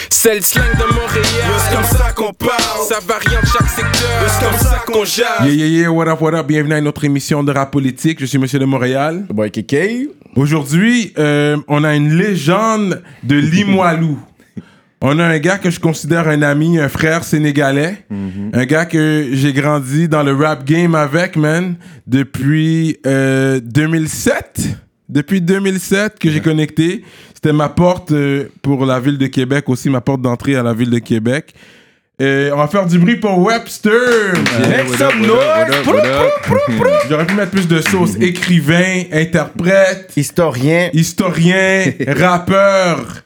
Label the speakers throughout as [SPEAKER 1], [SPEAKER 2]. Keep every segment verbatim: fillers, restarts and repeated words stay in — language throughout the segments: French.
[SPEAKER 1] C'est le slang de Montréal.
[SPEAKER 2] C'est comme ça qu'on parle.
[SPEAKER 1] Ça varie en chaque secteur.
[SPEAKER 2] C'est comme ça qu'on jase.
[SPEAKER 3] Yeah, yeah, yeah, what up, what up. Bienvenue à une autre émission de Rap Politique. Je suis Monsieur de Montréal.
[SPEAKER 4] Boy Kéké.
[SPEAKER 3] Aujourd'hui, euh, on a une légende de Limoilou. On a un gars que je considère un ami, un frère sénégalais. Mm-hmm. Un gars que j'ai grandi dans le rap game avec, man, depuis euh, deux mille sept. Depuis deux mille sept que j'ai connecté. C'était ma porte euh, pour la ville de Québec aussi, ma porte d'entrée à la ville de Québec. Et on va faire du bruit pour Webster.
[SPEAKER 4] Make some noise.
[SPEAKER 3] J'aurais pu mettre plus de sauce. Écrivain, interprète,
[SPEAKER 4] Historien.
[SPEAKER 3] historien, rappeur.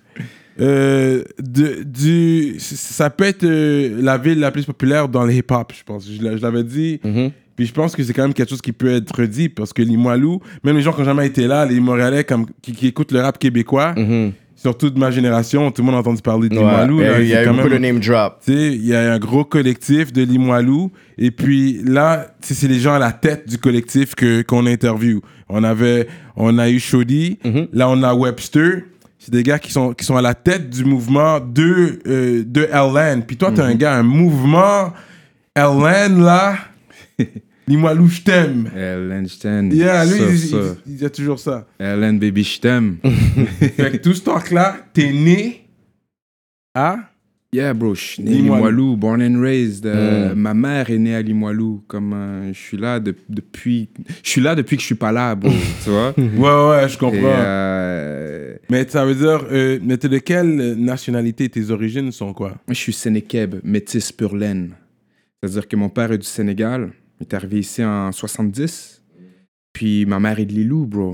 [SPEAKER 3] Euh, de, du, ça peut être euh, la ville la plus populaire dans le hip-hop, je pense. Je, je l'avais dit. Mm-hmm. Puis je pense que c'est quand même quelque chose qui peut être dit parce que Limoilou, même les gens qui n'ont jamais été là, les Montréalais comme, qui, qui écoutent le rap québécois, mm-hmm. surtout de ma génération, tout le monde a entendu parler de ouais, Limoilou.
[SPEAKER 4] Il y a eu beaucoup même, de name drop.
[SPEAKER 3] Il y a un gros collectif de Limoilou. Et puis là, c'est les gens à la tête du collectif que, qu'on interview. On, avait, on a eu Shoddy, mm-hmm. là on a Webster. C'est des gars qui sont, qui sont à la tête du mouvement de, euh, de L N. Puis toi, t'es mm-hmm. un gars, un mouvement L N, là. Limoilou, je t'aime.
[SPEAKER 5] L N, je t'aime.
[SPEAKER 3] Yeah, lui,
[SPEAKER 5] ça,
[SPEAKER 3] il,
[SPEAKER 5] ça.
[SPEAKER 3] Il, il dit toujours ça.
[SPEAKER 5] L N, baby, je t'aime.
[SPEAKER 3] Fait que tout ce talk-là, t'es né à...
[SPEAKER 5] Yeah, bro, je suis né à Limoilou, born and raised. Euh, mm. Ma mère est née à Limoilou. Comme euh, je suis là de, depuis... Je suis là depuis que je suis pas là, bro, tu vois?
[SPEAKER 3] Ouais, ouais, je comprends.
[SPEAKER 5] Et, euh...
[SPEAKER 3] Mais ça veut dire... Euh, mais t'es de quelle nationalité? Tes origines sont quoi?
[SPEAKER 5] Je suis sénékeb, métis pur laine. C'est-à-dire que mon père est du Sénégal. Il est arrivé ici en soixante-dix. Puis ma mère est de Lilou, bro.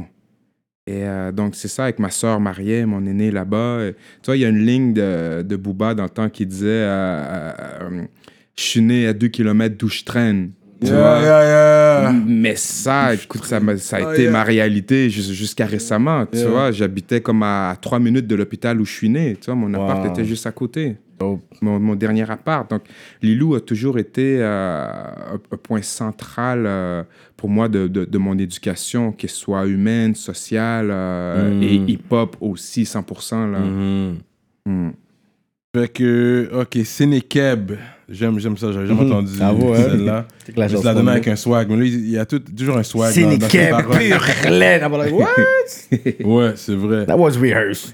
[SPEAKER 5] Et euh, donc, c'est ça, avec ma soeur Mariam, on est né là-bas. Et, tu vois, il y a une ligne de, de Booba dans le temps qui disait euh, euh, « Je suis né à deux kilomètres d'où je traîne. » Tu
[SPEAKER 3] yeah,
[SPEAKER 5] vois?
[SPEAKER 3] Yeah, yeah.
[SPEAKER 5] Mais ça, écoute, ça, ça a été oh, yeah. ma réalité jusqu'à récemment. Tu yeah. vois, j'habitais comme à trois minutes de l'hôpital où je suis né. Tu vois, mon appart wow. était juste à côté. Oh. Mon, mon dernier appart. Donc, Lilou a toujours été euh, un, un point central euh, pour moi de, de, de mon éducation, qu'elle soit humaine, sociale euh, mm. et hip-hop aussi, cent pour cent. Là. Mm.
[SPEAKER 3] Mm. Fait que, ok, Sénékeb. J'aime, j'aime ça, j'avais jamais mmh. entendu ah ouais, celle-là. C'est que la je la donne avec un swag, mais lui, il y a tout, toujours un swag.
[SPEAKER 4] Sénékeb, pur laine. I'm like, what?
[SPEAKER 3] Ouais, c'est vrai.
[SPEAKER 4] That was rehearsed.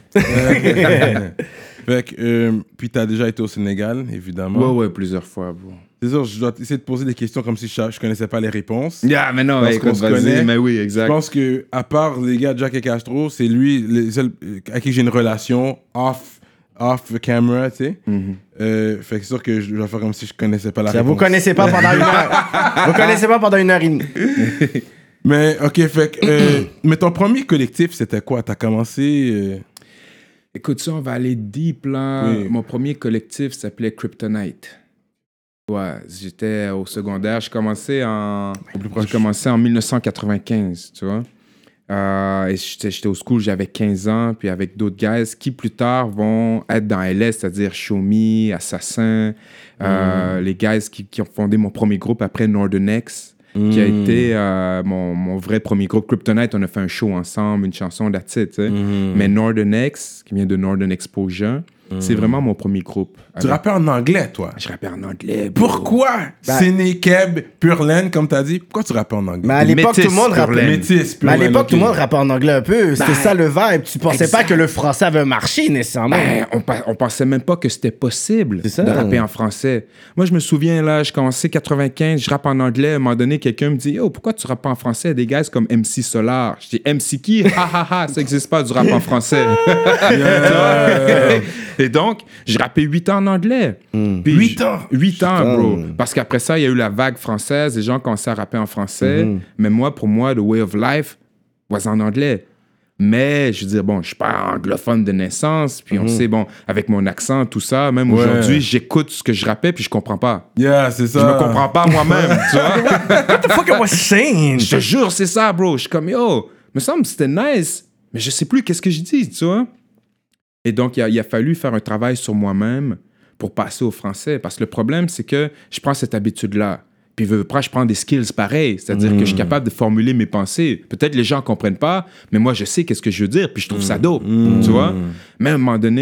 [SPEAKER 3] Fait que, euh, puis t'as déjà été au Sénégal, évidemment.
[SPEAKER 5] Ouais, ouais, plusieurs fois. Bon.
[SPEAKER 3] C'est sûr, je dois essayer de poser des questions comme si je, je connaissais pas les réponses.
[SPEAKER 5] Yeah, mais non,
[SPEAKER 3] parce
[SPEAKER 5] écoute,
[SPEAKER 3] qu'on se connaît.
[SPEAKER 5] Mais oui, exact.
[SPEAKER 3] Je pense que, à part les gars Jack et Castro, c'est lui, les seuls à qui j'ai une relation off. off camera, tu sais. Mm-hmm. Euh, fait que c'est sûr que je vais faire comme si je connaissais pas la
[SPEAKER 4] ça,
[SPEAKER 3] réponse.
[SPEAKER 4] Vous connaissez pas pendant une heure. Vous connaissez pas pendant une heure et demie.
[SPEAKER 3] Mais, ok, fait que... Euh, mais ton premier collectif, c'était quoi? T'as commencé... Euh...
[SPEAKER 5] Écoute, ça, on va aller deep, là. Oui. Mon premier collectif s'appelait Kryptonite. Ouais, j'étais au secondaire. J'ai commencé en... J'ai commencé en dix-neuf cent quatre-vingt-quinze, tu vois. Euh, et j'étais, j'étais au school, j'avais quinze ans, puis avec d'autres guys qui plus tard vont être dans L S, c'est-à-dire Shomi, Assassin, euh, mm. les guys qui, qui ont fondé mon premier groupe après Northern X, mm. qui a été euh, mon, mon vrai premier groupe. Kryptonite, on a fait un show ensemble, une chanson, that's it, tu sais. Mm. Mais Northern X, qui vient de Northern Exposure, mm. c'est vraiment mon premier groupe.
[SPEAKER 3] Tu rappais en anglais, toi?
[SPEAKER 5] Je rappais en anglais. Bro.
[SPEAKER 3] Pourquoi? Ben, Sénékeb, pur laine, comme t'as dit. Pourquoi tu rappais en anglais?
[SPEAKER 4] Mais à l'époque,
[SPEAKER 3] Métis,
[SPEAKER 4] tout le monde rappait.
[SPEAKER 3] Métis,
[SPEAKER 4] mais à l'époque, okay. tout le monde rappait en anglais un peu. C'était ben, ça le vibe. Tu pensais exact. Pas que le français avait marché nécessairement.
[SPEAKER 5] Ben, on, on pensait même pas que c'était possible de rapper en français. Moi, je me souviens, là, je commençais quatre-vingt-quinze, je rappe en anglais. À un moment donné, quelqu'un me dit « Oh, pourquoi tu rappes pas en français? » Des gars comme M C Solar. Je dis « M C qui? Ha ha ha, ça n'existe pas du rap en français. » Et donc, je rappais huit ans en anglais.
[SPEAKER 3] Mm. huit ans?
[SPEAKER 5] huit ans, bro. Parce qu'après ça, il y a eu la vague française. Les gens commençaient à rapper en français. Mm-hmm. Mais moi, pour moi, the way of life was en anglais. Mais, je veux dire, bon, je suis pas anglophone de naissance. Puis mm-hmm. on sait, bon, avec mon accent, tout ça, même ouais. aujourd'hui, j'écoute ce que je rappais puis je comprends pas.
[SPEAKER 3] Yeah, c'est ça.
[SPEAKER 5] Je me comprends pas moi-même, tu vois.
[SPEAKER 4] What the fuck am I saying?
[SPEAKER 5] Je te jure, c'est ça, bro. Je suis comme, yo, me semble que c'était nice. Mais je sais plus qu'est-ce que je dis, tu vois. Et donc, il a, il a fallu faire un travail sur moi-même pour passer au français. Parce que le problème, c'est que je prends cette habitude-là. Puis, après, je prends des skills pareils. C'est-à-dire mmh. que je suis capable de formuler mes pensées. Peut-être les gens ne comprennent pas, mais moi, je sais qu'est-ce que je veux dire. Puis, je trouve mmh. ça dope, mmh. tu vois. Mais à un moment donné,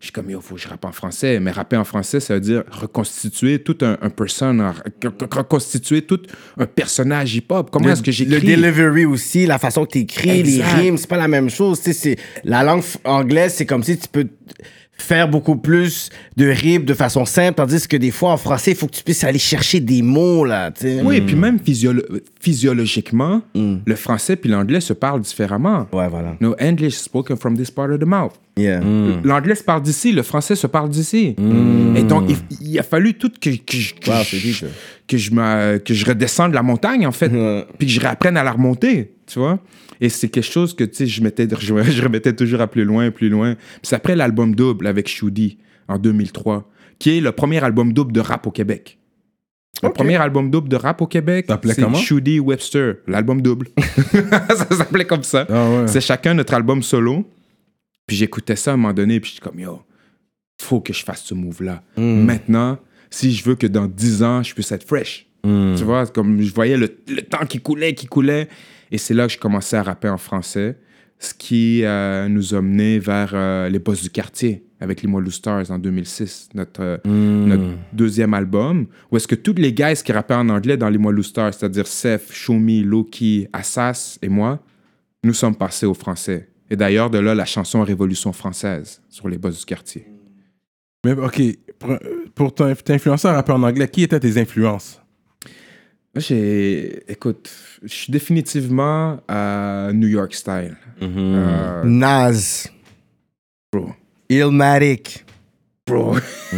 [SPEAKER 5] Je suis comme, il faut que je rappe en français. Mais rapper en français, ça veut dire reconstituer tout un, un person, reconstituer tout un personnage hip-hop. Comment
[SPEAKER 4] Le,
[SPEAKER 5] est-ce que j'écris?
[SPEAKER 4] le delivery aussi, la façon que tu écris, les rimes, c'est pas la même chose. Tu sais, c'est, la langue f- anglaise, c'est comme si tu peux faire beaucoup plus de rimes de façon simple, tandis que des fois, en français, il faut que tu puisses aller chercher des mots, là. Tu sais.
[SPEAKER 5] Oui, et puis même physiolo- physiologiquement, mm. le français puis l'anglais se parlent différemment.
[SPEAKER 4] Ouais, voilà.
[SPEAKER 5] No English spoken from this part of the mouth.
[SPEAKER 4] Yeah.
[SPEAKER 5] Mm. L'anglais se parle d'ici, le français se parle d'ici. Mm. Et donc, il, il a fallu tout que, que, je- que,
[SPEAKER 4] Wow,
[SPEAKER 5] je,
[SPEAKER 4] c'est dit, ça.
[SPEAKER 5] que, je me, que je redescende la montagne, en fait,
[SPEAKER 4] Ouais.
[SPEAKER 5] puis que je réapprenne à la remonter, tu vois. Et c'est quelque chose que, tu sais, je, mettais, je, je remettais toujours à plus loin, plus loin. Puis c'est après l'album double avec Shoudi, en deux mille trois, qui est le premier album double de rap au Québec. Le
[SPEAKER 4] Okay.
[SPEAKER 5] premier album double de rap au Québec,
[SPEAKER 3] Ça s'appelait
[SPEAKER 5] c'est
[SPEAKER 3] comment?
[SPEAKER 5] Shoudi Webster, l'album double. Ça s'appelait comme ça.
[SPEAKER 3] Ah ouais.
[SPEAKER 5] C'est chacun notre album solo. Puis j'écoutais ça à un moment donné, puis j'étais comme, yo, faut que je fasse ce move-là.
[SPEAKER 4] Mm.
[SPEAKER 5] Maintenant, si je veux que dans dix ans, je puisse être fresh.
[SPEAKER 3] Mm.
[SPEAKER 5] Tu vois, comme je voyais le, le temps qui coulait, qui coulait. Et c'est là que je commençais à rapper en français, ce qui euh, nous a menés vers euh, les Boss du quartier avec les Limoilou Stars en deux mille six, notre, euh,
[SPEAKER 3] Mm.
[SPEAKER 5] notre deuxième album, où est-ce que tous les guys qui rappaient en anglais dans les Limoilou Stars, c'est-à-dire Seth, Shomi, Loki, Assas et moi, nous sommes passés au français. Et d'ailleurs, de là, la chanson Révolution française sur les Boss du quartier.
[SPEAKER 3] Mais OK, pour, pour t'in- t'influencer à rapper en anglais, qui étaient tes influences?
[SPEAKER 5] Moi, j'ai... Écoute, je suis définitivement à New York style. Euh,
[SPEAKER 4] Nas.
[SPEAKER 5] bro.
[SPEAKER 4] Illmatic.
[SPEAKER 5] Bro.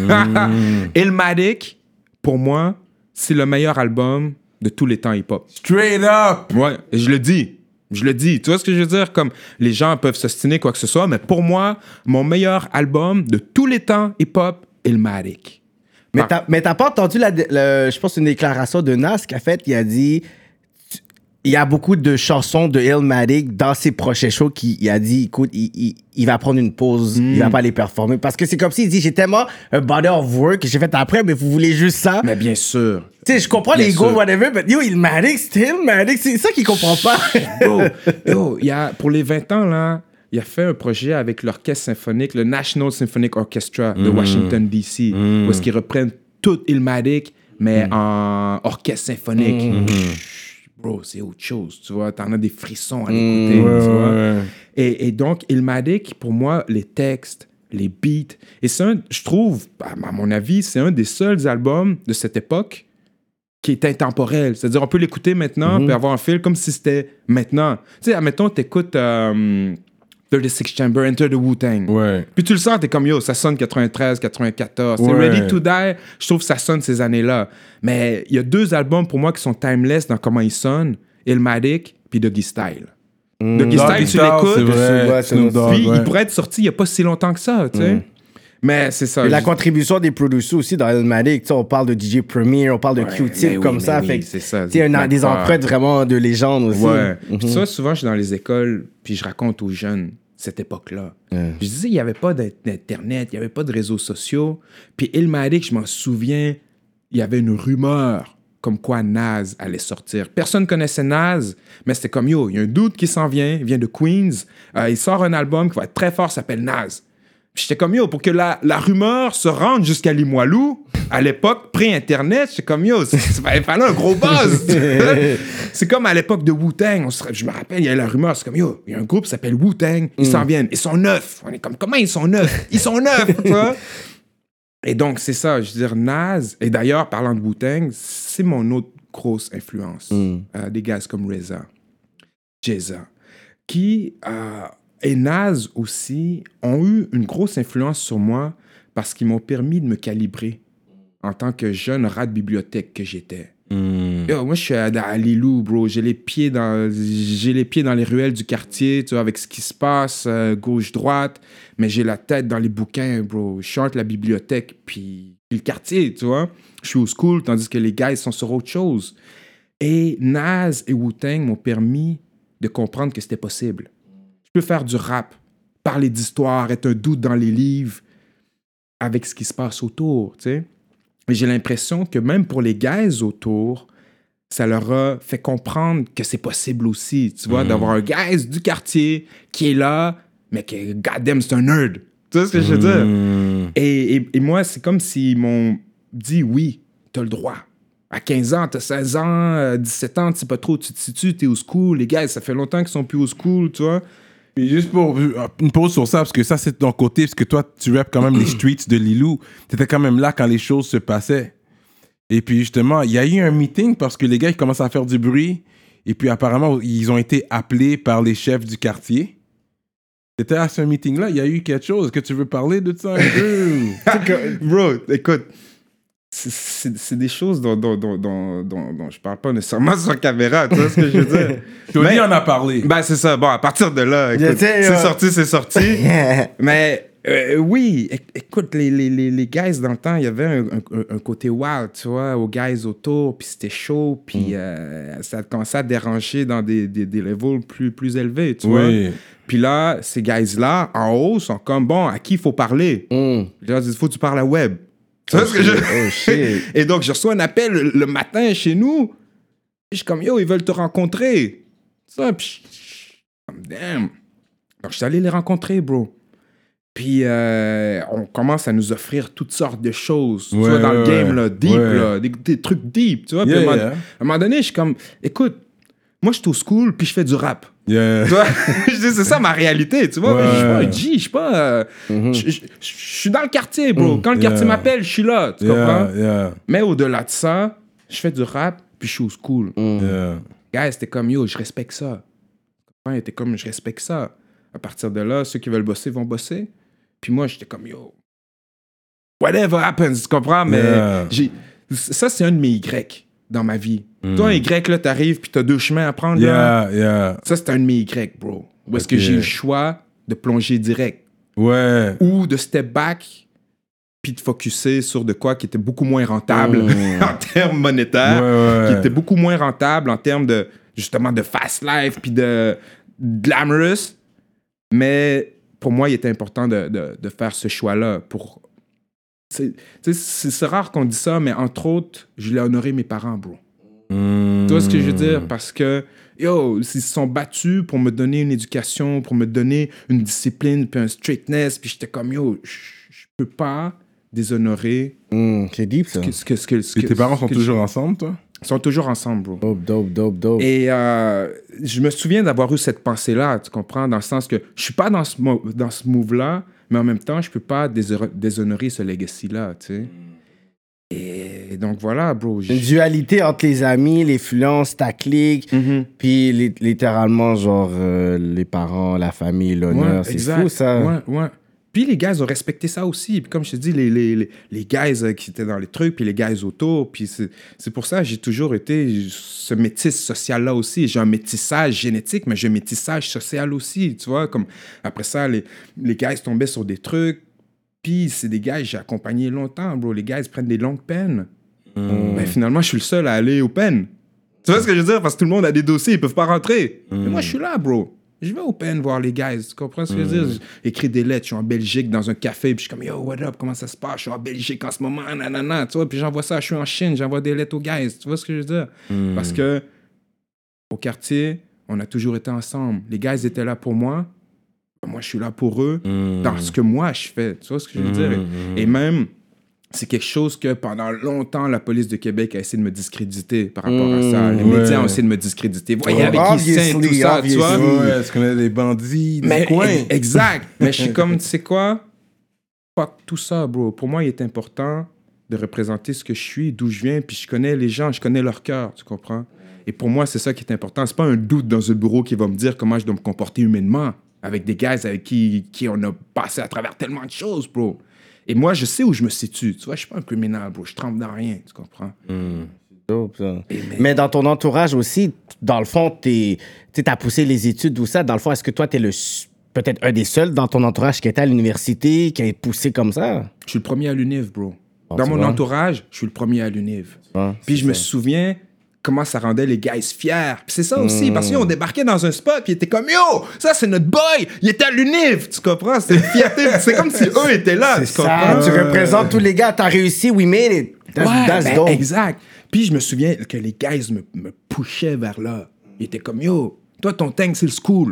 [SPEAKER 5] Illmatic, pour moi, c'est le meilleur album de tous les temps hip-hop.
[SPEAKER 3] Straight up!
[SPEAKER 5] Ouais, et je le dis. Je le dis. Tu vois ce que je veux dire? Comme les gens peuvent s'ostiner quoi que ce soit, mais pour moi, mon meilleur album de tous les temps hip-hop, Illmatic.
[SPEAKER 4] Mais
[SPEAKER 5] Par-
[SPEAKER 4] t'as, mais t'as pas entendu, la, le- je pense, une déclaration de Nas qu'a faite. Il a dit... Il y a beaucoup de chansons de Illmatic dans ses prochains shows qui il a dit, écoute, il, il, il va prendre une pause,
[SPEAKER 5] Mm.
[SPEAKER 4] il va pas les performer. Parce que c'est comme s'il dit, j'ai tellement un body of work que j'ai fait après, mais vous voulez juste ça.
[SPEAKER 5] Mais bien sûr.
[SPEAKER 4] Tu sais, je comprends
[SPEAKER 5] Bien
[SPEAKER 4] les go,
[SPEAKER 5] sûr.
[SPEAKER 4] whatever, mais yo, Illmatic, c'est Illmatic, c'est ça qu'il comprend pas.
[SPEAKER 5] Yo, yo, il y a, pour les vingt ans, là, il a fait un projet avec l'orchestre symphonique, le National Symphonic Orchestra de Washington, D C, où est-ce qu'ils reprennent tout Illmatic, mais en orchestre symphonique. Bro, c'est autre chose, tu vois. T'en as des frissons à l'écouter,
[SPEAKER 3] Ouais,
[SPEAKER 5] tu vois.
[SPEAKER 3] ouais, ouais.
[SPEAKER 5] Et, et donc, Illmatic, pour moi, les textes, les beats, et c'est un, je trouve, à mon avis, c'est un des seuls albums de cette époque qui est intemporel. C'est-à-dire, on peut l'écouter maintenant, puis avoir un feel comme si c'était maintenant. Tu sais, admettons, t'écoutes euh, thirty-six Chamber, Enter the Wu-Tang.
[SPEAKER 3] Ouais.
[SPEAKER 5] Puis tu le sens, t'es comme, yo, ça sonne quatre-vingt-treize, quatre-vingt-quatorze. C'est
[SPEAKER 3] Ouais.
[SPEAKER 5] Ready to Die, je trouve que ça sonne ces années-là. Mais il y a deux albums pour moi qui sont timeless dans comment ils sonnent, Illmatic puis Doggy Style. Doggy Style, tu
[SPEAKER 3] Style, c'est
[SPEAKER 5] l'écoutes,
[SPEAKER 3] vrai.
[SPEAKER 4] Ouais, c'est
[SPEAKER 3] Snoop
[SPEAKER 4] notre-
[SPEAKER 3] Dogg,
[SPEAKER 5] puis
[SPEAKER 3] ouais.
[SPEAKER 5] il pourrait être sorti il n'y a pas si longtemps que ça, tu sais. Mais c'est ça.
[SPEAKER 4] Et la
[SPEAKER 5] je-
[SPEAKER 4] contribution des producers aussi dans Illmatic, tu sais, on parle de D J Premier, on parle de
[SPEAKER 5] Ouais,
[SPEAKER 4] Q-Tip
[SPEAKER 5] mais oui,
[SPEAKER 4] comme
[SPEAKER 5] mais
[SPEAKER 4] ça.
[SPEAKER 5] oui,
[SPEAKER 4] fait que,
[SPEAKER 5] c'est ça,
[SPEAKER 4] tu sais, un-
[SPEAKER 5] c'est
[SPEAKER 4] des
[SPEAKER 5] pas-
[SPEAKER 4] empreintes vraiment de légende aussi.
[SPEAKER 5] Ouais.
[SPEAKER 4] Mhm.
[SPEAKER 5] Puis tu vois, souvent, je suis dans les écoles, puis je raconte aux jeunes cette époque-là.
[SPEAKER 4] Ouais.
[SPEAKER 5] Je disais, il n'y avait pas d'Internet, il n'y avait pas de réseaux sociaux. Puis Illmatic, je m'en souviens, il y avait une rumeur comme quoi Nas allait sortir. Personne connaissait Nas, mais c'était comme, yo, il y a un dude qui s'en vient, il vient de Queens, euh, il sort un album qui va être très fort, s'appelle Nas. Puis j'étais comme, yo, pour que la, la rumeur se rende jusqu'à Limoilou, à l'époque, pré-Internet, j'étais comme, yo, c'est- c'est- il fallait un gros buzz. C'est comme à l'époque de Wu-Tang, on se- je me rappelle, il y a la rumeur, c'est comme, yo, il y a un groupe qui s'appelle Wu-Tang, ils s'en viennent, ils sont neufs. On est comme, comment ils sont neufs? Ils sont neufs, tu vois? Et donc, c'est ça, je veux dire, Nas, et d'ailleurs, parlant de Wu-Tang, c'est mon autre grosse influence. Euh, des gars comme Reza, Jeza, qui, euh, et Nas aussi, ont eu une grosse influence sur moi parce qu'ils m'ont permis de me calibrer en tant que jeune rat de bibliothèque que j'étais. Yo, moi, je suis à, à Lilou, bro. J'ai les pieds dans, j'ai les pieds dans les ruelles du quartier, tu vois, avec ce qui se passe, euh, gauche-droite. Mais j'ai la tête dans les bouquins, bro. Je suis entre la bibliothèque puis le quartier, tu vois. Je suis au school, tandis que les gars, ils sont sur autre chose. Et Nas et Wu-Tang m'ont permis de comprendre que c'était possible. Je peux faire du rap, parler d'histoire, être un doute dans les livres, avec ce qui se passe autour, tu sais. Et j'ai l'impression que même pour les guys autour, ça leur a fait comprendre que c'est possible aussi, tu vois, d'avoir un guys du quartier qui est là, mais que, goddamn, c'est un nerd. Tu vois ce que je veux dire?
[SPEAKER 3] Mm.
[SPEAKER 5] Et, et, et moi, c'est comme s'ils m'ont dit, oui, t'as le droit. À quinze ans, t'as seize ans, euh, dix-sept ans, tu sais pas trop, tu te situes, t'es au school. Les gars, ça fait longtemps qu'ils sont plus au school, tu vois.
[SPEAKER 3] Puis juste pour une pause sur ça, parce que ça, c'est ton côté, parce que toi, tu rappes quand même les streets de Lilou. T'étais quand même là quand les choses se passaient. Et puis justement, il y a eu un meeting parce que les gars, ils commencent à faire du bruit. Et puis apparemment, ils ont été appelés par les chefs du quartier. T'étais à ce meeting-là, il y a eu quelque chose. Est-ce que tu veux parler de ça un peu?
[SPEAKER 5] Bro, écoute, c'est, c'est, c'est des choses dont, dont, dont, dont, dont, dont je parle pas nécessairement sur caméra, tu vois ce que je veux dire?
[SPEAKER 3] Tony en a parlé.
[SPEAKER 5] Ben, c'est ça. Bon, à partir de là, écoute,
[SPEAKER 4] sais,
[SPEAKER 5] c'est
[SPEAKER 4] euh...
[SPEAKER 5] sorti, c'est sorti. Mais euh, oui, é- écoute, les, les, les, les guys dans le temps, il y avait un, un, un côté wild, tu vois, aux guys autour, puis c'était chaud, puis mm. euh, ça a commencé à déranger dans des, des, des levels plus, plus élevés, tu
[SPEAKER 3] oui.
[SPEAKER 5] vois. Puis là, ces guys-là, en haut, sont comme, bon, à qui il faut parler? Mm. Là, il faut que tu parles à Web. Tu vois
[SPEAKER 4] oh
[SPEAKER 5] ce que je...
[SPEAKER 4] oh, shit.
[SPEAKER 5] Et donc, je reçois un appel le, le matin chez nous. Et je suis comme, yo, ils veulent te rencontrer. Ça, puis je suis comme, damn. Donc, je suis allé les rencontrer, bro. Puis, euh, on commence à nous offrir toutes sortes de choses. Ouais, tu vois, dans ouais, le game, là, deep, ouais. là, des, des trucs deep, tu vois.
[SPEAKER 3] Yeah,
[SPEAKER 5] puis, à, un
[SPEAKER 3] yeah.
[SPEAKER 5] moment, à un moment donné, je suis comme, écoute, moi, je suis au school, puis je fais du rap.
[SPEAKER 3] Yeah.
[SPEAKER 5] Tu vois? Je dis, c'est ça ma réalité, tu vois.
[SPEAKER 3] Ouais.
[SPEAKER 5] Je suis pas un G, je suis pas... Euh, mm-hmm. Je, je, je suis dans le quartier, bro. Quand le quartier yeah. m'appelle, je suis là, tu
[SPEAKER 3] yeah,
[SPEAKER 5] comprends?
[SPEAKER 3] Yeah.
[SPEAKER 5] Mais au-delà de ça, je fais du rap, puis je suis au school.
[SPEAKER 3] Mm. Yeah.
[SPEAKER 5] Guys, c'était comme, yo, je respecte ça. Il était comme, je respecte ça. À partir de là, ceux qui veulent bosser vont bosser. Puis moi, j'étais comme, yo, whatever happens, tu comprends? Mais
[SPEAKER 3] yeah.
[SPEAKER 5] j'ai... ça, c'est un de mes Y dans ma vie. Mm. Toi, un Y, là, t'arrives, puis t'as deux chemins à prendre.
[SPEAKER 3] Yeah,
[SPEAKER 5] là.
[SPEAKER 3] yeah.
[SPEAKER 5] Ça, c'est un de mes Y, bro. Où est-ce okay. que j'ai eu le choix de plonger direct.
[SPEAKER 3] Ouais.
[SPEAKER 5] Ou de step back, puis de focusser sur de quoi qui était beaucoup moins rentable mm. en termes monétaires,
[SPEAKER 3] ouais, ouais.
[SPEAKER 5] qui était beaucoup moins rentable en termes de, justement, de fast life, puis de glamorous. Mais pour moi, il était important de, de, de faire ce choix-là pour... C'est, c'est, c'est rare qu'on dise ça, mais entre autres, je l'ai honoré mes parents, bro.
[SPEAKER 3] Mmh.
[SPEAKER 5] Tu vois ce que je veux dire? Parce que, yo, ils se sont battus pour me donner une éducation, pour me donner une discipline, puis un straightness, puis j'étais comme, yo, je peux pas déshonorer...
[SPEAKER 4] Mmh, c'est deep, ça.
[SPEAKER 5] Ce que, ce que, ce que, ce
[SPEAKER 3] et tes
[SPEAKER 5] que,
[SPEAKER 3] parents sont
[SPEAKER 5] que
[SPEAKER 3] toujours
[SPEAKER 5] je...
[SPEAKER 3] ensemble, toi?
[SPEAKER 5] Ils sont toujours ensemble, bro.
[SPEAKER 4] Dope, dope, dope, dope.
[SPEAKER 5] Et euh, je me souviens d'avoir eu cette pensée-là, tu comprends? Dans le sens que je suis pas dans ce, mo- dans ce move-là, mais en même temps, je peux pas déshonorer, déshonorer ce legacy-là, tu sais. Et donc voilà, bro.
[SPEAKER 4] Une dualité entre les amis, l'influence, ta clique, mm-hmm. puis li- littéralement, genre, euh, les parents, la famille, l'honneur. Ouais, c'est exact. Fou, ça.
[SPEAKER 5] Ouais, ouais. Puis les gars ont respecté ça aussi. Puis comme je te dis, les, les, les, les guys qui étaient dans les trucs, puis les guys autour. Puis c'est, c'est pour ça que j'ai toujours été ce métis social-là aussi. J'ai un métissage génétique, mais j'ai un métissage social aussi, tu vois. Comme après ça, les, les guys tombaient sur des trucs. Puis c'est des gars que j'ai accompagnés longtemps, bro. Les gars, ils prennent des longues peines. Mm. Ben, finalement, je suis le seul à aller aux peines. Tu vois ce que je veux dire? Parce que tout le monde a des dossiers, ils peuvent pas rentrer. Mm. Mais moi, je suis là, bro. Je vais au pen voir les guys, tu comprends ce que mm. je veux dire? J'écris des lettres, je suis en Belgique dans un café, puis je suis comme, yo, what up, comment ça se passe? Je suis en Belgique en ce moment, nanana, tu vois? Puis j'envoie ça, je suis en Chine, j'envoie des lettres aux guys, tu vois ce que je veux dire? Mm. Parce que au quartier, on a toujours été ensemble. Les guys étaient là pour moi, moi, je suis là pour eux, mm. dans ce que moi, je fais, tu vois ce que je veux mm. dire? Et, et même... c'est quelque chose que pendant longtemps, la police de Québec a essayé de me discréditer par rapport mmh, à ça. Les ouais. médias ont essayé de me discréditer. Voyez, avec qui c'est, tout ça, tu vois.
[SPEAKER 3] Ouais, est-ce qu'on a des bandits du
[SPEAKER 5] mais,
[SPEAKER 3] coin?
[SPEAKER 5] Exact. Mais je suis comme, tu sais quoi? Fuck tout ça, bro. Pour moi, il est important de représenter ce que je suis, d'où je viens, puis je connais les gens, je connais leur cœur, tu comprends? Et pour moi, c'est ça qui est important. C'est pas un doute dans un bureau qui va me dire comment je dois me comporter humainement avec des gars avec qui, qui on a passé à travers tellement de choses, bro. Et moi, je sais où je me situe. Tu vois, je suis pas un criminel, bro. Je trempe dans rien, tu comprends?
[SPEAKER 3] Mm.
[SPEAKER 4] C'est dope, ça. Mais... mais dans ton entourage aussi, dans le fond, tu as poussé les études, tout ça. Dans le fond, est-ce que toi, tu es le, peut-être un des seuls dans ton entourage qui était à l'université, qui a été poussé comme ça?
[SPEAKER 5] Je suis le premier à l'U N I V, bro.
[SPEAKER 4] Oh,
[SPEAKER 5] dans mon
[SPEAKER 4] vrai?
[SPEAKER 5] entourage, je suis le premier à l'U N I V.
[SPEAKER 4] Ah,
[SPEAKER 5] Puis je
[SPEAKER 4] ça.
[SPEAKER 5] me souviens... comment ça rendait les guys fiers. Puis c'est ça aussi, mmh. parce qu'on débarquait dans un spot, puis ils étaient comme, yo, ça c'est notre boy, il était à l'U N I V, tu comprends? C'est une fierté, c'est comme si eux étaient là,
[SPEAKER 4] c'est
[SPEAKER 5] tu
[SPEAKER 4] ça,
[SPEAKER 5] comprends?
[SPEAKER 4] tu représentes tous les gars, t'as réussi, we made it. That's,
[SPEAKER 5] ouais,
[SPEAKER 4] that's
[SPEAKER 5] ben,
[SPEAKER 4] dope.
[SPEAKER 5] Exact. Puis je me souviens que les guys me, me pushaient vers là. Ils étaient comme, yo, toi ton tank c'est le school.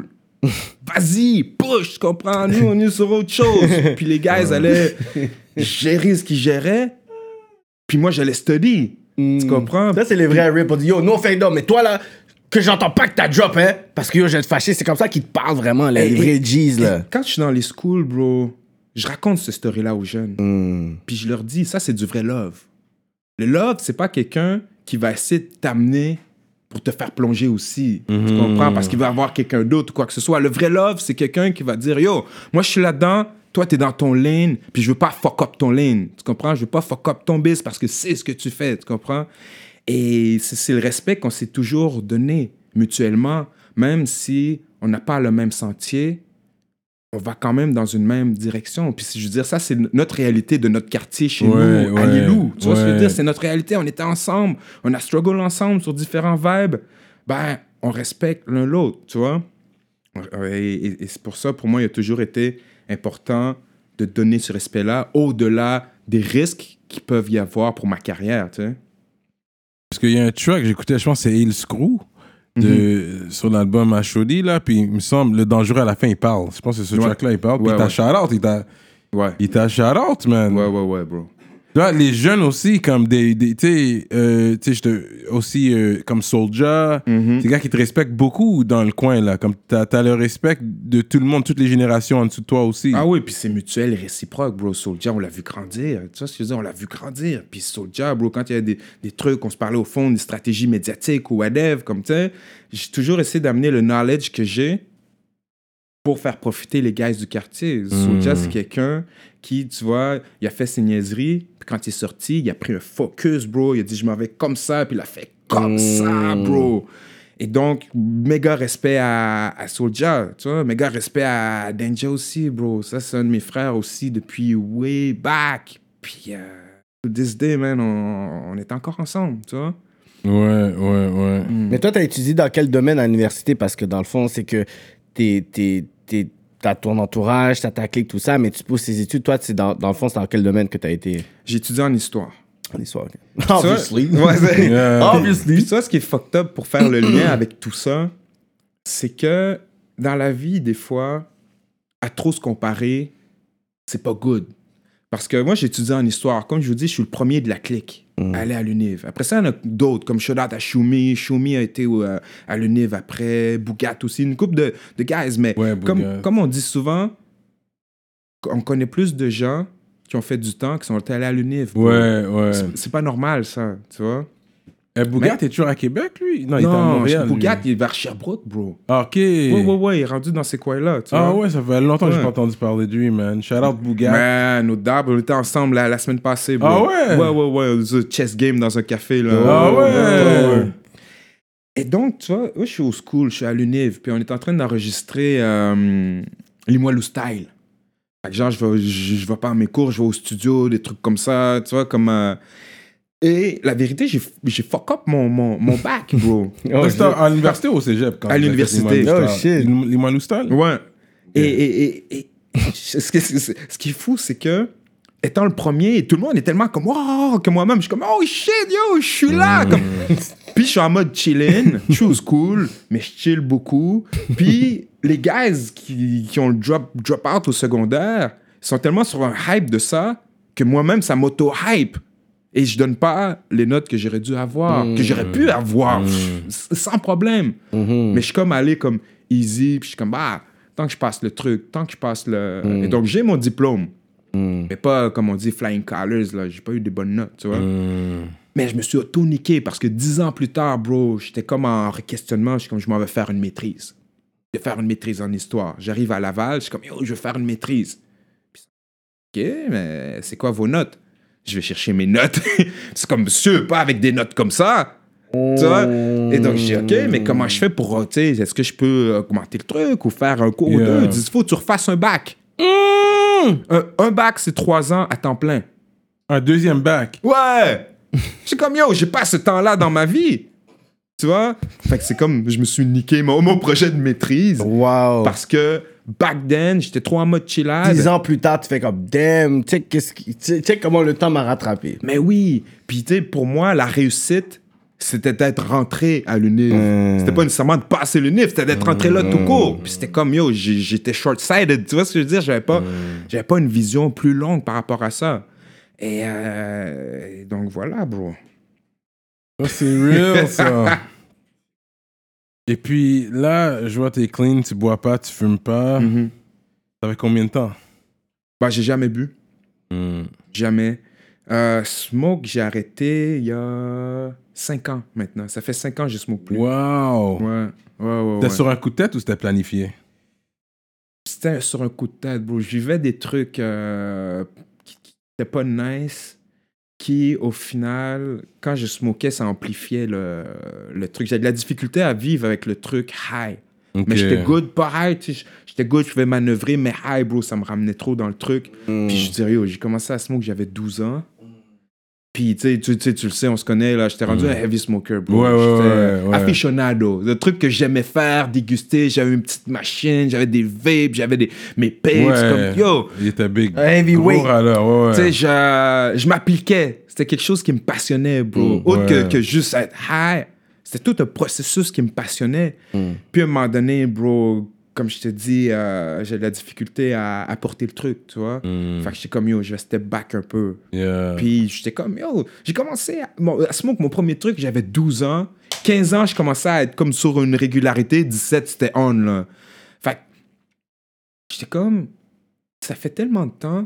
[SPEAKER 5] Vas-y, push, tu comprends? Nous, on est sur autre chose. Puis les gars, ils allaient gérer ce qu'ils géraient. Puis moi, j'allais study. Mm. Tu comprends?
[SPEAKER 4] Ça, c'est les vrais rips. On dit, yo, no fade up, mais toi, là, que j'entends pas que t'as drop, hein? Parce que yo, je vais te fâcher. C'est comme ça qu'ils te parlent vraiment, là, et, les vrais G's, là.
[SPEAKER 5] Quand je suis dans les schools, bro, je raconte cette story-là aux jeunes. Mm. Puis je leur dis, ça, c'est du vrai love. Le love, c'est pas quelqu'un qui va essayer de t'amener pour te faire plonger aussi. Mm. Tu comprends? Parce qu'il va avoir quelqu'un d'autre ou quoi que ce soit. Le vrai love, c'est quelqu'un qui va dire, yo, moi, je suis là-dedans. Toi, t'es dans ton lane, puis je veux pas fuck up ton lane. Tu comprends? Je veux pas fuck up ton biz parce que c'est ce que tu fais. Tu comprends? Et c'est, c'est le respect qu'on s'est toujours donné mutuellement. Même si on n'a pas le même sentier, on va quand même dans une même direction. Puis je veux dire, ça, c'est notre réalité de notre quartier chez
[SPEAKER 3] ouais,
[SPEAKER 5] nous,
[SPEAKER 3] ouais,
[SPEAKER 5] à Lilou. Tu vois
[SPEAKER 3] ouais.
[SPEAKER 5] ce que je veux dire? C'est notre réalité. On était ensemble. On a struggle ensemble sur différents vibes. Ben, on respecte l'un l'autre, tu vois? Et, et, et c'est pour ça, pour moi, il a toujours été important de donner ce respect-là au-delà des risques qu'il peuvent y avoir pour ma carrière, tu sais.
[SPEAKER 3] Parce qu'il y a un track que j'écoutais, je pense c'est Hill Screw de, mm-hmm. sur l'album Ashodi, là, puis il me semble, le dangereux à la fin, il parle. Je pense que c'est ce ouais. track-là, il parle. Puis ouais, il t'a ouais. shout-out, il t'a, ouais. il t'a shout-out, man.
[SPEAKER 5] Ouais, ouais, ouais, bro.
[SPEAKER 3] Là, les jeunes aussi, comme des, des tu sais, euh, tu sais, aussi euh, comme Soulja, mm-hmm. des gars qui te respectent beaucoup dans le coin, là. Comme t'as, t'as le respect de tout le monde, toutes les générations en dessous de toi aussi.
[SPEAKER 5] Ah oui, puis c'est mutuel et réciproque, bro. Soulja, on l'a vu grandir. Tu vois ce que je veux dire? On l'a vu grandir. Puis Soulja, bro, quand il y a des, des trucs, on se parlait au fond, des stratégies médiatiques ou whatever, comme tu sais, j'ai toujours essayé d'amener le knowledge que j'ai pour faire profiter les gars du quartier. Mm. Soulja, c'est quelqu'un qui, tu vois, il a fait ses niaiseries. Puis quand il est sorti, il a pris un focus, bro. Il a dit, je m'en vais comme ça. Puis il a fait comme mmh. ça, bro. Et donc, méga respect à, à Soulja, tu vois. Méga respect à Danja aussi, bro. Ça, c'est un de mes frères aussi depuis way back. Puis, uh, to this day, man, on, on est encore ensemble, tu vois.
[SPEAKER 3] Ouais, ouais, ouais.
[SPEAKER 4] Mmh. Mais toi, t'as étudié dans quel domaine à l'université? Parce que dans le fond, c'est que t'es... t'es, t'es t'as ton entourage, t'as ta clique, tout ça, mais tu pousses tes études. Toi, c'est dans, dans le fond, c'est dans quel domaine que t'as été?
[SPEAKER 5] J'ai étudié en histoire.
[SPEAKER 4] En histoire, OK. Obviously.
[SPEAKER 5] Ouais, c'est...
[SPEAKER 3] Yeah.
[SPEAKER 5] Obviously. Puis ça, ce qui est fucked up pour faire le lien avec tout ça, c'est que dans la vie, des fois, à trop se comparer, c'est pas good. Parce que moi, j'ai étudié en histoire. Comme je vous dis, je suis le premier de la clique mm. à aller à l'Univ. Après ça, il y en a d'autres, comme shout out à Choumi. Choumi a été euh, à l'Univ après. Bougat aussi. Une couple de, de guys. Mais
[SPEAKER 3] ouais,
[SPEAKER 5] comme, comme on dit souvent, on connaît plus de gens qui ont fait du temps qui sont allés à l'Univ.
[SPEAKER 3] Ouais, ouais.
[SPEAKER 5] C'est, c'est pas normal, ça. Tu vois?
[SPEAKER 3] Eh, Bougat est toujours à Québec, lui? Non, il
[SPEAKER 5] non,
[SPEAKER 3] est à Montréal.
[SPEAKER 5] Bougat,
[SPEAKER 3] lui.
[SPEAKER 5] il est vers Sherbrooke, bro.
[SPEAKER 3] Ah, OK.
[SPEAKER 5] Ouais, ouais, ouais, il est rendu dans ces coins-là. Tu
[SPEAKER 3] ah,
[SPEAKER 5] vois?
[SPEAKER 3] ouais, ça fait longtemps
[SPEAKER 5] ouais.
[SPEAKER 3] que j'ai pas entendu parler de lui, man. Shout out Bougat.
[SPEAKER 5] Man, nos dabs, on était ensemble la, la semaine passée, bro.
[SPEAKER 3] Ah, ouais?
[SPEAKER 5] Ouais, ouais, ouais. On faisait chess game dans un café, là.
[SPEAKER 3] Ah, ouais?
[SPEAKER 5] ouais, ouais. Et donc, tu vois, moi, je suis au school, je suis à l'Univ, puis on est en train d'enregistrer euh, Limoilou Style. Fait que genre, je vais, je, je vais pas à mes cours, je vais au studio, des trucs comme ça, tu vois, comme... Euh, Et la vérité, j'ai, j'ai fuck up mon, mon, mon bac, bro.
[SPEAKER 3] oh, c'était à l'université ou au cégep? Quand
[SPEAKER 5] à l'université.
[SPEAKER 3] Oh, shit. Limoilou Style?
[SPEAKER 5] Ouais. Et, et, et, et ce, qui, ce qui est fou, c'est que, étant le premier, tout le monde est tellement comme, wow, que moi-même, je suis comme, oh shit, yo, je suis là. Mm. Comme... Puis je suis en mode chillin', je suis au school, mais je chill beaucoup. Puis les guys qui, qui ont le drop, drop out au secondaire sont tellement sur un hype de ça que moi-même, ça m'auto-hype. Et je donne pas les notes que j'aurais dû avoir, mmh. que j'aurais pu avoir, mmh. sans problème. Mmh. Mais je suis comme allé comme easy, puis je suis comme, ah, tant que je passe le truc, tant que je passe le... Mmh. Et donc, j'ai mon diplôme. Mmh. Mais pas, comme on dit, flying colors, là. J'ai pas eu des bonnes notes, tu vois. Mmh. Mais je me suis auto-niqué parce que dix ans plus tard, bro, j'étais comme en questionnement. Je suis comme, je m'en vais faire une maîtrise. Je vais faire une maîtrise en histoire. J'arrive à Laval, je suis comme, yo, je vais faire une maîtrise. Puis, OK, mais c'est quoi vos notes? Je vais chercher mes notes. C'est comme, monsieur, pas avec des notes comme ça. Oh. Tu vois? Et donc, je dis, OK, mais comment je fais pour, tu sais, est-ce que je peux augmenter le truc ou faire un cours yeah. ou deux? Ils disent, il faut que tu refasses un bac. Mmh. Un, un bac, c'est trois ans à temps plein.
[SPEAKER 3] Un deuxième bac?
[SPEAKER 5] Ouais! C'est comme, yo, j'ai pas ce temps-là dans ma vie. Tu vois? Fait que c'est comme, je me suis niqué mon, mon projet de maîtrise.
[SPEAKER 4] Wow!
[SPEAKER 5] Parce que, back then, j'étais trop en mode chillade.
[SPEAKER 4] Dix ans plus tard, tu fais comme, damn, tu sais comment le temps m'a rattrapé.
[SPEAKER 5] Mais oui. Puis, tu sais, pour moi, la réussite, c'était d'être rentré à l'U N I F.
[SPEAKER 4] Mm.
[SPEAKER 5] C'était pas nécessairement de passer l'U N I F, c'était d'être rentré là tout court. Puis c'était comme, yo, j'ai, j'étais short-sighted. Tu vois ce que je veux dire? J'avais pas, mm. j'avais pas une vision plus longue par rapport à ça. Et, euh, et donc voilà, bro.
[SPEAKER 3] Oh, c'est real, ça. Et puis là, je vois t'es clean, tu bois pas, tu fumes pas.
[SPEAKER 5] Mm-hmm.
[SPEAKER 3] Ça fait combien de temps?
[SPEAKER 5] Bah, j'ai jamais bu.
[SPEAKER 3] Mm.
[SPEAKER 5] Jamais. Euh, smoke, j'ai arrêté il y a cinq ans maintenant. Ça fait cinq ans que je smoke plus.
[SPEAKER 3] Wow!
[SPEAKER 5] Ouais, ouais, ouais.
[SPEAKER 3] C'était
[SPEAKER 5] ouais.
[SPEAKER 3] sur un coup de tête ou c'était planifié?
[SPEAKER 5] C'était sur un coup de tête, bro. Je vivais des trucs euh, qui n'étaient pas nice, qui, au final, quand je smokais, ça amplifiait le, le truc. J'avais de la difficulté à vivre avec le truc high. Okay. Mais j'étais good, pas high, tu sais, j'étais good, je pouvais manœuvrer, mais high, bro, ça me ramenait trop dans le truc. Mm. Puis je dirais, yo, j'ai commencé à smoke, j'avais douze ans. Puis, tu sais, tu, tu, tu le sais, on se connaît, là, j'étais rendu mm. un heavy smoker, bro.
[SPEAKER 3] Ouais,
[SPEAKER 5] j'étais
[SPEAKER 3] ouais, ouais, ouais.
[SPEAKER 5] aficionado. Le truc que j'aimais faire, déguster, j'avais une petite machine, j'avais des vapes, j'avais des, mes papes,
[SPEAKER 3] ouais.
[SPEAKER 5] comme, yo.
[SPEAKER 3] Il était big.
[SPEAKER 4] Heavyweight.
[SPEAKER 3] Gros râleur, ouais, ouais.
[SPEAKER 5] Tu sais, je, je m'appliquais. C'était quelque chose qui me passionnait, bro. Mm, Autre ouais. que, que juste être high. C'était tout un processus qui me passionnait. Mm. Puis à un moment donné, bro, comme je te dis, euh, j'ai de la difficulté à, à porter le truc, tu vois. Mm. Fait que j'étais comme, yo, je vais step back un peu.
[SPEAKER 3] Yeah.
[SPEAKER 5] Puis j'étais comme, yo, j'ai commencé à, mon, à smoke mon premier truc, j'avais douze ans. quinze ans, je commençais à être comme sur une régularité. dix-sept, c'était on, là. Fait que j'étais comme, ça fait tellement de temps.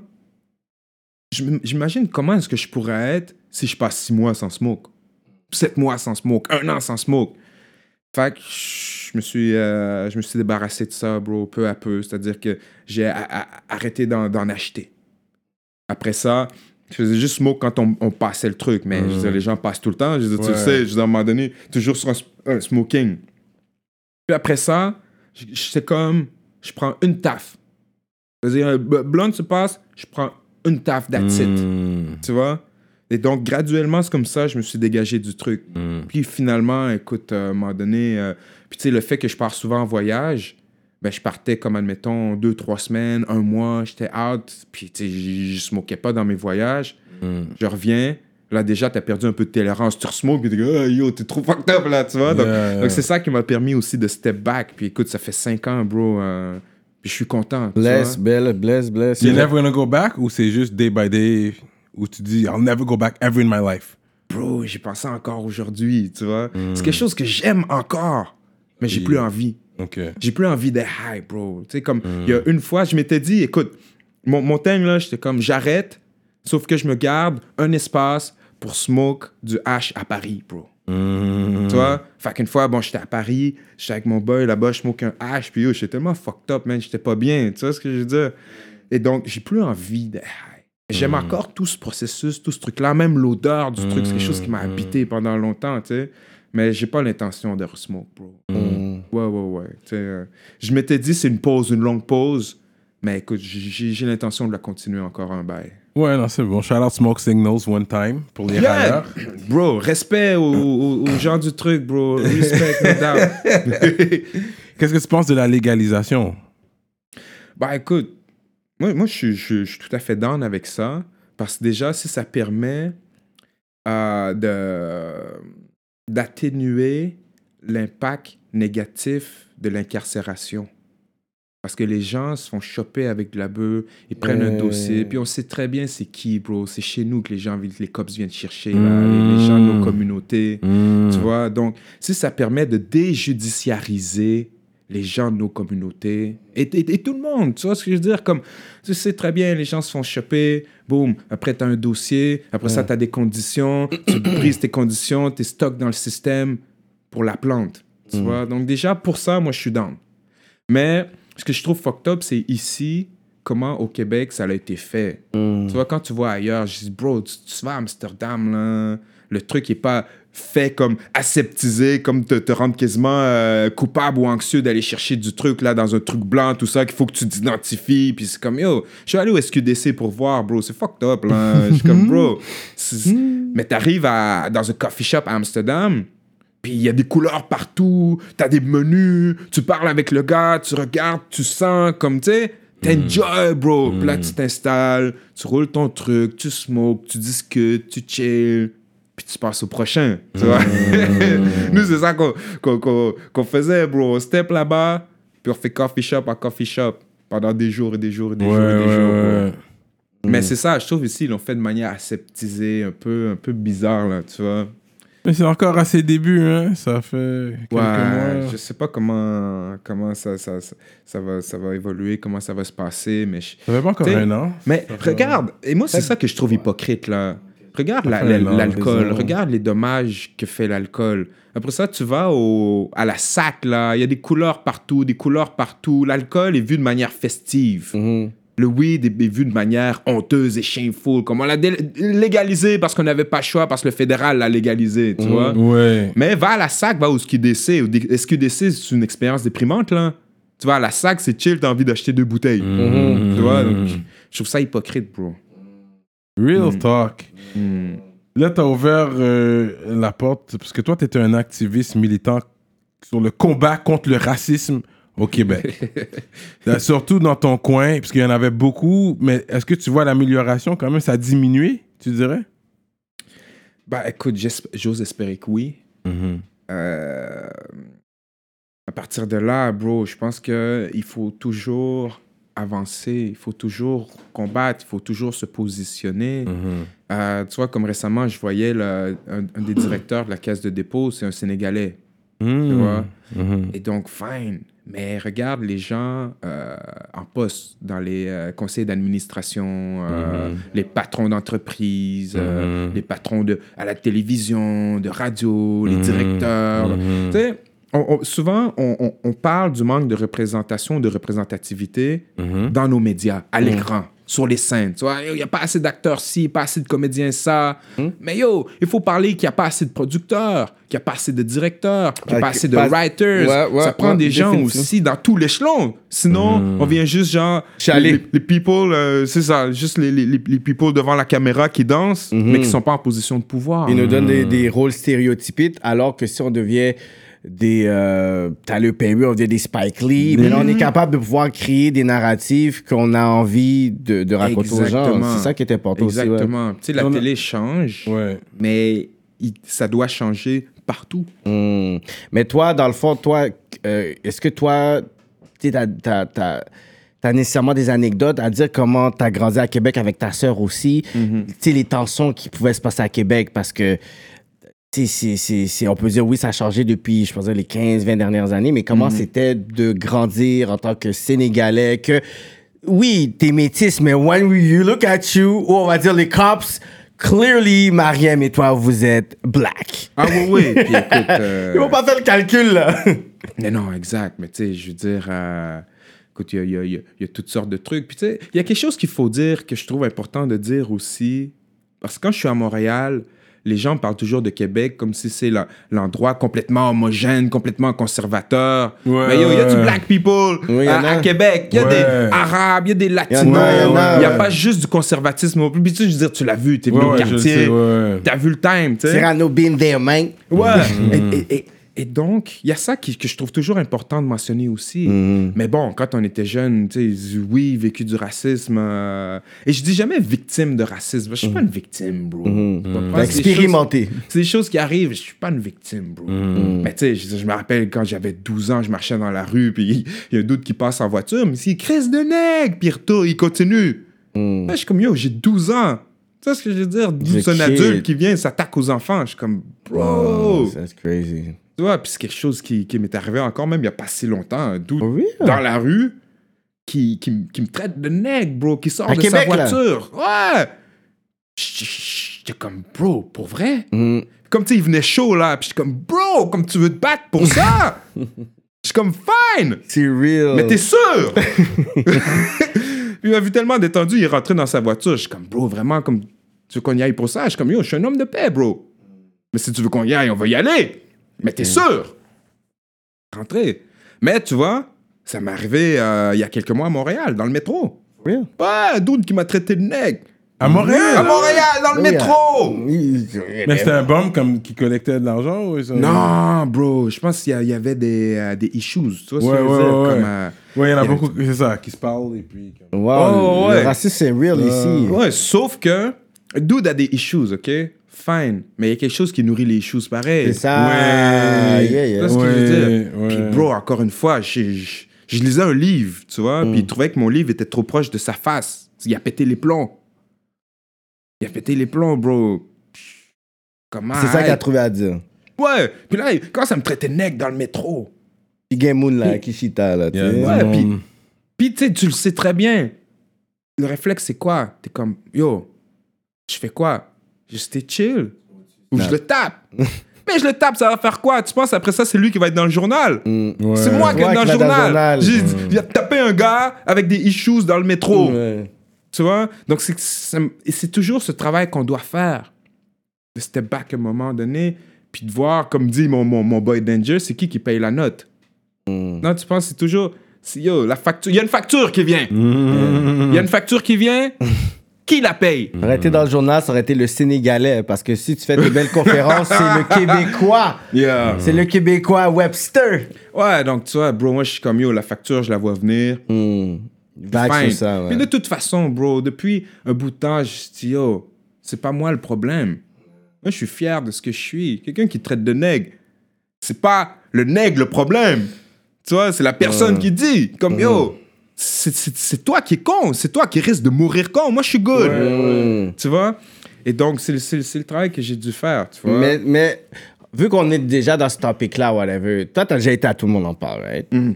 [SPEAKER 5] J'imagine comment est-ce que je pourrais être si je passe six mois sans smoke. Sept mois sans smoke, un an sans smoke. Fait que je me suis, euh, je me suis débarrassé de ça, bro, peu à peu. C'est-à-dire que j'ai a- a- arrêté d'en, d'en acheter. Après ça, je faisais juste smoke quand on, on passait le truc. Mais mmh. je veux dire, les gens passent tout le temps. Je veux dire, tu
[SPEAKER 3] ouais.
[SPEAKER 5] le sais, je veux dire, à un moment donné, toujours sur un, un smoking. Puis après ça, c'est comme, je prends une taf. C'est-à-dire, blunt se passe, je prends une taf, that's it.
[SPEAKER 3] Mm.
[SPEAKER 5] Tu vois? Et donc, graduellement, c'est comme ça, je me suis dégagé du truc. Mm. Puis finalement, écoute, euh, à un moment donné, euh, puis tu sais, le fait que je pars souvent en voyage, ben, je partais comme, admettons, deux, trois semaines, un mois, j'étais out, puis tu sais, je ne smokais pas dans mes voyages. Mm. Je reviens, là, déjà, tu as perdu un peu de tolérance, tu resmokes, puis tu dis, oh, yo, t'es trop fucked up, là, tu vois? Donc, yeah, yeah. donc c'est ça qui m'a permis aussi de step back. Puis écoute, ça fait cinq ans, bro, euh, puis je suis content.
[SPEAKER 4] Bless, bless, bless, bless.
[SPEAKER 3] You're never gonna go back ou c'est juste day by day? Où tu dis, I'll never go back ever in my life.
[SPEAKER 5] Bro, j'y pense encore aujourd'hui, tu vois. Mm. C'est quelque chose que j'aime encore, mais j'ai
[SPEAKER 3] Et...
[SPEAKER 5] plus envie.
[SPEAKER 3] Okay.
[SPEAKER 5] J'ai plus envie d'être high, bro. Tu sais, comme, il mm. y a une fois, je m'étais dit, écoute, mon, mon thème, là, j'étais comme, j'arrête, sauf que je me garde un espace pour smoke du hash à Paris, bro. Mm. Tu vois? Fait qu'une fois, bon, j'étais à Paris, j'étais avec mon boy, là-bas, je smoke un hash, puis yo, j'étais tellement fucked up, man, j'étais pas bien, tu vois ce que je veux dire? Et donc, j'ai plus envie d'être high. J'aime mm. encore tout ce processus, tout ce truc-là, même l'odeur du mm. truc, c'est quelque chose qui m'a habité pendant longtemps, tu sais. Mais j'ai pas l'intention de resmoke, bro. Mm. Ouais, ouais, ouais. Tu sais, euh, je m'étais dit, c'est une pause, une longue pause, mais écoute, j'ai, j'ai l'intention de la continuer encore un bail.
[SPEAKER 3] Ouais, non, c'est bon. Shout out Smoke Signals one time pour les
[SPEAKER 5] yeah. Bro, respect aux, aux, aux gens du truc, bro. Respect, no doubt.
[SPEAKER 3] Qu'est-ce que tu penses de la légalisation?
[SPEAKER 5] Bah, écoute, Moi, moi je, suis, je, je suis tout à fait down avec ça, parce que déjà, si ça permet euh, de, d'atténuer l'impact négatif de l'incarcération. Parce que les gens se font choper avec de la bœuf, ils prennent euh... un dossier, puis on sait très bien c'est qui, bro. C'est chez nous que les gens, les cops viennent chercher, là, mmh. les gens de nos communautés, mmh. tu vois. Donc, si ça permet de déjudiciariser les gens de nos communautés, et, et, et tout le monde, tu vois ce que je veux dire? Comme, tu sais très bien, les gens se font choper, boum, après t'as un dossier, après ouais. ça t'as des conditions, tu brises tes conditions, t'es stock dans le système pour la plante, tu mmh. vois? Donc déjà, pour ça, moi, je suis down. Mais ce que je trouve fucked up, c'est ici, comment au Québec, ça a été fait. Mm. Tu vois, quand tu vois ailleurs, je dis, bro, tu, tu vas à Amsterdam, là, le truc n'est pas fait comme aseptisé, comme te, te rendre quasiment euh, coupable ou anxieux d'aller chercher du truc, là, dans un truc blanc, tout ça, qu'il faut que tu t'identifies. Puis c'est comme, yo, je suis allé au S Q D C pour voir, bro, c'est fucked up, là. Je suis comme, bro. C'est... Mais t'arrives à, dans un coffee shop à Amsterdam, puis il y a des couleurs partout, t'as des menus, tu parles avec le gars, tu regardes, tu sens, comme, tu sais, t'enjoy, bro. Mm. Puis là, tu t'installes, tu roules ton truc, tu smokes, tu discutes, tu chill. puis tu passes au prochain, tu vois. Nous, c'est ça qu'on, qu'on, qu'on, qu'on faisait, bro. On step là-bas, puis on fait coffee shop à coffee shop pendant des jours et des jours et des
[SPEAKER 3] ouais,
[SPEAKER 5] jours et des
[SPEAKER 3] ouais,
[SPEAKER 5] jours,
[SPEAKER 3] ouais.
[SPEAKER 5] bro. Mais c'est ça, je trouve ici, ils l'ont fait de manière aseptisée, un peu, un peu bizarre, là, tu vois.
[SPEAKER 3] Mais c'est encore à ses débuts, hein. Ça fait quelques
[SPEAKER 5] Ouais,
[SPEAKER 3] mois.
[SPEAKER 5] je sais pas comment, comment ça, ça, ça, ça, va, ça va évoluer, comment ça va se passer, mais... Je...
[SPEAKER 3] Ça fait pas encore
[SPEAKER 5] T'sais,
[SPEAKER 3] un an.
[SPEAKER 5] Mais
[SPEAKER 3] Ça fait-
[SPEAKER 5] regarde, et moi, c'est ça que je trouve hypocrite, là. Regarde la-
[SPEAKER 3] Ça fait
[SPEAKER 5] la-
[SPEAKER 3] un an,
[SPEAKER 5] l'alcool,
[SPEAKER 3] deux ans.
[SPEAKER 5] regarde les dommages que fait l'alcool. Après ça, tu vas au, à la sac, là, il y a des couleurs partout, des couleurs partout. L'alcool est vu de manière festive.
[SPEAKER 4] Mhm.
[SPEAKER 5] Le weed est est vu de manière honteuse et shameful. Comme on l'a dé- légalisé parce qu'on n'avait pas le choix, parce que le fédéral l'a légalisé, tu vois.
[SPEAKER 3] Ouais.
[SPEAKER 5] Mais va à la sac, va au S Q D C. Au D- S Q D C, c'est une expérience déprimante, là. Tu vas à la sac, c'est chill, t'as envie d'acheter deux bouteilles.
[SPEAKER 3] Mhm.
[SPEAKER 5] Tu vois, donc, je trouve ça hypocrite, bro.
[SPEAKER 3] Real talk.
[SPEAKER 5] Hmm.
[SPEAKER 3] Là, t'as ouvert euh, la porte, parce que toi, t'étais un activiste militant sur le combat contre le racisme au Québec. Là, surtout dans ton coin, parce qu'il y en avait beaucoup, mais est-ce que tu vois l'amélioration quand même? Ça a diminué, tu dirais?
[SPEAKER 5] Bah, écoute, j'esp- j'ose espérer que oui. Euh, à partir de là, bro, je pense qu'il faut toujours avancer, il faut toujours combattre, il faut toujours se positionner. Euh, tu vois, comme récemment, je voyais le- un, un des directeurs de la caisse de dépôt, c'est un Sénégalais. Tu vois? Et donc, fine. Mais regarde les gens euh, en poste dans les euh, conseils d'administration, euh, les patrons d'entreprise, euh, les patrons de, à la télévision, de radio, les directeurs. Tu sais, on- on- souvent, on, on- on parle du manque de représentation, de représentativité dans nos médias, à l'écran, sur les scènes. Tu vois, il n'y a pas assez d'acteurs ci, pas assez de comédiens ça. Mais yo, il faut parler qu'il n'y a pas assez de producteurs, qu'il n'y a pas assez de directeurs, qu'il n'y a
[SPEAKER 4] Ah,
[SPEAKER 5] pas
[SPEAKER 4] que-
[SPEAKER 5] assez de
[SPEAKER 4] pas-
[SPEAKER 5] writers.
[SPEAKER 4] Ouais, ouais,
[SPEAKER 5] ça prend
[SPEAKER 4] ouais,
[SPEAKER 5] des gens
[SPEAKER 4] définitivement.
[SPEAKER 5] aussi dans tout l'échelon. Sinon, on vient juste genre...
[SPEAKER 4] Chialer.
[SPEAKER 5] Les, les people, euh, c'est ça, juste les, les, les les people devant la caméra qui dansent, mais qui ne sont pas en position de pouvoir.
[SPEAKER 4] Ils nous donnent des, des rôles stéréotypés, alors que si on devient des euh, Tyler Perry, on devient des Spike Lee, mais là, on est capable de pouvoir créer des narratifs qu'on a envie de, de raconter aux gens.
[SPEAKER 5] Exactement.
[SPEAKER 4] C'est ça qui est important aussi. ouais.
[SPEAKER 5] Exactement. Tu sais, la
[SPEAKER 3] On a-
[SPEAKER 5] télé change,
[SPEAKER 3] Ouais.
[SPEAKER 5] mais il- ça doit changer partout.
[SPEAKER 4] Hmm. Mais toi, dans le fond, toi, euh, est-ce que toi, tu sais, t'as, t'as, t'as, t'as nécessairement des anecdotes à dire comment t'as grandi à Québec avec ta sœur aussi, tu sais, les tensions qui pouvaient se passer à Québec, parce que, tu sais, c'est, c'est, c'est- on peut dire, oui, ça a changé depuis, je pense, les quinze, vingt dernières années, mais comment c'était de grandir en tant que Sénégalais, que, oui, t'es métis, mais when you look at you, ou on va dire les cops, clearly, Mariem et toi, vous êtes black.
[SPEAKER 5] Ah oui, oui. Puis écoute... euh,
[SPEAKER 4] Ils vont pas faire le calcul, là.
[SPEAKER 5] Mais non, exact. Mais tu sais, je veux dire... euh, Écoute, il y a, il y a- il y a- il y a toutes sortes de trucs. Puis tu sais, il y a quelque chose qu'il faut dire, que je trouve important de dire aussi. Parce que quand je suis à Montréal, les gens parlent toujours de Québec comme si c'est la- l'endroit complètement homogène, complètement conservateur.
[SPEAKER 3] Ouais,
[SPEAKER 5] Mais yo, il y a
[SPEAKER 3] ouais.
[SPEAKER 5] du black people
[SPEAKER 4] Oui, y en
[SPEAKER 5] à,
[SPEAKER 4] a.
[SPEAKER 5] à Québec. Il y a
[SPEAKER 3] Ouais.
[SPEAKER 5] des Arabes, il y a des Latinos.
[SPEAKER 4] Y en a, y en a,
[SPEAKER 5] Il n'y a
[SPEAKER 4] ouais.
[SPEAKER 5] pas juste du conservatisme. non plus. Puis tu sais, je veux dire, tu l'as vu, t'es
[SPEAKER 3] Ouais,
[SPEAKER 5] venu au
[SPEAKER 3] ouais, je le
[SPEAKER 5] quartier,
[SPEAKER 3] sais, ouais.
[SPEAKER 5] t'as vu le time, tu sais.
[SPEAKER 4] Cyrano been there, man.
[SPEAKER 5] Ouais. et, et- et- et donc, il y a ça qui, que je trouve toujours important de mentionner aussi. Mais bon, quand on était jeune, tu sais, oui, vécu du racisme. euh, Et je dis jamais victime de racisme. Je suis pas une victime, bro. Faut pas prendre ces
[SPEAKER 4] Expérimenté.
[SPEAKER 5] choses- C'est des choses qui arrivent. Je suis pas une victime, bro. Mais tu sais, je, je me rappelle quand j'avais douze ans, je marchais dans la rue, puis il y a un doute qui passe en voiture, mais c'est crise de nègre, puis il retourne, il continue. Là, je suis comme, yo, j'ai douze ans. Tu sais ce que je veux dire? C'est un
[SPEAKER 4] kid.
[SPEAKER 5] adulte qui vient, s'attaque aux enfants. Je suis comme, bro.
[SPEAKER 4] Oh, that's crazy.
[SPEAKER 5] Tu vois, puis c'est quelque chose qui, qui m'est arrivé encore même il n'y a pas si longtemps. Un dude
[SPEAKER 4] For real?
[SPEAKER 5] dans la rue qui, qui, m- qui me traite de nègre, bro, qui sort
[SPEAKER 4] À
[SPEAKER 5] de
[SPEAKER 4] Québec,
[SPEAKER 5] sa
[SPEAKER 4] là?
[SPEAKER 5] voiture. Ouais! J- j- J'étais comme, bro, pour vrai?
[SPEAKER 4] Mm.
[SPEAKER 5] Comme, tu sais, il venait chaud, là. Puis j'étais comme, bro, comme tu veux te battre pour ça? Je suis comme, fine!
[SPEAKER 4] C'est real.
[SPEAKER 5] Mais t'es sûr? Il m'a vu tellement détendu, il est rentré dans sa voiture. Je suis comme, bro, vraiment, comme, tu veux qu'on y aille pour ça? Je suis comme, yo, je suis un homme de paix, bro. Mais si tu veux qu'on y aille, on va y aller. Mais t'es sûr? Rentrer. Mais tu vois, ça m'est arrivé euh, il y a quelques mois à Montréal, dans le métro.
[SPEAKER 4] Real.
[SPEAKER 5] Ouais, un dude qui m'a traité de nègre.
[SPEAKER 3] À Montréal?
[SPEAKER 5] À Montréal, dans le
[SPEAKER 4] Oui,
[SPEAKER 5] métro!
[SPEAKER 3] Mais c'était un bum comme qui collectait de l'argent ou ça?
[SPEAKER 5] Non, bro, je pense qu'il y, a- il y avait des, euh, des issues. Tu vois ce
[SPEAKER 3] Ouais,
[SPEAKER 5] que je veux
[SPEAKER 3] ouais,
[SPEAKER 5] dire?
[SPEAKER 3] ouais.
[SPEAKER 5] Comme, euh,
[SPEAKER 3] Ouais, il y en a
[SPEAKER 5] il y a-
[SPEAKER 3] beaucoup, c'est ça, qui se parlent et puis. comme-
[SPEAKER 4] Wow,
[SPEAKER 5] Oh,
[SPEAKER 4] le
[SPEAKER 5] ouais.
[SPEAKER 4] racisme, c'est real ici.
[SPEAKER 5] Ouais, sauf que dude a des issues, OK? fine. Mais il y a quelque chose qui nourrit les choses pareil.
[SPEAKER 4] C'est ça.
[SPEAKER 3] Ouais.
[SPEAKER 4] Yeah, yeah.
[SPEAKER 5] C'est ce que je veux dire.
[SPEAKER 3] Ouais,
[SPEAKER 5] Puis,
[SPEAKER 3] ouais.
[SPEAKER 5] bro, encore une fois, je, je, je lisais un livre, tu vois,
[SPEAKER 4] Mm.
[SPEAKER 5] puis il trouvait que mon livre était trop proche de sa face. Il a pété les plombs. Il a pété les plombs, bro. Comment?
[SPEAKER 4] C'est ça qu'il a trouvé à dire.
[SPEAKER 5] Ouais. Puis là, quand ça me traitait de nègre dans le métro.
[SPEAKER 4] Puis Game Moon, là, Kishita, là, tu
[SPEAKER 3] Yeah,
[SPEAKER 4] sais.
[SPEAKER 5] Ouais,
[SPEAKER 3] non.
[SPEAKER 5] puis, puis tu sais, tu le sais très bien. Le réflexe, c'est quoi? T'es comme, yo, je fais quoi? Je stay chill. Ou je le tape. Mais je le tape, ça va faire quoi? Tu penses après ça, c'est lui qui va être dans le journal?
[SPEAKER 4] Mm.
[SPEAKER 3] Ouais.
[SPEAKER 5] C'est moi qui
[SPEAKER 4] Ouais,
[SPEAKER 5] est dans
[SPEAKER 4] qui
[SPEAKER 5] le
[SPEAKER 4] va dans le
[SPEAKER 5] journal.
[SPEAKER 4] journal.
[SPEAKER 5] J'ai
[SPEAKER 3] Ouais.
[SPEAKER 5] il a tapé un gars avec des issues dans le métro.
[SPEAKER 4] Ouais.
[SPEAKER 5] Tu vois? Donc, c'est, c'est, et c'est toujours ce travail qu'on doit faire. De step back à un moment donné, puis de voir, comme dit mon, mon, mon boy Danger, c'est qui qui paye la note?
[SPEAKER 4] Mm.
[SPEAKER 5] Non, tu penses, c'est toujours... c'est, yo, la facture... Il y a une facture qui vient.
[SPEAKER 3] Mm.
[SPEAKER 5] Il y a une facture qui vient. Qui la paye?
[SPEAKER 4] Ça aurait été dans le journal, ça aurait été le Sénégalais. Parce que si tu fais des belles conférences, c'est le Québécois.
[SPEAKER 5] Yeah.
[SPEAKER 4] C'est le Québécois Webster.
[SPEAKER 5] Ouais, donc tu vois, bro, moi je suis comme yo, la facture, je la vois venir.
[SPEAKER 4] Mm. Back
[SPEAKER 5] Fine.
[SPEAKER 4] sur ça, ouais.
[SPEAKER 5] Puis de toute façon, bro, depuis un bout de temps, je dis yo, c'est pas moi le problème. Moi, je suis fier de ce que je suis. Quelqu'un qui traite de nègre, c'est pas le nègre le problème. Tu vois, c'est la personne
[SPEAKER 4] Ouais.
[SPEAKER 5] qui dit, comme yo, c'est, c'est, c'est toi qui es con, c'est toi qui risque de mourir con. Moi, je suis good.
[SPEAKER 4] Mm.
[SPEAKER 5] Tu vois? Et donc, c'est, le- c'est, le- c'est le travail que j'ai dû faire, tu vois?
[SPEAKER 4] Mais, mais vu qu'on est déjà dans ce topic-là, whatever, toi, t'as déjà été à Tout le monde en parle, right?
[SPEAKER 5] Mhm.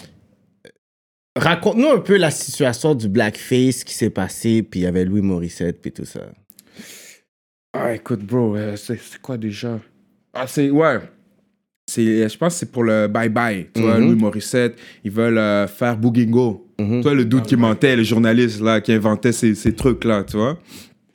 [SPEAKER 4] Raconte-nous un peu la situation du blackface qui s'est passé, puis il y avait Louis Morissette, puis tout ça.
[SPEAKER 5] Ah, écoute, bro, euh, c'est, c'est quoi déjà? Ah, c'est, ouais. C'est, je pense que c'est pour le bye-bye. Tu vois,
[SPEAKER 4] Mhm.
[SPEAKER 5] Louis Morissette, ils veulent euh, faire Boogingo.
[SPEAKER 4] Mhm.
[SPEAKER 5] Tu vois, le dude qui mentait, le journaliste là, qui inventait ces, ces trucs-là, tu vois.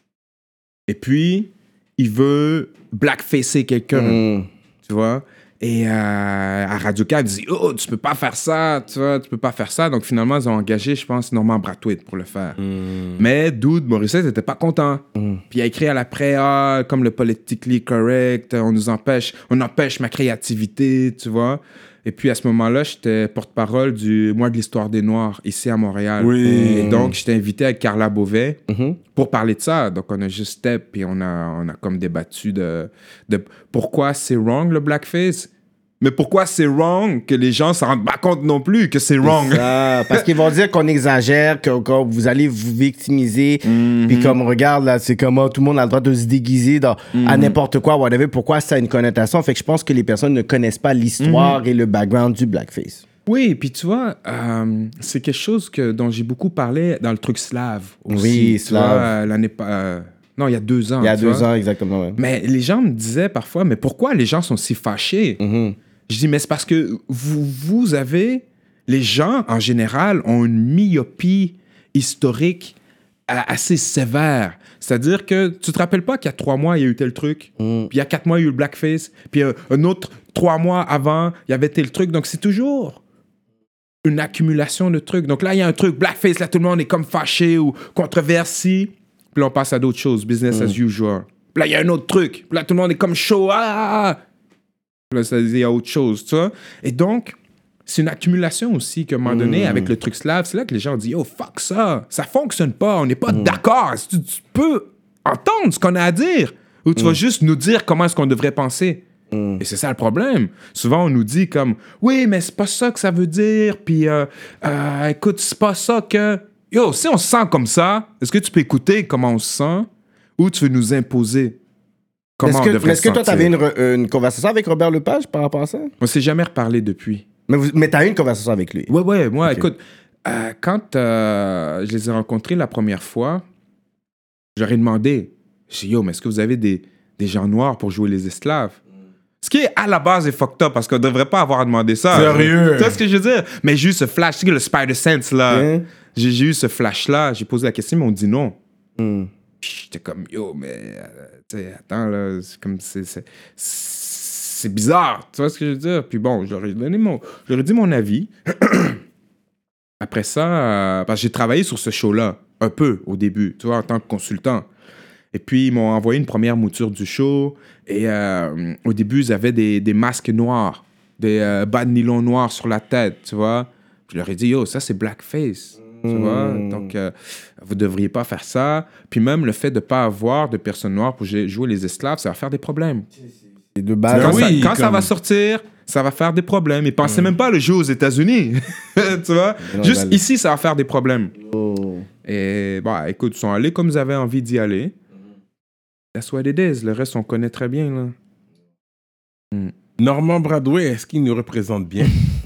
[SPEAKER 5] Et puis, il veut blackfacer quelqu'un,
[SPEAKER 4] Mm.
[SPEAKER 5] tu vois. Et euh, à Radio-Can, il dit « Oh, tu peux pas faire ça, tu vois, tu peux pas faire ça. » Donc, finalement, ils ont engagé, je pense, Norman Brathwaite pour le faire. Mais Dude, Morissette n'était pas content. Puis il a écrit à l'après, ah, comme le politically correct, on nous empêche, on empêche ma créativité, tu vois. Et puis à ce moment-là, j'étais porte-parole du mois de l'histoire des Noirs ici à Montréal.
[SPEAKER 3] Oui.
[SPEAKER 5] Et donc, j'étais invité avec Carla Beauvais
[SPEAKER 4] Mhm.
[SPEAKER 5] pour parler de ça. Donc, on a juste step, puis on a, on a comme débattu de, de pourquoi c'est wrong le blackface. Mais pourquoi c'est wrong que les gens s'en rendent pas compte non plus que c'est wrong.
[SPEAKER 4] Ça, parce qu'ils vont dire qu'on exagère, que, que vous allez vous victimiser.
[SPEAKER 5] Mhm.
[SPEAKER 4] Puis comme, regarde, là, c'est comme oh, tout le monde a le droit de se déguiser dans, à
[SPEAKER 5] Mhm.
[SPEAKER 4] n'importe quoi, whatever. Pourquoi ça a une connotation? Fait que je pense que les personnes ne connaissent pas l'histoire
[SPEAKER 5] Mhm.
[SPEAKER 4] et le background du blackface.
[SPEAKER 5] Oui, puis tu vois, euh, c'est quelque chose que, dont j'ai beaucoup parlé dans le truc slave aussi.
[SPEAKER 4] Oui,
[SPEAKER 5] tu
[SPEAKER 4] slave.
[SPEAKER 5] vois, euh, l'année pa- euh, non, il y a deux ans.
[SPEAKER 4] Il y a
[SPEAKER 5] tu
[SPEAKER 4] deux
[SPEAKER 5] vois.
[SPEAKER 4] ans, exactement. Ouais.
[SPEAKER 5] Mais les gens me disaient parfois, mais pourquoi les gens sont si fâchés?
[SPEAKER 4] Mhm.
[SPEAKER 5] Je dis, mais c'est parce que vous, vous avez... Les gens, en général, ont une myopie historique a- assez sévère. C'est-à-dire que tu te rappelles pas qu'il y a trois mois, il y a eu tel truc,
[SPEAKER 4] Mm.
[SPEAKER 5] puis il y a quatre mois, il y a eu le blackface, puis un, un autre trois mois avant, il y avait tel truc. Donc, c'est toujours une accumulation de trucs. Donc là, il y a un truc, blackface, là, tout le monde est comme fâché ou controversé. Puis là, on passe à d'autres choses, business as usual. Puis là, il y a un autre truc. Puis là, tout le monde est comme chaud. Ah, ah, ah. Puis là, ça dit, il y a autre chose, tu vois. Et donc, c'est une accumulation aussi qu'à un moment donné, avec le truc slave, c'est là que les gens disent, oh, fuck ça, ça fonctionne pas, on n'est pas d'accord. Tu, tu peux entendre ce qu'on a à dire, ou tu vas juste nous dire comment est-ce qu'on devrait penser. Et c'est ça le problème. Souvent, on nous dit comme, oui, mais c'est pas ça que ça veut dire, puis euh, euh, écoute, c'est pas ça que... Yo, si on se sent comme ça, est-ce que tu peux écouter comment on se sent, ou tu veux nous imposer comment
[SPEAKER 4] Est-ce
[SPEAKER 5] on
[SPEAKER 4] que,
[SPEAKER 5] devrait
[SPEAKER 4] mais est-ce
[SPEAKER 5] se
[SPEAKER 4] que toi,
[SPEAKER 5] sentir?
[SPEAKER 4] tu avais une, re- une conversation avec Robert Lepage par rapport à ça?
[SPEAKER 5] On s'est jamais reparlé depuis.
[SPEAKER 4] Mais, vous- mais tu as eu une conversation avec lui.
[SPEAKER 5] Ouais, ouais, moi,
[SPEAKER 4] Ok.
[SPEAKER 5] écoute, euh, quand euh, je les ai rencontrés la première fois, j'aurais demandé, j'ai dit, yo, mais est-ce que vous avez des, des gens noirs pour jouer les esclaves? Ce qui est à la base est fucked up parce qu'on devrait pas avoir demandé ça.
[SPEAKER 3] Sérieux?
[SPEAKER 5] Tu vois ce que je veux dire? Mais j'ai eu ce flash, tu sais, le Spider Sense là.
[SPEAKER 4] Hein?
[SPEAKER 5] J'ai, j'ai eu ce flash-là, j'ai posé la question, mais on dit non.
[SPEAKER 4] Mm.
[SPEAKER 5] Puis j'étais comme, yo, mais, euh, tu sais, attends, là, c'est comme, c'est, c'est, c'est bizarre, tu vois ce que je veux dire? Puis bon, j'aurais donné mon, j'aurais dit mon avis. Après ça, euh, parce que j'ai travaillé sur ce show-là, un peu, au début, tu vois, en tant que consultant. Et puis, ils m'ont envoyé une première mouture du show, et euh, au début, ils avaient des, des masques noirs, des euh, bas de nylon noirs sur la tête, tu vois. Je leur ai dit, yo, ça, c'est blackface. Tu vois? Donc, euh, vous ne devriez pas faire ça. Puis même le fait de ne pas avoir de personnes noires pour jouer les esclaves, ça va faire des problèmes.
[SPEAKER 4] C'est de base.
[SPEAKER 5] Quand,
[SPEAKER 3] oui,
[SPEAKER 5] ça, quand
[SPEAKER 3] comme...
[SPEAKER 5] ça va sortir, ça va faire des problèmes. Ils ne pensaient mm. même pas le jouer aux États-Unis. Tu vois? Non, Juste ben, ici, ça va faire des problèmes. Oh. Et bon, écoute, ils sont allés comme ils avaient envie d'y aller. That's what it is. Le reste, on connaît très bien. Là.
[SPEAKER 3] Mm. Norman Brathwaite, est-ce qu'il nous représente bien?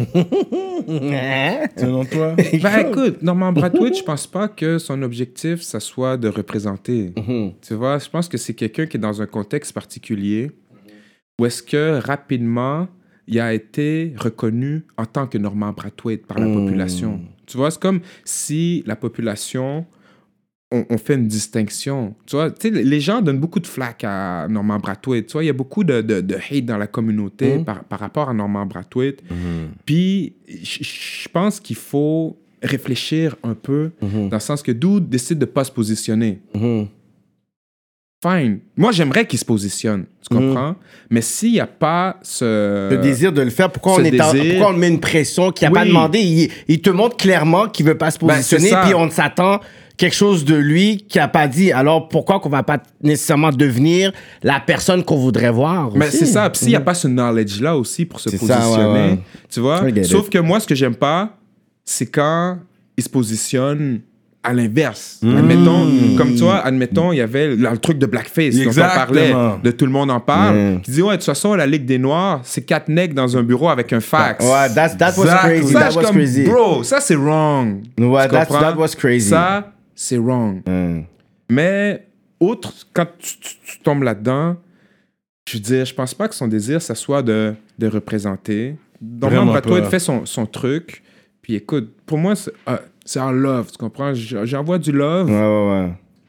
[SPEAKER 3] Selon toi?
[SPEAKER 5] Ben écoute, Norman Brathwaite, je pense pas que son objectif, ça soit de représenter. Mm-hmm. Tu vois, je pense que c'est quelqu'un qui est dans un contexte particulier où est-ce que rapidement, il a été reconnu en tant que Norman Brathwaite par la mm. population. Tu vois, c'est comme si la population... On, on fait une distinction. Tu vois, tu sais, les gens donnent beaucoup de flack à Norman Brathwaite. Tu vois, il y a beaucoup de, de, de hate dans la communauté mmh. par, par rapport à Norman Brathwaite. Mmh. Puis, je pense qu'il faut réfléchir un peu mmh. dans le sens que Dude décide de ne pas se positionner. Mmh. Fine. Moi, j'aimerais qu'il se positionne. Tu comprends? Mmh. Mais s'il n'y a pas ce...
[SPEAKER 4] Le désir de le faire, pourquoi, on, est en, pourquoi on met une pression qu'il n'a oui. pas demandé? Il, il te montre clairement qu'il ne veut pas se positionner, ben, puis on s'attend... quelque chose de lui qui a pas dit. Alors, pourquoi qu'on va pas nécessairement devenir la personne qu'on voudrait voir aussi?
[SPEAKER 5] Mais c'est ça. Puis s'il n'y a pas ce knowledge-là aussi pour se c'est positionner, ça, ouais, ouais. tu vois? Sauf que moi, ce que j'aime pas, c'est quand il se positionne à l'inverse. Mmh. Admettons, comme toi, admettons, il y avait le truc de blackface dont on parlait, de tout le monde en parle, mmh. qui dit, ouais, de toute façon, la Ligue des Noirs, c'est quatre nègres dans un bureau avec un fax.
[SPEAKER 4] Ouais, that's, that was crazy.
[SPEAKER 5] Ça,
[SPEAKER 4] that was
[SPEAKER 5] comme,
[SPEAKER 4] crazy.
[SPEAKER 5] Bro, ça, c'est wrong.
[SPEAKER 4] Ouais, that, that was crazy.
[SPEAKER 5] Ça, c'est wrong. Mm. Mais, autre, quand tu, tu, tu tombes là-dedans, je veux dire, je pense pas que son désir, ça soit de, de représenter. Norman Brathwaite fait son, son truc. Puis écoute, pour moi, c'est, euh, c'est un love, tu comprends? J'envoie du love.
[SPEAKER 4] Ouais, ouais, ouais.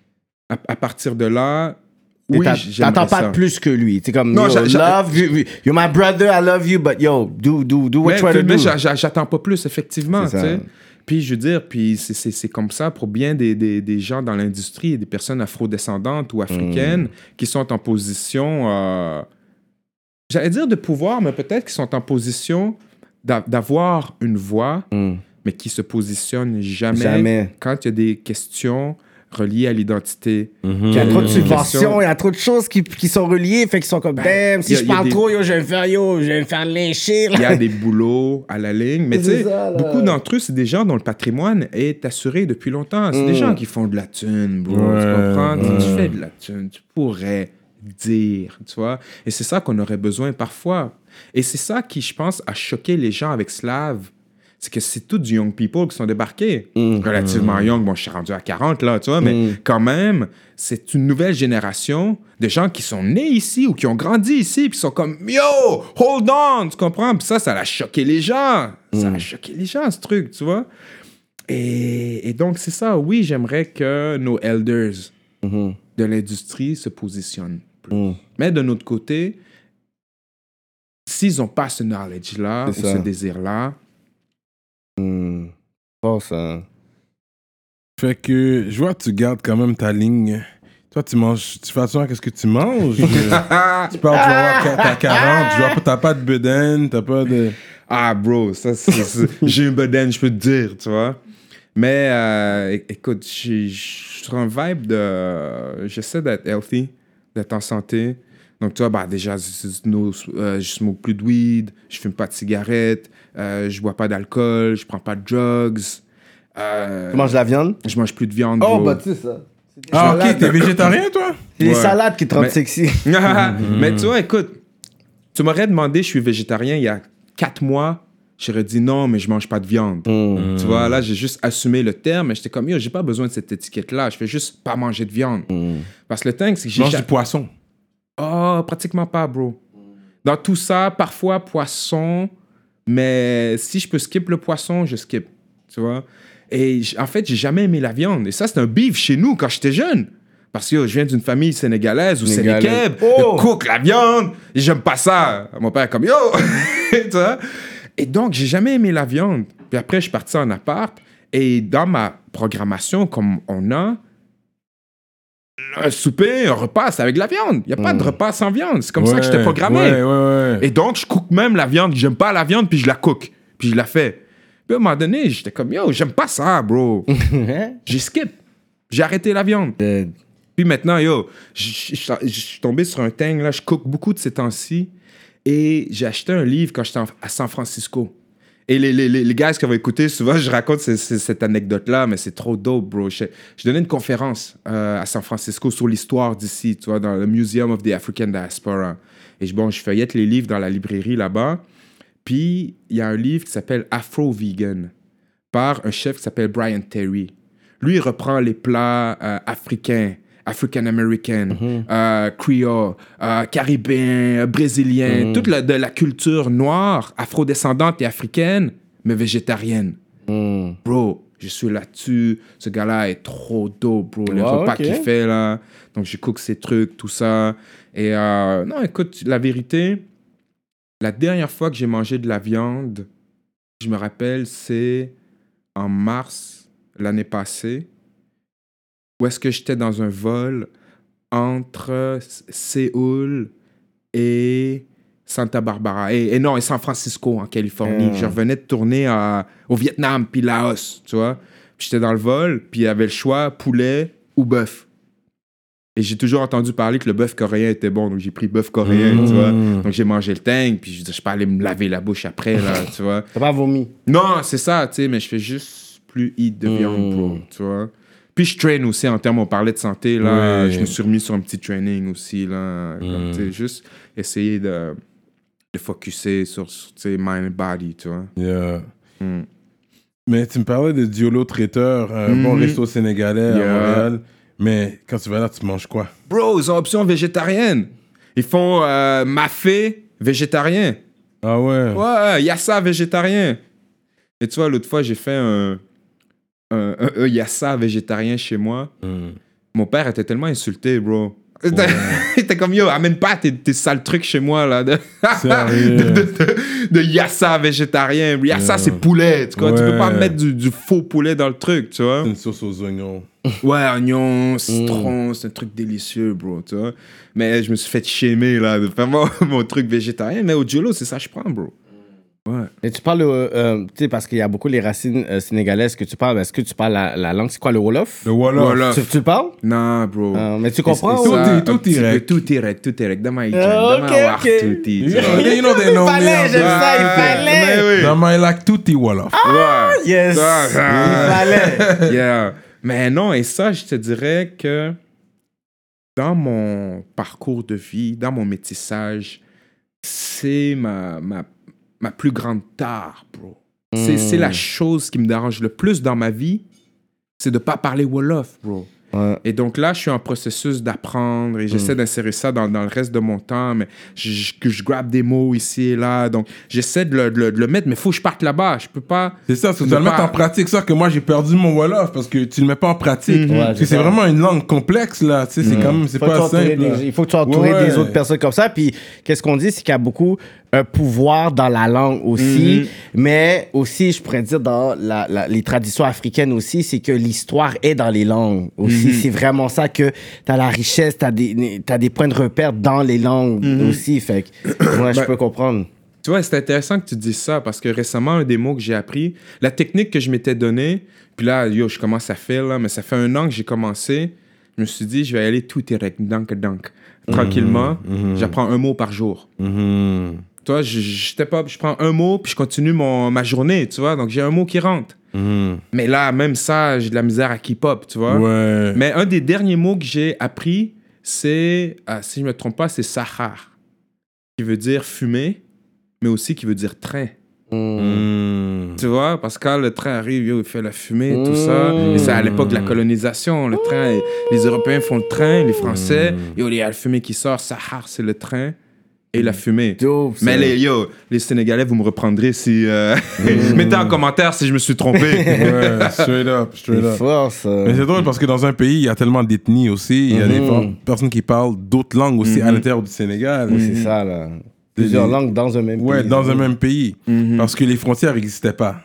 [SPEAKER 5] À, à partir de là, oui, j'aimerais
[SPEAKER 4] t'attends pas
[SPEAKER 5] ça.
[SPEAKER 4] de plus que lui. C'est comme,
[SPEAKER 5] non,
[SPEAKER 4] yo,
[SPEAKER 5] j'a, j'a,
[SPEAKER 4] love, you, you're my brother, I love you, but yo, do, do, do what
[SPEAKER 5] mais,
[SPEAKER 4] you want to
[SPEAKER 5] mais
[SPEAKER 4] do.
[SPEAKER 5] J'a, j'attends pas plus, effectivement, tu sais. Puis, je veux dire, puis c'est, c'est, c'est comme ça pour bien des, des, des gens dans l'industrie, des personnes afrodescendantes ou africaines mm. qui sont en position, euh, j'allais dire de pouvoir, mais peut-être qui sont en position d'a, d'avoir une voix, mm. mais qui se positionnent jamais, jamais quand il y a des questions reliées à l'identité.
[SPEAKER 4] Mm-hmm. Il y a trop de subventions, il y a trop de choses qui, qui sont reliées, fait qu'ils sont comme, ben, damn, si je parle des... trop, yo, je vais me faire, yo, je vais me faire lyncher.
[SPEAKER 5] Il y a des boulots à la ligne, mais tu sais, beaucoup d'entre eux, c'est des gens dont le patrimoine est assuré depuis longtemps. C'est mm. des gens qui font de la thune, bro, ouais, tu comprends? Ouais. Tu fais de la thune, tu pourrais dire, tu vois? Et c'est ça qu'on aurait besoin parfois. Et c'est ça qui, je pense, a choqué les gens avec Slave. C'est que c'est tous du young people qui sont débarqués. Mm. Relativement mm. young. Bon, je suis rendu à quarante, là, tu vois, mm. mais quand même, c'est une nouvelle génération de gens qui sont nés ici ou qui ont grandi ici, puis sont comme, yo, hold on, tu comprends? Puis ça, ça a choqué les gens. Mm. Ça a choqué les gens, ce truc, tu vois? Et, et donc, c'est ça. Oui, j'aimerais que nos elders mm-hmm. de l'industrie se positionnent plus. Mm. Mais de notre côté, s'ils n'ont pas ce knowledge-là c'est ou ça. ce désir-là,
[SPEAKER 4] Hmm. Bon, ça.
[SPEAKER 3] Fait que je vois que tu gardes quand même ta ligne. Toi, tu manges. Tu fais attention à ce que tu manges. tu parles, tu vas avoir t'as quarante, tu vois pas, t'as pas de bedaine, t'as pas de.
[SPEAKER 5] Ah, bro, ça, c'est, c'est, j'ai une bedaine, je peux te dire, tu vois. Mais euh, écoute, je suis sur un vibe de. J'essaie d'être healthy, d'être en santé. Donc, tu vois, bah, déjà, no, euh, je smoke plus de weed, je fume pas de cigarettes, euh, je bois pas d'alcool, je prends pas de drugs. Euh,
[SPEAKER 4] tu manges de la viande?
[SPEAKER 5] Je mange plus de viande.
[SPEAKER 4] Oh,
[SPEAKER 5] bro.
[SPEAKER 4] bah, tu sais ça.
[SPEAKER 3] Ah, ok, t'es végétarien, toi?
[SPEAKER 4] C'est ouais. les salades qui te rendent
[SPEAKER 5] mais...
[SPEAKER 4] sexy.
[SPEAKER 5] Mais tu vois, écoute, tu m'aurais demandé, je suis végétarien il y a quatre mois, j'aurais dit non, mais je mange pas de viande. Mm. Tu vois, là, j'ai juste assumé le terme, mais j'étais comme, yo, j'ai pas besoin de cette étiquette-là, je fais juste pas manger de viande. Mm. Parce que le thing, c'est que j'ai.
[SPEAKER 3] Je mange du poisson.
[SPEAKER 5] Oh, pratiquement pas, bro. Dans tout ça, parfois poisson, mais si je peux skip le poisson, je skip, tu vois. Et en fait, j'ai jamais aimé la viande. Et ça, c'est un beef chez nous quand j'étais jeune. Parce que yo, je viens d'une famille sénégalaise ou sénégalais. Oh! Cook la viande. Et j'aime pas ça. Mon père est comme yo. Tu vois? Et donc, j'ai jamais aimé la viande. Puis après, je suis parti en appart. Et dans ma programmation, comme on a, un souper, un repas, c'est avec de la viande. Il n'y a pas mmh. de repas sans viande. C'est comme ouais, ça que j'étais programmé.
[SPEAKER 3] Ouais, ouais, ouais.
[SPEAKER 5] Et donc, je cook même la viande. J'aime pas la viande, puis je la cook. Puis je la fais. Puis à un moment donné, j'étais comme, yo, j'aime pas ça, bro. J'ai skip. J'ai arrêté la viande.
[SPEAKER 4] Euh,
[SPEAKER 5] Puis maintenant, yo, je je- je suis tombé sur un thing, là, je cook beaucoup de ces temps-ci. Et j'ai acheté un livre quand j'étais en- à San Francisco. Et les, les, les, les gars qui vont écouter, souvent, je raconte ce- ce- cette anecdote-là, mais c'est trop dope, bro. Je, je donnais une conférence euh, à San Francisco sur l'histoire d'ici, tu vois, dans le Museum of the African Diaspora. Et je, bon, je feuillette les livres dans la librairie là-bas. Puis, il y a un livre qui s'appelle Afro-Vegan par un chef qui s'appelle Brian Terry. Lui, il reprend les plats euh, africains, African-American, mm-hmm. euh, Creole, euh, Caribéen, euh, Brésilien, mm-hmm. toute la, de la culture noire, afrodescendante et africaine, mais végétarienne. Mm. Bro, je suis là-dessus. Ce gars-là est trop dope, bro. Les
[SPEAKER 4] wow,
[SPEAKER 5] repas
[SPEAKER 4] okay.
[SPEAKER 5] qu'il fait, là. Donc, je cook ses trucs, tout ça. Et euh, non, écoute, la vérité, la dernière fois que j'ai mangé de la viande, je me rappelle, c'est en mars l'année passée, où est-ce que j'étais dans un vol entre Séoul et Santa Barbara, et, et non, et San Francisco, en Californie. Mm. Je revenais de tourner à, au Vietnam, puis Laos, tu vois. Puis j'étais dans le vol, puis il y avait le choix poulet ou bœuf. Et j'ai toujours entendu parler que le bœuf coréen était bon, donc j'ai pris bœuf coréen, mm. tu vois. Donc j'ai mangé le tang, puis je, je peux aller me laver la bouche après, là, tu vois.
[SPEAKER 4] T'as pas vomi?
[SPEAKER 5] Non, c'est ça, tu sais, mais je fais juste plus eat de viande, mm. bro, tu vois. Puis je traîne aussi en termes, on parlait de santé, là, oui. Je me suis remis sur un petit training aussi, là, mm. comme, tu sais, juste essayer de, de focusser sur, sur tu sais, mind and body, tu vois.
[SPEAKER 3] Yeah.
[SPEAKER 5] Mm.
[SPEAKER 3] Mais tu me parlais de Diolo Traiteur, un mm-hmm. bon resto sénégalais yeah. à Montréal. Mais quand tu vas là, tu manges quoi?
[SPEAKER 5] Bro, ils ont option végétarienne. Ils font euh, mafé végétarien.
[SPEAKER 3] Ah ouais?
[SPEAKER 5] Ouais, yassa végétarien. Et tu vois, l'autre fois, j'ai fait un, un, un, un yassa végétarien chez moi. Mm. Mon père était tellement insulté, bro. Ouais. Il était comme, yo, amène pas tes, tes sales trucs chez moi, là. De, de, de, de, de yassa végétarien. Yassa, yeah. c'est poulet, tu vois. Ouais. Tu peux pas mettre du, du faux poulet dans le truc, tu vois.
[SPEAKER 3] C'est une sauce aux oignons.
[SPEAKER 5] Ouais, oignons, citron, mm. c'est un truc délicieux, bro, tu vois. Mais je me suis fait shamer, là, de faire mon, mon truc végétarien. Mais au Diolo, c'est ça que je prends, bro. Ouais.
[SPEAKER 4] Et tu parles, euh, tu sais, parce qu'il y a beaucoup les racines euh, sénégalaises que tu parles. Est-ce que tu parles la, la langue, c'est quoi, le Wolof?
[SPEAKER 3] Le Wolof.
[SPEAKER 4] Wolof. Tu, tu le parles?
[SPEAKER 5] Non, bro.
[SPEAKER 4] Euh, mais tu comprends?
[SPEAKER 3] Tout est tout direct.
[SPEAKER 5] Tout direct, tout direct. Dans ma
[SPEAKER 4] Ok, ok.
[SPEAKER 3] You know they know me.
[SPEAKER 4] Il fallait, j'aime ça, il fallait.
[SPEAKER 3] Dans my like tout est Wolof.
[SPEAKER 4] Ah, yes. Il fallait.
[SPEAKER 5] Yeah. Mais non, et ça, je te dirais que dans mon parcours de vie, dans mon métissage, c'est ma, ma, ma plus grande tare, bro. Mm. C'est, c'est la chose qui me dérange le plus dans ma vie, c'est de ne pas parler Wolof, bro. Ouais. Et donc là, je suis en processus d'apprendre et j'essaie mm. d'insérer ça dans, dans le reste de mon temps, mais je, je, je grabe des mots ici et là, donc j'essaie de le, de le, de le mettre, mais il faut que je parte là-bas, je peux pas...
[SPEAKER 3] C'est ça, tu dois le mettre en pratique, ça que moi j'ai perdu mon Wolof, parce que tu le mets pas en pratique, mm-hmm. ouais, parce que c'est vraiment une langue complexe, là, tu sais, c'est mm. quand même, c'est pas simple.
[SPEAKER 4] Des, il faut que tu sois entouré ouais. des autres personnes comme ça, puis qu'est-ce qu'on dit, c'est qu'il y a beaucoup un pouvoir dans la langue aussi, mm-hmm. mais aussi, je pourrais dire, dans la, la, les traditions africaines aussi, c'est que l'histoire est dans les langues aussi. Mm-hmm. C'est vraiment ça que t'as la richesse, t'as des, t'as des points de repère dans les langues mm-hmm. aussi. Fait que moi, je ben, peux comprendre.
[SPEAKER 5] Tu vois, c'est intéressant que tu dises ça parce que récemment, un des mots que j'ai appris, la technique que je m'étais donnée, puis là, yo, je commence à faire, là, mais ça fait un an que j'ai commencé. Je me suis dit, je vais aller tout direct, dank, dank. Tranquillement, mm-hmm. j'apprends un mot par jour. Mm-hmm. Tu vois, je, je, pas, je prends un mot, puis je continue mon, ma journée, tu vois. Donc, j'ai un mot qui rentre. Mm. Mais là, même ça, j'ai de la misère à keep-up, tu vois.
[SPEAKER 3] Ouais.
[SPEAKER 5] Mais un des derniers mots que j'ai appris, c'est, ah, si je ne me trompe pas, c'est sahar, qui veut dire fumer, mais aussi qui veut dire train. Mm. Tu vois, parce que quand le train arrive, yo, il fait la fumée, mm. tout ça. Et c'est à l'époque de la colonisation. Le train, les Européens font le train, les Français, mm. yo, il y a la fumée qui sort, sahar, c'est le train. Et la fumée. Dope, mais les, yo, les Sénégalais, vous me reprendrez si... Euh... Mmh. Mettez en commentaire si je me suis trompé.
[SPEAKER 3] Ouais, straight up, straight up.
[SPEAKER 4] Fort, ça.
[SPEAKER 3] Mais c'est drôle parce que dans un pays, il y a tellement d'ethnies aussi. Il y a mmh. des personnes qui parlent d'autres langues aussi mmh. à l'intérieur du Sénégal.
[SPEAKER 4] Mmh. C'est ça, là. Plusieurs des... langues dans un même
[SPEAKER 3] ouais, pays. Ouais, dans mmh. un même pays.
[SPEAKER 5] Mmh.
[SPEAKER 3] Parce que les frontières n'existaient pas.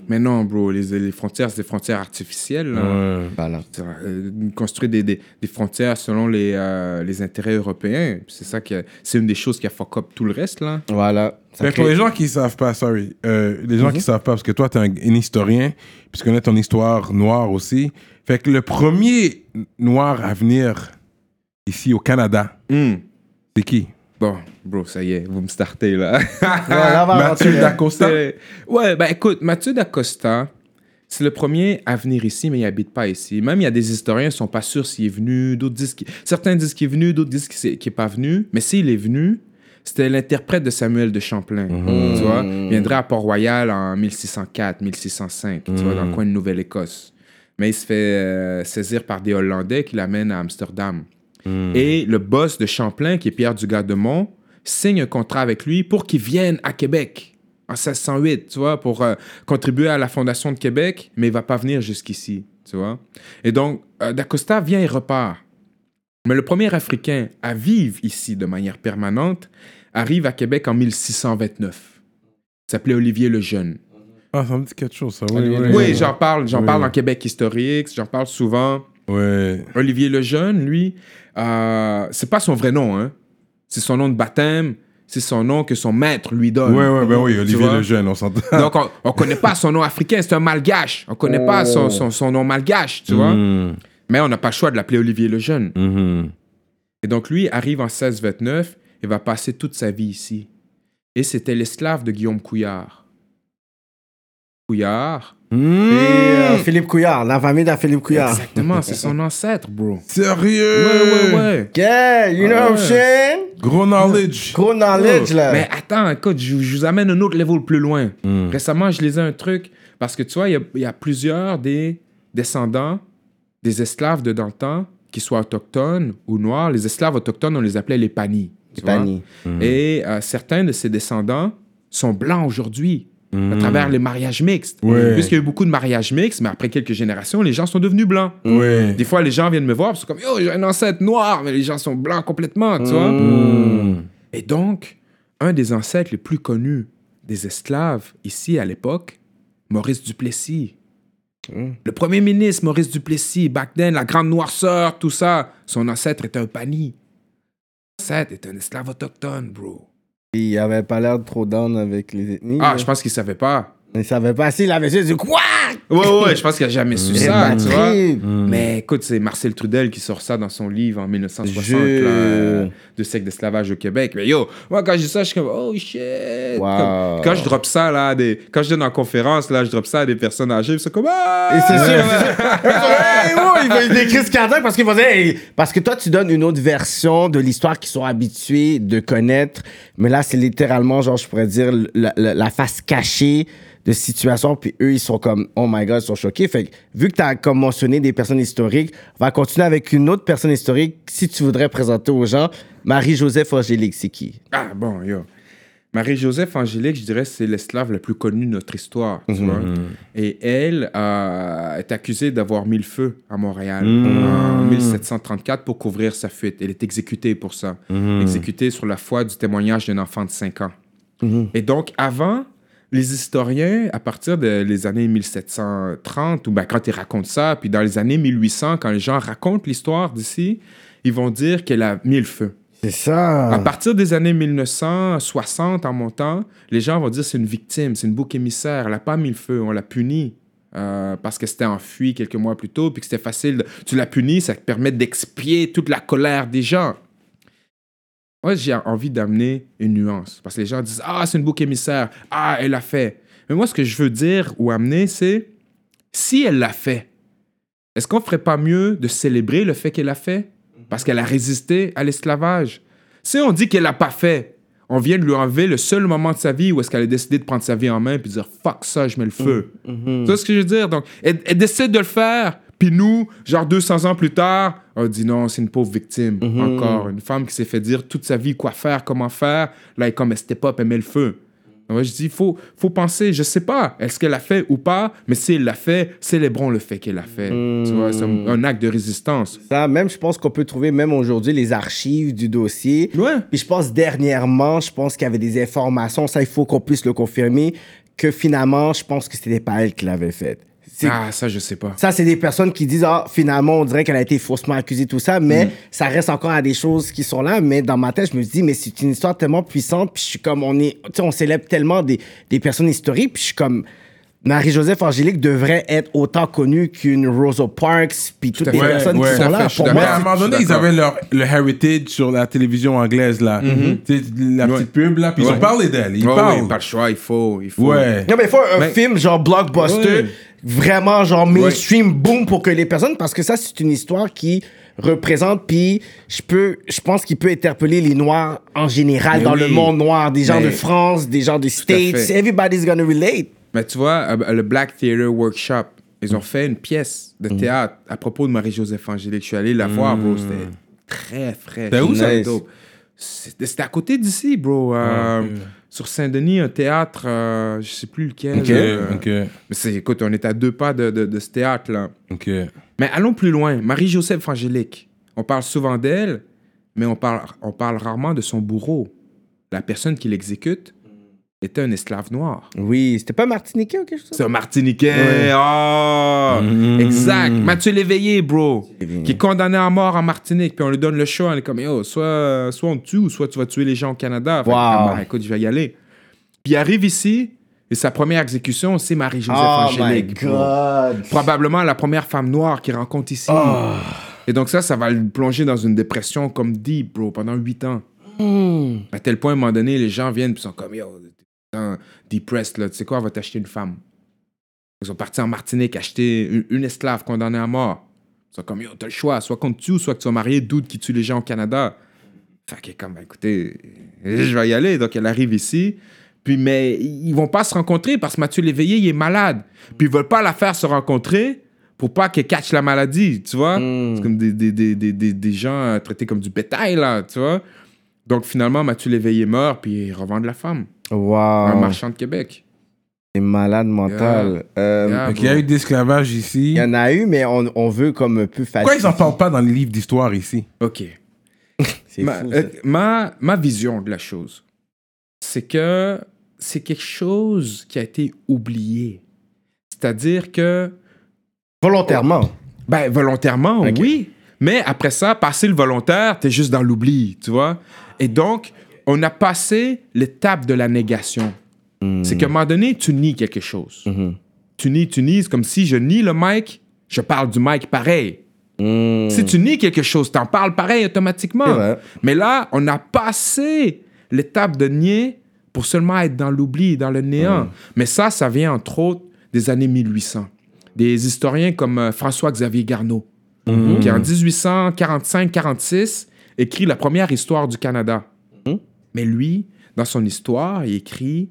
[SPEAKER 5] Mais non, bro, les, les frontières, c'est des frontières artificielles. Là.
[SPEAKER 3] Ouais.
[SPEAKER 4] Voilà.
[SPEAKER 5] Euh, construire des, des, des frontières selon les, euh, les intérêts européens. C'est ça qui a, c'est une des choses qui a fuck up tout le reste, là.
[SPEAKER 4] Voilà. Ça
[SPEAKER 3] Mais
[SPEAKER 4] crée-
[SPEAKER 3] pour les gens qui savent pas, sorry, euh, les gens qui savent pas, parce que toi, t'es un, un historien, puis tu connais ton histoire noire aussi. Fait que le premier noir à venir ici au Canada,
[SPEAKER 5] Mm.
[SPEAKER 3] c'est qui?
[SPEAKER 5] Bon, bro, ça y est, vous me startez, là.
[SPEAKER 4] Voilà, va
[SPEAKER 3] Mathieu
[SPEAKER 4] rentrer, là.
[SPEAKER 3] Dacosta?
[SPEAKER 5] C'est- Ouais, ben écoute, Mathieu Dacosta, c'est le premier à venir ici, mais il habite pas ici. Même il y a des historiens qui sont pas sûrs s'il est venu, d'autres disent qu'il... certains disent qu'il est venu, d'autres disent qu'il n'est pas venu. Mais s'il est venu, c'était l'interprète de Samuel de Champlain, tu vois. Il viendrait à Port-Royal en mille six cent quatre, mille six cent cinq, tu vois, dans le coin de Nouvelle-Écosse. Mais il se fait euh, saisir par des Hollandais qui l'amènent à Amsterdam. Et le boss de Champlain, qui est Pierre Dugas-de-Mont, signe un contrat avec lui pour qu'il vienne à Québec en seize cent huit, tu vois, pour euh, contribuer à la fondation de Québec, mais il va pas venir jusqu'ici, tu vois. Et donc, euh, Dacosta vient et repart. Mais le premier Africain à vivre ici de manière permanente arrive à Québec en mille six cent vingt-neuf. Il s'appelait Olivier le Jeune.
[SPEAKER 3] Ah, ça me dit quelque chose, ça. Oui,
[SPEAKER 5] Oui,
[SPEAKER 3] oui,
[SPEAKER 5] oui, j'en parle, j'en
[SPEAKER 3] Oui.
[SPEAKER 5] parle en Québec historique, j'en parle souvent.
[SPEAKER 3] Ouais.
[SPEAKER 5] Olivier le Jeune, lui, euh, c'est pas son vrai nom, hein. C'est son nom de baptême, c'est son nom que son maître lui donne.
[SPEAKER 3] Ouais, ouais, ben oui,
[SPEAKER 5] Tu
[SPEAKER 3] Olivier
[SPEAKER 5] vois?
[SPEAKER 3] le Jeune, on s'entend.
[SPEAKER 5] Donc, on, on connaît pas son nom africain, c'est un malgache. On connaît pas son, son, son nom malgache, tu vois.
[SPEAKER 3] Mm.
[SPEAKER 5] Mais on n'a pas le choix de l'appeler Olivier le Jeune.
[SPEAKER 3] Mhm.
[SPEAKER 5] Et donc, lui arrive en seize vingt-neuf et va passer toute sa vie ici. Et c'était l'esclave de Guillaume Couillard. Couillard.
[SPEAKER 4] Et euh, Philippe Couillard, la famille de Philippe Couillard.
[SPEAKER 5] Exactement, c'est son ancêtre, bro.
[SPEAKER 3] Sérieux?
[SPEAKER 5] Ouais, ouais, ouais.
[SPEAKER 4] Yeah, you know what I'm saying?
[SPEAKER 3] Gros knowledge.
[SPEAKER 4] Gros knowledge, là.
[SPEAKER 5] Mais attends, écoute, je, je vous amène un autre level plus loin.
[SPEAKER 3] Mm.
[SPEAKER 5] Récemment, je lisais un truc, parce que tu vois, il y a, il y a plusieurs des descendants des esclaves de dans le temps, qu'ils soient autochtones ou noirs. Les esclaves autochtones, on les appelait les panis. tu vois.
[SPEAKER 4] Pani.
[SPEAKER 5] Et euh, certains de ces descendants sont blancs aujourd'hui, à travers les mariages mixtes.
[SPEAKER 3] Ouais.
[SPEAKER 5] Puisqu'il y a eu beaucoup de mariages mixtes, mais après quelques générations, les gens sont devenus blancs.
[SPEAKER 3] Ouais.
[SPEAKER 5] Des fois, les gens viennent me voir, ils sont comme « Yo, j'ai un ancêtre noir », mais les gens sont blancs complètement, tu vois.
[SPEAKER 3] Mm.
[SPEAKER 5] Et donc, un des ancêtres les plus connus des esclaves ici à l'époque, Maurice Duplessis. Le premier ministre Maurice Duplessis, back then, la grande noirceur, tout ça, son ancêtre était un pani. Son ancêtre était un esclave autochtone, bro.
[SPEAKER 4] Il avait pas l'air trop down avec les ethnies.
[SPEAKER 5] Ah,
[SPEAKER 4] là.
[SPEAKER 5] je pense qu'il savait pas.
[SPEAKER 4] Il savait pas s'il avait su, il dit quoi?
[SPEAKER 5] Ouais, ouais, je pense qu'il a jamais su
[SPEAKER 4] C'est
[SPEAKER 5] ça,
[SPEAKER 4] ma
[SPEAKER 5] tu vois.
[SPEAKER 4] tribe.
[SPEAKER 5] Mais écoute, c'est Marcel Trudel qui sort ça dans son livre en mille neuf cent soixante,
[SPEAKER 4] Je-
[SPEAKER 5] là, euh, de siècle d'esclavage au Québec. Mais yo, moi, quand je dis ça, je suis comme, oh shit.
[SPEAKER 4] Wow.
[SPEAKER 5] Comme- quand je drop ça, là, à des... quand je donne en conférence, là, je drop ça à des personnes âgées, ils sont comme, ah!
[SPEAKER 4] Et c'est sûr, c'est sûr. Hey, ouais, il fait des crises cardiaques parce qu'il faisait. Hey, parce que toi, tu donnes une autre version de l'histoire qu'ils sont habitués de connaître. Mais là, c'est littéralement, genre, je pourrais dire, la, la- la face cachée de situation. Puis eux, ils sont comme, oh my God, ils sont choqués. Fait que, vu que tu as comme mentionné des personnes historiques, on va continuer avec une autre personne historique. Si tu voudrais présenter aux gens, Marie-Joseph Angélique, c'est qui?
[SPEAKER 5] Ah, bon, yo. Marie-Joseph Angélique, je dirais, c'est l'esclave la plus connue de notre histoire, tu vois. Et elle euh, est accusée d'avoir mis le feu à Montréal en mille sept cent trente-quatre pour couvrir sa fuite. Elle est exécutée pour ça. Exécutée sur la foi du témoignage d'un enfant de cinq ans. Et donc, avant, les historiens, à partir des années mille sept cent trente, ou ben, quand ils racontent ça, puis dans les années mille huit cents, quand les gens racontent l'histoire d'ici, ils vont dire qu'elle a mis le feu.
[SPEAKER 4] C'est ça.
[SPEAKER 5] À partir des années mille neuf cent soixante, en montant, les gens vont dire c'est une victime, c'est une bouc émissaire, elle n'a pas mis le feu, on l'a punie euh, parce que c'était enfui quelques mois plus tôt, puis que c'était facile. De... Tu l'as punie, ça te permet d'expier toute la colère des gens. Moi, j'ai envie d'amener une nuance, parce que les gens disent « Ah, c'est une bouc émissaire, ah, elle l'a fait ». Mais moi, ce que je veux dire ou amener, c'est si elle l'a fait, est-ce qu'on ne ferait pas mieux de célébrer le fait qu'elle l'a fait? Parce qu'elle a résisté à l'esclavage. Si on dit qu'elle l'a pas fait, on vient de lui enlever le seul moment de sa vie où est-ce qu'elle a décidé de prendre sa vie en main puis de dire « Fuck ça, je mets le feu
[SPEAKER 4] Mm. ».
[SPEAKER 5] Tu vois ce que je veux dire? Donc, elle, elle décide de le faire, puis nous, genre deux cents ans plus tard, on dit non, c'est une pauvre victime. Encore, une femme qui s'est fait dire toute sa vie quoi faire, comment faire. Là, elle est comme, elle step up, elle met le feu. Moi, je dis, il faut, faut penser, je sais pas, est-ce qu'elle l'a fait ou pas, mais si elle l'a fait, célébrons le fait qu'elle l'a fait. Tu vois, c'est un, un acte de résistance.
[SPEAKER 4] Ça, même, je pense qu'on peut trouver, même aujourd'hui, les archives du dossier.
[SPEAKER 5] Ouais.
[SPEAKER 4] Puis je pense, dernièrement, je pense qu'il y avait des informations, ça, il faut qu'on puisse le confirmer, que finalement, je pense que c'était pas elle qui l'avait faite. C'est-
[SPEAKER 5] Ah, ça, je sais pas.
[SPEAKER 4] Ça, c'est des personnes qui disent, ah, finalement, on dirait qu'elle a été faussement accusée, tout ça, mais
[SPEAKER 5] Mm.
[SPEAKER 4] ça reste encore à des choses qui sont là. Mais dans ma tête, je me dis, mais c'est une histoire tellement puissante, puis je suis comme, on est, tu sais, on célèbre tellement des, des personnes historiques, puis je suis comme, Marie-Joseph Angélique devrait être autant connue qu'une Rosa Parks, puis toutes
[SPEAKER 5] à
[SPEAKER 4] les
[SPEAKER 5] fait.
[SPEAKER 4] personnes
[SPEAKER 3] Ouais,
[SPEAKER 4] qui
[SPEAKER 3] tout
[SPEAKER 4] sont
[SPEAKER 5] à fait,
[SPEAKER 4] là.
[SPEAKER 5] je suis
[SPEAKER 4] Pour
[SPEAKER 3] Mais
[SPEAKER 4] moi,
[SPEAKER 3] à un moment
[SPEAKER 5] je suis
[SPEAKER 3] donné, ils
[SPEAKER 5] d'accord.
[SPEAKER 3] avaient leur, le heritage sur la télévision anglaise, là. Tu sais, la
[SPEAKER 5] Ouais.
[SPEAKER 3] petite pub, là. Puis ils
[SPEAKER 5] Ouais.
[SPEAKER 3] ont parlé d'elle. Ils
[SPEAKER 5] Ouais,
[SPEAKER 3] parlent.
[SPEAKER 5] ouais, pas le choix, il faut. Il faut.
[SPEAKER 3] Ouais.
[SPEAKER 4] non, mais il faut un
[SPEAKER 5] Mais-
[SPEAKER 4] film genre blockbuster,
[SPEAKER 5] Ouais.
[SPEAKER 4] vraiment genre mainstream, boom, pour que les personnes, parce que ça, c'est une histoire qui représente, puis je peux, je pense qu'il peut interpeller les Noirs en général
[SPEAKER 5] Mais
[SPEAKER 4] dans
[SPEAKER 5] oui.
[SPEAKER 4] le monde noir, des gens
[SPEAKER 5] Mais-
[SPEAKER 4] de France, des gens des States,
[SPEAKER 5] fait.
[SPEAKER 4] everybody's gonna relate.
[SPEAKER 5] Mais tu vois, euh, le Black Theatre Workshop, ils ont fait une pièce de théâtre à propos de Marie-Joseph Angélique. Je suis allé la voir, bro. C'était très frais.
[SPEAKER 3] C'était où,
[SPEAKER 4] ça?
[SPEAKER 5] C'était dope. C'était c'était à côté d'ici, bro. Euh, Sur Saint-Denis, un théâtre, euh, je sais plus lequel.
[SPEAKER 3] Ok,
[SPEAKER 5] euh,
[SPEAKER 3] ok,
[SPEAKER 5] Mais c'est, écoute, on est à deux pas de, de, de ce théâtre-là.
[SPEAKER 3] ok.
[SPEAKER 5] Mais allons plus loin. Marie-Joseph Angélique. On parle souvent d'elle, mais on parle, on parle rarement de son bourreau. La personne qui l'exécute était un esclave noir.
[SPEAKER 4] Oui, c'était pas Martiniquais ou quelque chose?
[SPEAKER 5] C'est un Martiniquais. Oh! Exact. Mathieu Léveillé, bro.
[SPEAKER 4] Léveillé.
[SPEAKER 5] Qui est condamné à mort en Martinique. Puis on lui donne le choix. On est comme, yo, soit, soit on te tue ou soit tu vas tuer les gens au Canada. Fait que,
[SPEAKER 4] Wow.
[SPEAKER 5] ah, bah, écoute, je vais y aller. Puis il arrive ici et sa première exécution, c'est Marie-Joseph
[SPEAKER 4] Oh my
[SPEAKER 5] Angélique. bro.
[SPEAKER 4] God.
[SPEAKER 5] Probablement la première femme noire qu'il rencontre ici.
[SPEAKER 4] Oh.
[SPEAKER 5] Et donc ça, ça va le plonger dans une dépression comme deep, bro, pendant huit ans.
[SPEAKER 4] Hmm.
[SPEAKER 5] À tel point, à un moment donné, les gens viennent et sont comme, yo, t'es depressed, là. Tu sais quoi, on va t'acheter une femme. Ils sont partis en Martinique acheter une, une esclave condamnée à mort. Ils sont comme, yo, t'as le choix, soit qu'on te tue ou soit que tu vas marier Doud qui tue les gens au Canada. Fait que, comme, écoutez, je vais y aller. Donc, elle arrive ici. Puis, mais ils vont pas se rencontrer parce que Mathieu Léveillé, il est malade. Puis, ils veulent pas la faire se rencontrer pour pas qu'elle catch la maladie, tu vois.
[SPEAKER 4] Mm.
[SPEAKER 5] C'est comme des, des, des, des, des, des gens euh, traités comme du bétail, là, tu vois. Donc, finalement, Mathieu Léveillé meurt, puis ils revendent la femme. Un
[SPEAKER 4] Wow.
[SPEAKER 5] marchand de Québec.
[SPEAKER 4] C'est malade mental. Euh,
[SPEAKER 5] Yeah.
[SPEAKER 3] Donc, il y a eu de l'esclavage ici.
[SPEAKER 4] Il y en a eu, mais on, on veut comme un peu facile.
[SPEAKER 3] Pourquoi ils en parlent pas dans les livres d'histoire ici?
[SPEAKER 5] OK.
[SPEAKER 4] C'est
[SPEAKER 5] Ma,
[SPEAKER 4] fou,
[SPEAKER 5] euh,
[SPEAKER 4] ça.
[SPEAKER 5] ma, ma vision de la chose, c'est que c'est quelque chose qui a été oublié. C'est-à-dire que,
[SPEAKER 4] Volontairement.
[SPEAKER 5] ben, volontairement,
[SPEAKER 4] Ok.
[SPEAKER 5] oui. Mais après ça, passer le volontaire, t'es juste dans l'oubli, tu vois. Et donc, on a passé l'étape de la négation. C'est qu'à un moment donné, tu nies quelque chose.
[SPEAKER 4] Mhm.
[SPEAKER 5] Tu nies, tu nies, c'est comme si je nie le mic, je parle du mic pareil.
[SPEAKER 4] Mm.
[SPEAKER 5] Si tu nies quelque chose, t'en parles pareil automatiquement.
[SPEAKER 4] C'est vrai.
[SPEAKER 5] Mais là, on a passé l'étape de nier pour seulement être dans l'oubli, dans le néant.
[SPEAKER 4] Mm.
[SPEAKER 5] Mais ça, ça vient entre autres des années mille huit cents. Des historiens comme euh, François-Xavier Garneau,
[SPEAKER 4] Mm.
[SPEAKER 5] qui en dix-huit cent quarante-cinq quarante-six écrit la première histoire du Canada.
[SPEAKER 4] Mm.
[SPEAKER 5] Mais lui, dans son histoire, il écrit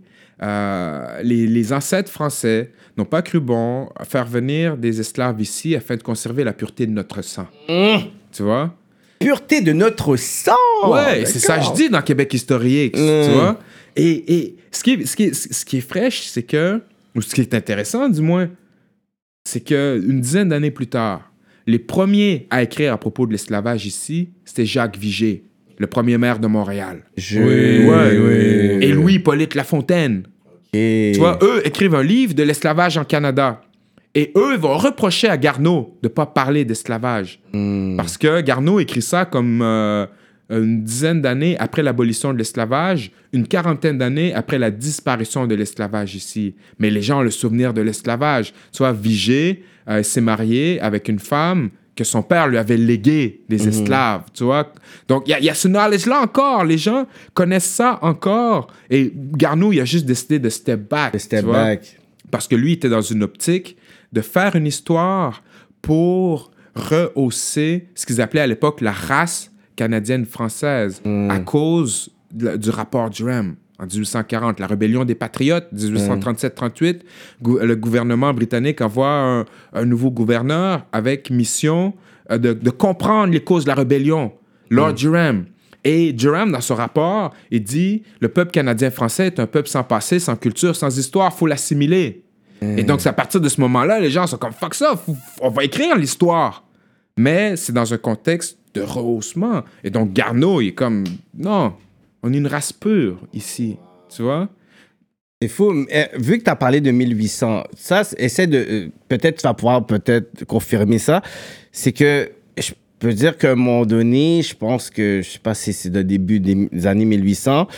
[SPEAKER 5] euh, les, les ancêtres français n'ont pas cru bon à faire venir des esclaves ici afin de conserver la pureté de notre sang.
[SPEAKER 4] Mm.
[SPEAKER 5] Tu vois?
[SPEAKER 4] Pureté de notre sang.
[SPEAKER 5] Ouais, c'est ça que je dis dans Québec historique,
[SPEAKER 4] Mm.
[SPEAKER 5] tu vois? Et, et ce, qui est, ce, qui est, ce qui est fraîche, c'est que, ou ce qui est intéressant du moins, c'est qu'une dizaine d'années plus tard, les premiers à écrire à propos de l'esclavage ici, c'était Jacques Vigée, le premier maire de Montréal.
[SPEAKER 4] Je...
[SPEAKER 3] Oui,
[SPEAKER 5] Ouais.
[SPEAKER 3] oui.
[SPEAKER 5] Et Louis-Hippolyte Lafontaine.
[SPEAKER 4] Et...
[SPEAKER 5] Tu vois, eux écrivent un livre de l'esclavage en Canada. Et eux vont reprocher à Garneau de ne pas parler d'esclavage.
[SPEAKER 4] Mm.
[SPEAKER 5] Parce que Garneau écrit ça comme euh, une dizaine d'années après l'abolition de l'esclavage, une quarantaine d'années après la disparition de l'esclavage ici. Mais les gens ont le souvenir de l'esclavage. Tu vois, Vigée euh, s'est marié avec une femme que son père lui avait légué des esclaves, tu vois. Donc, il y, a- y a ce knowledge-là encore. Les gens connaissent ça encore. Et Garneau, il a juste décidé de step back.
[SPEAKER 4] Le step
[SPEAKER 5] tu vois.
[SPEAKER 4] back.
[SPEAKER 5] Parce que lui était dans une optique de faire une histoire pour rehausser ce qu'ils appelaient à l'époque la race canadienne-française à cause de la- du rapport Durham en dix-huit cent quarante, la rébellion des Patriotes, dix-huit cent trente-sept trente-huit. Gou- le gouvernement britannique envoie un, un nouveau gouverneur avec mission euh, de, de comprendre les causes de la rébellion, Lord Durham. Et Durham, dans son rapport, il dit « Le peuple canadien-français est un peuple sans passé, sans culture, sans histoire, il faut l'assimiler. Et donc, c'est à partir de ce moment-là, les gens sont comme « Fuck ça, faut- on va écrire l'histoire. » Mais c'est dans un contexte de rehaussement. Et donc, Garneau, il est comme « Non, on est une race pure ici. » Tu vois?
[SPEAKER 4] C'est fou. Mais, vu que tu as parlé de mille huit cents, ça, essaie de... euh, peut-être tu vas pouvoir peut-être confirmer ça. C'est que je peux dire qu'à un moment donné, je pense que, je sais pas si c'est le début des années mille huit cents,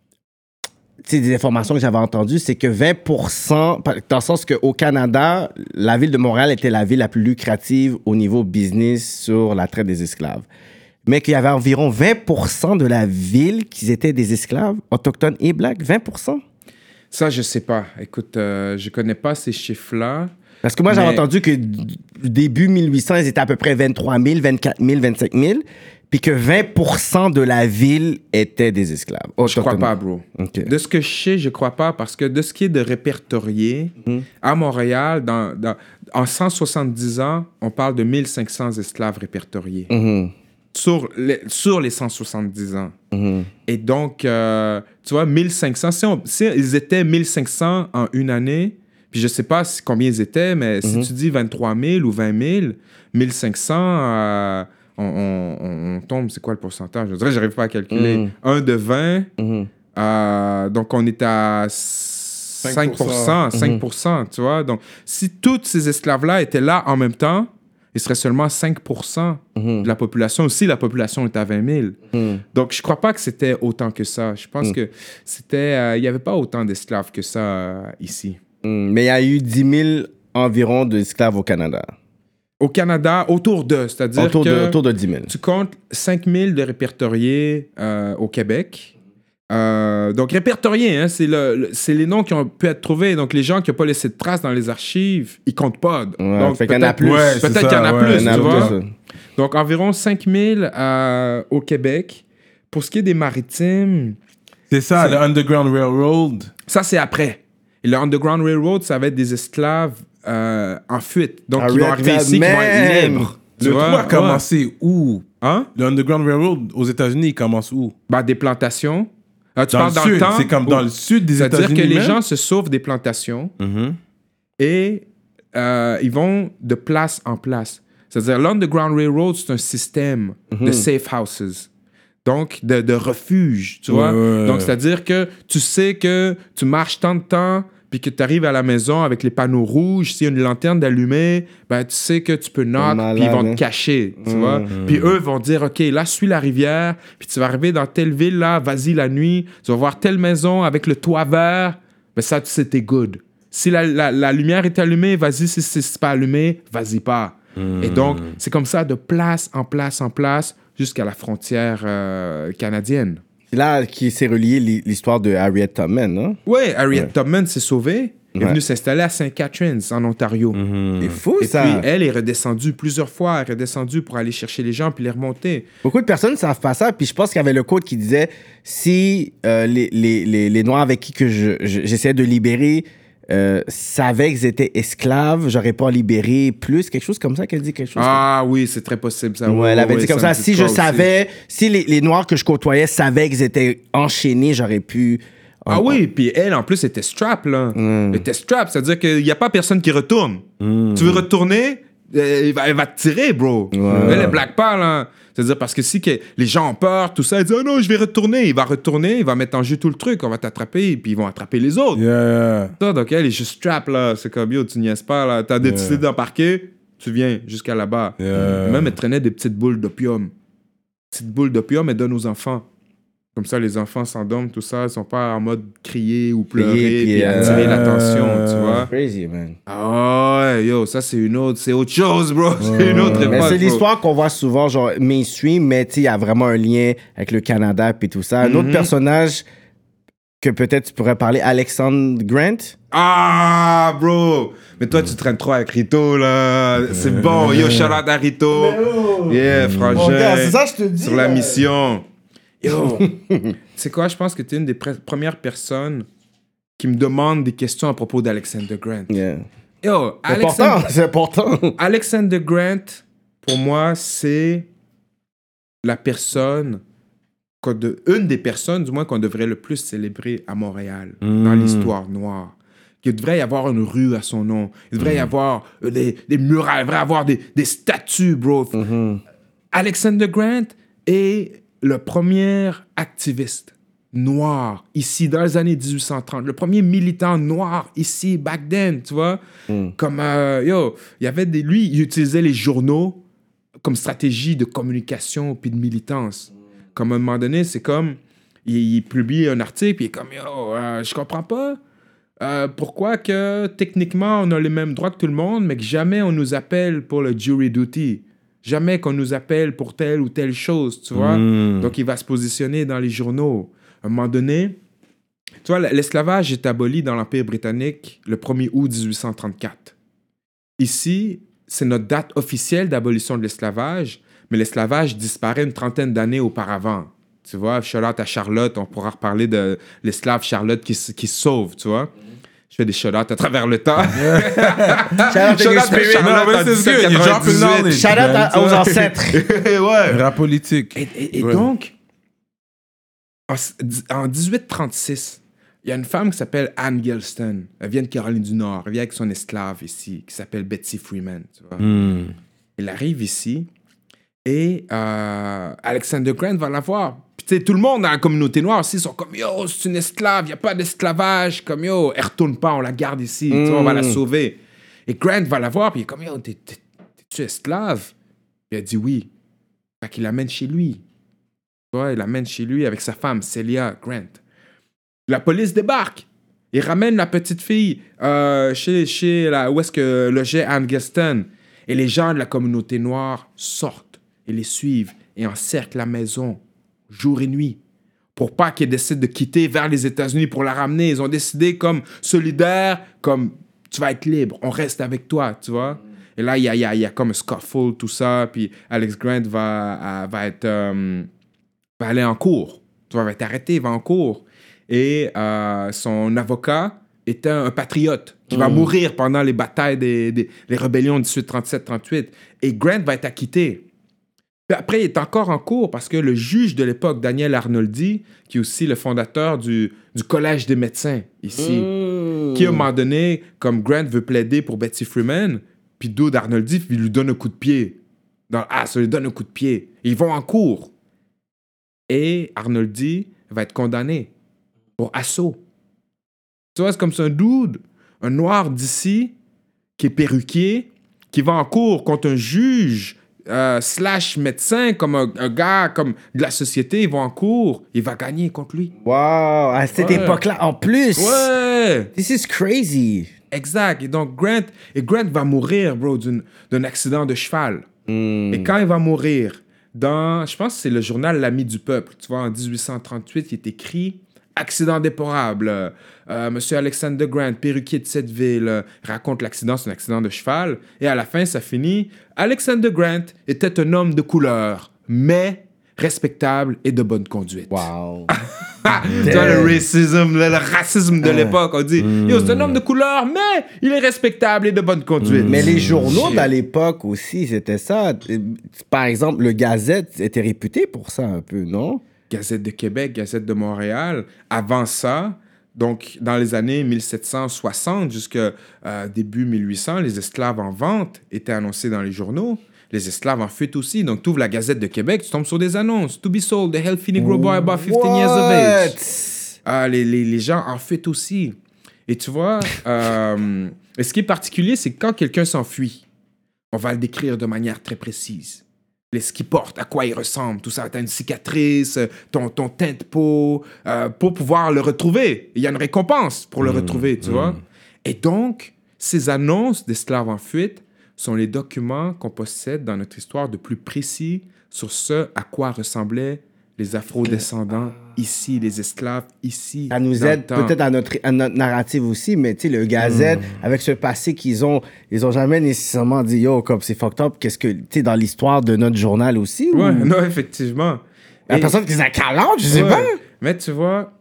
[SPEAKER 4] tu sais, des informations que j'avais entendues, c'est que vingt pour cent, dans le sens qu'au Canada, la ville de Montréal était la ville la plus lucrative au niveau business sur la traite des esclaves. Mais qu'il y avait environ vingt pour cent de la ville qui étaient des esclaves autochtones et blacks. vingt pour cent?
[SPEAKER 5] Ça, je sais pas. Écoute, euh, je connais pas ces chiffres-là.
[SPEAKER 4] Parce que moi, j'avais
[SPEAKER 5] Mais-
[SPEAKER 4] entendu que d- début mille huit cents, ils étaient à peu près vingt-trois mille, vingt-quatre mille, vingt-cinq mille, puis que vingt pour cent de la ville étaient des esclaves.
[SPEAKER 5] Je crois pas, bro.
[SPEAKER 4] Ok.
[SPEAKER 5] De ce que je sais, je crois pas, parce que de ce qui est de répertorié,
[SPEAKER 4] Mm-hmm.
[SPEAKER 5] à Montréal, dans, dans- en cent soixante-dix ans, on parle de mille cinq cents esclaves répertoriés.
[SPEAKER 4] Mhm.
[SPEAKER 5] Sur, les, sur les cent soixante-dix ans.
[SPEAKER 4] Mhm.
[SPEAKER 5] Et donc, euh, tu vois, mille cinq cents, si, on- si ils étaient mille cinq cents en une année, puis je sais pas si- combien ils étaient, mais si tu dis vingt-trois mille ou vingt mille, mille cinq cents, euh, on, on- on- on tombe, c'est quoi le pourcentage? Je dirais, j'arrive pas à calculer.
[SPEAKER 4] Mhm.
[SPEAKER 5] un de vingt,
[SPEAKER 4] Mhm.
[SPEAKER 5] euh, donc on est à cinq pour cent, cinq pour cent, tu vois. Donc, si tous ces esclaves-là étaient là en même temps, il serait seulement cinq pour cent de la population. Aussi, la population est à vingt mille. Donc, je crois pas que c'était autant que ça. Je pense que c'était... euh, il y avait pas autant d'esclaves que ça euh, ici.
[SPEAKER 4] Mhm. Mais il y a eu dix mille environ d'esclaves au Canada.
[SPEAKER 5] Au Canada, autour de, c'est-à-dire
[SPEAKER 4] Autour
[SPEAKER 5] que
[SPEAKER 4] de, autour de dix mille.
[SPEAKER 5] tu comptes cinq mille de répertoriés euh, au Québec. Euh, donc, répertoriés, hein, c'est, le, le- c'est les noms qui ont pu être trouvés. Donc, les gens qui n'ont pas laissé de traces dans les archives, ils comptent pas.
[SPEAKER 4] Ouais,
[SPEAKER 5] donc,
[SPEAKER 4] fait qu'il y en a
[SPEAKER 5] peut-être-
[SPEAKER 4] plus.
[SPEAKER 3] Ouais, c'est
[SPEAKER 5] peut-être
[SPEAKER 3] ça,
[SPEAKER 5] qu'il y en a
[SPEAKER 3] ouais,
[SPEAKER 5] plus,
[SPEAKER 4] Il y en a
[SPEAKER 5] tu vois.
[SPEAKER 4] plus.
[SPEAKER 5] Donc, environ cinq mille euh, au Québec. Pour ce qui est des maritimes,
[SPEAKER 3] C'est ça, le Underground Railroad.
[SPEAKER 5] ça, c'est après. Et le Underground Railroad, ça va être des esclaves euh, en fuite. Donc,
[SPEAKER 4] Ah,
[SPEAKER 5] qui vont
[SPEAKER 4] Red
[SPEAKER 5] arriver ici, qui vont être
[SPEAKER 4] Man.
[SPEAKER 5] libres. Tu
[SPEAKER 3] Le
[SPEAKER 5] vois?
[SPEAKER 3] trou a
[SPEAKER 5] Ouais.
[SPEAKER 3] commencé où?
[SPEAKER 5] Hein?
[SPEAKER 3] Le Underground Railroad aux États-Unis, il commence où?
[SPEAKER 5] Ben, des plantations. Ah, tu
[SPEAKER 3] Dans
[SPEAKER 5] parles
[SPEAKER 3] le
[SPEAKER 5] dans
[SPEAKER 3] sud.
[SPEAKER 5] le temps.
[SPEAKER 3] C'est comme dans le sud des
[SPEAKER 5] C'est-à-dire
[SPEAKER 3] États-Unis.
[SPEAKER 5] que les
[SPEAKER 3] même?
[SPEAKER 5] gens se sauvent des plantations
[SPEAKER 3] Mhm.
[SPEAKER 5] et euh, ils vont de place en place. C'est-à-dire, l'Underground Railroad, c'est un système de safe houses. Donc, de, de refuge, tu vois.
[SPEAKER 3] Ouais, ouais.
[SPEAKER 5] Donc, c'est-à-dire que tu sais que tu marches tant de temps, puis que tu arrives à la maison avec les panneaux rouges, s'il y a une lanterne d'allumée, ben, tu sais que tu peux knock,
[SPEAKER 4] Malade,
[SPEAKER 5] puis ils vont
[SPEAKER 4] hein.
[SPEAKER 5] te cacher, tu vois. Puis eux vont dire, OK, là, suis la rivière, puis tu vas arriver dans telle ville, là, vas-y la nuit, tu vas voir telle maison avec le toit vert, ben ça, tu sais, t'es good. Si la, la, la lumière est allumée, vas-y. Si c'est pas allumé, vas-y pas. Et donc, c'est comme ça de place en place en place jusqu'à la frontière euh, canadienne.
[SPEAKER 4] C'est là qui s'est relié l'hi- l'histoire de Harriet Tubman, non?
[SPEAKER 5] Oui, Harriet Tubman s'est sauvée. Elle est
[SPEAKER 4] Ouais.
[SPEAKER 5] venue s'installer à Saint Catharines, en Ontario.
[SPEAKER 4] C'est fou,
[SPEAKER 5] Et
[SPEAKER 4] ça.
[SPEAKER 5] puis, elle est redescendue plusieurs fois. Elle est redescendue pour aller chercher les gens puis les remonter.
[SPEAKER 4] Beaucoup de personnes ne savent pas ça. Puis je pense qu'il y avait le code qui disait si euh, les, les, les, les Noirs avec qui que je, je- j'essayais de libérer euh, savaient qu'ils étaient esclaves, j'aurais pas libéré plus. Quelque chose comme ça qu'elle dit, quelque chose.
[SPEAKER 5] Ah oui, c'est très possible, ça.
[SPEAKER 4] comme... Ouais, elle avait
[SPEAKER 5] ouais,
[SPEAKER 4] dit comme
[SPEAKER 5] me
[SPEAKER 4] ça.
[SPEAKER 5] dit
[SPEAKER 4] Si
[SPEAKER 5] de
[SPEAKER 4] je
[SPEAKER 5] quoi aussi.
[SPEAKER 4] savais, si les, les Noirs que je côtoyais savaient qu'ils étaient enchaînés, j'aurais pu.
[SPEAKER 5] Ah oui, puis elle, en plus, était strap, là. Elle était strap, c'est-à-dire qu'il n'y a pas personne qui retourne. Tu veux retourner, euh, il va, elle va te tirer, bro. Elle est black pas, là. C'est-à-dire parce que si que les gens ont peur, tout ça, ils disent « Oh non, je vais retourner ». Il va retourner, il va mettre en jeu tout le truc, on va t'attraper, puis ils vont attraper les autres.
[SPEAKER 3] Yeah, yeah.
[SPEAKER 5] Ça, donc elle est juste strap, là. C'est comme, yo, tu niaises pas, là. T'as décidé d'embarquer, tu viens jusqu'à là-bas.
[SPEAKER 3] Yeah.
[SPEAKER 5] Même, elle traînait des petites boules d'opium. Petites boules d'opium, elle donne aux enfants. Comme ça, les enfants s'endorment, tout ça. Ils sont pas en mode crier ou pleurer,
[SPEAKER 4] Crier,
[SPEAKER 5] puis
[SPEAKER 4] puis, euh,
[SPEAKER 5] attirer l'attention, tu
[SPEAKER 3] euh,
[SPEAKER 5] vois.
[SPEAKER 4] Crazy, man.
[SPEAKER 5] Ah ouais, yo, ça, c'est une autre, c'est autre chose, bro. C'est une autre époque,
[SPEAKER 4] Mais c'est
[SPEAKER 5] bro.
[SPEAKER 4] l'histoire qu'on voit souvent, genre mainstream, mais tu sais, il y a vraiment un lien avec le Canada et tout ça. Un autre personnage que peut-être tu pourrais parler, Alexander Grant.
[SPEAKER 5] Ah, bro. Mais toi, tu traînes trop avec Rito, là. C'est bon. Yo, shout out à Rito. Yeah, frangin.
[SPEAKER 4] je te dis.
[SPEAKER 5] Sur la mission. Yo, c'est quoi? Je pense que tu es une des pre- premières personnes qui me demande des questions à propos d'Alexander Grant.
[SPEAKER 4] Yeah.
[SPEAKER 5] Yo,
[SPEAKER 4] C'est
[SPEAKER 5] Alexander,
[SPEAKER 4] important, c'est important.
[SPEAKER 5] Alexander Grant, pour moi, c'est la personne, qu'on de, une des personnes, du moins, qu'on devrait le plus célébrer à Montréal, dans l'histoire noire. Il devrait y avoir une rue à son nom. Il devrait y avoir euh, des, des murailles, il devrait y avoir des, des statues, bro. Alexander Grant est le premier activiste noir ici dans les années dix-huit cent trente. Le premier militant noir ici, back then, tu vois. Mm. Comme, euh, yo, il y avait des... Lui, il utilisait les journaux comme stratégie de communication puis de militance. Comme à un moment donné, c'est comme... Il, il publie un article puis il est comme, yo, euh, je comprends pas euh, pourquoi que techniquement on a les mêmes droits que tout le monde, mais que jamais on nous appelle pour le jury duty. Jamais qu'on nous appelle pour telle ou telle chose, tu vois. Mm. Donc, il va se positionner dans les journaux. À un moment donné, tu vois, l'esclavage est aboli dans l'Empire britannique le premier août dix-huit cent trente-quatre. Ici, c'est notre date officielle d'abolition de l'esclavage, mais l'esclavage disparaît une trentaine d'années auparavant. Tu vois, shout-out à Charlotte, on pourra reparler de l'esclave Charlotte qui, qui se sauve, tu vois. Je fais des shout-outs à travers le temps.
[SPEAKER 4] Shout-out aux ancêtres.
[SPEAKER 3] Ouais. Rap politique.
[SPEAKER 5] Et, et, et ouais. donc, en, en dix-huit trente-six, il y a une femme qui s'appelle Anne Gelston. Elle vient de Caroline du Nord. Elle vient avec son esclave ici, qui s'appelle Betsy Freeman. Tu vois. Mm. Elle arrive ici et euh, Alexander Grant va la voir. Puis, tout le monde dans la communauté noire aussi sont comme « Yo, c'est une esclave, il n'y a pas d'esclavage. » Comme « Yo, elle ne retourne pas, on la garde ici. Mm. Tu vois, on va la sauver. » Et Grant va la voir, puis il est comme « Yo, t'es, t'es, t'es-tu esclave? » Puis elle dit « Oui. » Fait qu'il l'amène chez lui. Tu vois, il l'amène chez lui avec sa femme, Celia Grant. La police débarque. Il ramène la petite fille euh, chez, chez la, où est-ce que logeait Anne Gelston. Et les gens de la communauté noire sortent et les suivent et encerclent la maison jour et nuit pour pas qu'ils décident de quitter vers les États-Unis pour la ramener. Ils ont décidé comme solidaires, comme tu vas être libre, on reste avec toi, tu vois. Et là, il y a, y, a, y a comme un scuffle, tout ça, puis Alex Grant va, va, être, euh, va aller en cours. Tu vois, va être arrêté, il va en cours. Et euh, son avocat était un patriote qui mmh. va mourir pendant les batailles des, des, des rébellions de dix-huit trente-sept trente-huit. Et Grant va être acquitté. Puis après, il est encore en cours parce que le juge de l'époque, Daniel Arnoldi, qui est aussi le fondateur du, du Collège des médecins ici, mmh. qui, à un moment donné, comme Grant veut plaider pour Betsy Freeman, puis Dude Arnoldi il lui donne un coup de pied. Dans, ah, ça lui donne un coup de pied. Ils vont en cours. Et Arnoldi va être condamné pour assaut. Tu vois, c'est comme ça, un dude, un noir d'ici, qui est perruquier, qui va en cours contre un juge euh, slash médecin, comme un, un gars comme de la société, il va en cours, il va gagner contre lui.
[SPEAKER 4] Wow, à cette ouais. époque-là, en plus.
[SPEAKER 5] Ouais.
[SPEAKER 4] This is crazy.
[SPEAKER 5] Exact. Et donc, Grant, et Grant va mourir, bro, d'une, d'un accident de cheval. Mm. Et quand il va mourir, dans, je pense que c'est le journal L'Ami du Peuple, tu vois, en dix-huit cent trente-huit, il est écrit « Accident déplorable. Euh, Monsieur Alexander Grant, perruquier de cette ville, euh, raconte l'accident, c'est un accident de cheval. » Et à la fin, ça finit « Alexander Grant était un homme de couleur, mais respectable et de bonne conduite. »
[SPEAKER 4] Wow.
[SPEAKER 5] Tu vois, le racisme, le, le racisme de l'époque, on dit mm. « Yo, c'est un homme de couleur, mais il est respectable et de bonne conduite. »
[SPEAKER 4] Mais les journaux dans l'époque aussi, c'était ça. Par exemple, le Gazette était réputé pour ça un peu, non?
[SPEAKER 5] Gazette de Québec, Gazette de Montréal. Avant ça, donc dans les années mille sept cent soixante jusqu'à euh, début mille huit cents, les esclaves en vente étaient annoncés dans les journaux. Les esclaves en fuite aussi. Donc, tu ouvres la Gazette de Québec, tu tombes sur des annonces. « To be sold, the healthy Negro boy about fifteen years of age. » Ah, les, les, les gens en fuite aussi. Et tu vois, euh, et ce qui est particulier, c'est que quand quelqu'un s'enfuit, on va le décrire de manière très précise. Les, ce qu'il porte, à quoi il ressemble, tout ça. Tu as une cicatrice, ton, ton teint de peau, euh, pour pouvoir le retrouver. Il y a une récompense pour le mmh, retrouver, tu mmh. vois. Et donc, ces annonces d'esclaves en fuite sont les documents qu'on possède dans notre histoire de plus précis sur ce à quoi ressemblaient les afro-descendants ici, les esclaves ici.
[SPEAKER 4] Ça nous aide peut-être à notre, à notre narrative aussi, mais tu sais, le Gazette, mmh. avec ce passé qu'ils ont, ils ont jamais nécessairement dit « Yo, comme c'est fucked up », qu'est-ce que, tu sais, dans l'histoire de notre journal aussi?
[SPEAKER 5] Ouais,
[SPEAKER 4] ou...
[SPEAKER 5] non, effectivement.
[SPEAKER 4] La Et... personne qui est accalante, je sais ouais. pas.
[SPEAKER 5] Mais tu vois,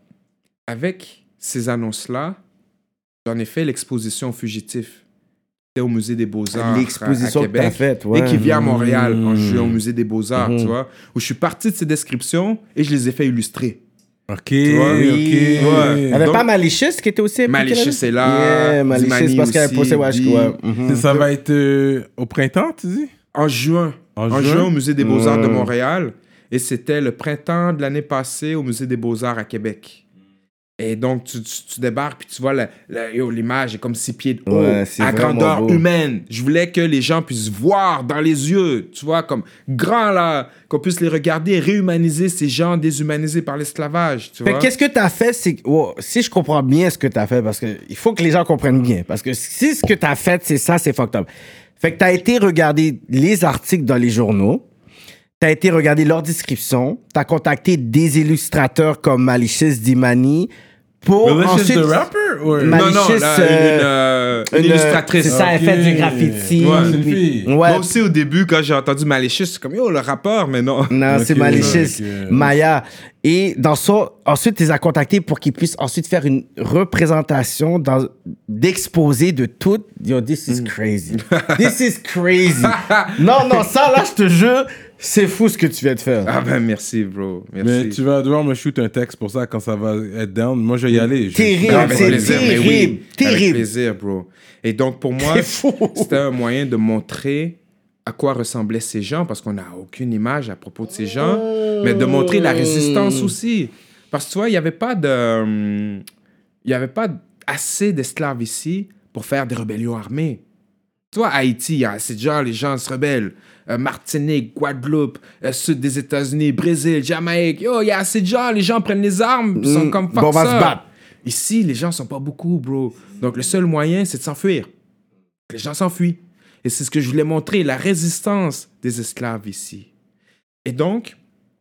[SPEAKER 5] avec ces annonces-là, j'en ai fait l'exposition fugitif au Musée des Beaux-Arts
[SPEAKER 4] L'exposition
[SPEAKER 5] à, à Québec,
[SPEAKER 4] que t'as faite, ouais.
[SPEAKER 5] et qui vient à Montréal
[SPEAKER 3] mmh.
[SPEAKER 5] quand je suis au Musée des Beaux-Arts,
[SPEAKER 3] mmh.
[SPEAKER 5] tu vois, où je suis parti de ces descriptions et je les ai fait illustrer.
[SPEAKER 3] OK,
[SPEAKER 5] tu vois?
[SPEAKER 3] oui. OK.
[SPEAKER 5] Ouais.
[SPEAKER 4] Il n'y avait Donc, pas Malicious qui était aussi impliqué?
[SPEAKER 5] Malicious est là.
[SPEAKER 4] Yeah, Malicious parce qu'elle a posé ouais, ouais.
[SPEAKER 3] mm-hmm. Ça va être euh, au printemps, tu dis?
[SPEAKER 5] En juin.
[SPEAKER 3] En,
[SPEAKER 5] en
[SPEAKER 3] juin?
[SPEAKER 5] juin, au Musée des Beaux-Arts mmh. de Montréal. Et c'était le printemps de l'année passée au Musée des Beaux-Arts à Québec. Et donc, tu, tu, tu débarques, puis tu vois la, la, yo, l'image est comme six pieds de haut,
[SPEAKER 4] Ouais, c'est
[SPEAKER 5] à
[SPEAKER 4] vraiment
[SPEAKER 5] grandeur
[SPEAKER 4] beau.
[SPEAKER 5] humaine. Je voulais que les gens puissent voir dans les yeux, tu vois, comme grand là, qu'on puisse les regarder, réhumaniser ces gens déshumanisés par l'esclavage, tu
[SPEAKER 4] Fait
[SPEAKER 5] vois.
[SPEAKER 4] que qu'est-ce que t'as fait, c'est que, oh, si je comprends bien ce que t'as fait, parce que il faut que les gens comprennent bien, parce que si ce que t'as fait, c'est ça, c'est fucked up. Fait que t'as été regarder les articles dans les journaux, t'as été regarder leurs descriptions, t'as contacté des illustrateurs comme Malicious Dimani pour
[SPEAKER 3] Malicious
[SPEAKER 4] ensuite...
[SPEAKER 3] the rapper? Or...
[SPEAKER 4] Ma-
[SPEAKER 5] Non, non,
[SPEAKER 4] Malicious,
[SPEAKER 5] là,
[SPEAKER 4] euh,
[SPEAKER 5] une, euh, une illustratrice.
[SPEAKER 4] C'est ça, elle
[SPEAKER 3] Ok.
[SPEAKER 4] fait du graffiti.
[SPEAKER 5] Ouais,
[SPEAKER 3] c'est une
[SPEAKER 4] puis-
[SPEAKER 3] fille.
[SPEAKER 4] Ouais.
[SPEAKER 5] Moi aussi, au début, quand j'ai entendu Malicious, c'est comme, yo, le rappeur, mais non.
[SPEAKER 4] Non,
[SPEAKER 3] Ok,
[SPEAKER 4] c'est Malicious,
[SPEAKER 3] ok.
[SPEAKER 4] Maya. Et dans ça, ensuite, tu les as contactés pour qu'ils puissent ensuite faire une représentation dans, d'exposé de tout. Yo, this is crazy. This is crazy. non, non, ça, là, je te jure, c'est fou ce que tu viens de faire.
[SPEAKER 5] Ah ben, merci, bro. Merci.
[SPEAKER 3] Mais tu vas devoir me shoot un texte pour ça quand ça va être down. Moi, je vais y aller. Je-
[SPEAKER 4] Terrible.
[SPEAKER 5] Ah, avec
[SPEAKER 4] c'est
[SPEAKER 5] plaisir, mais
[SPEAKER 4] terrible,
[SPEAKER 5] oui,
[SPEAKER 4] terrible.
[SPEAKER 5] Avec plaisir, bro. Et donc, pour moi,
[SPEAKER 4] C'est fou.
[SPEAKER 5] c'était un moyen de montrer à quoi ressemblaient ces gens, parce qu'on n'a aucune image à propos de ces gens, mais de montrer la résistance aussi. Parce que tu vois, il n'y avait pas de... hum, Il n'y avait pas assez d'esclaves ici pour faire des rébellions armées. Tu vois, Haïti, il y a assez de gens, les gens se rebellent. Euh, Martinique, Guadeloupe, euh, sud des États-Unis, Brésil, Jamaïque. Yo, il y a assez de gens, les gens prennent les armes, ils sont
[SPEAKER 4] Mm,
[SPEAKER 5] comme fuck
[SPEAKER 4] bon, on va
[SPEAKER 5] ça.
[SPEAKER 4] se battre.
[SPEAKER 5] Ici, les gens sont pas beaucoup, bro. Donc, le seul moyen, c'est de s'enfuir. Les gens s'enfuient. Et c'est ce que je voulais montrer, la résistance des esclaves ici. Et donc,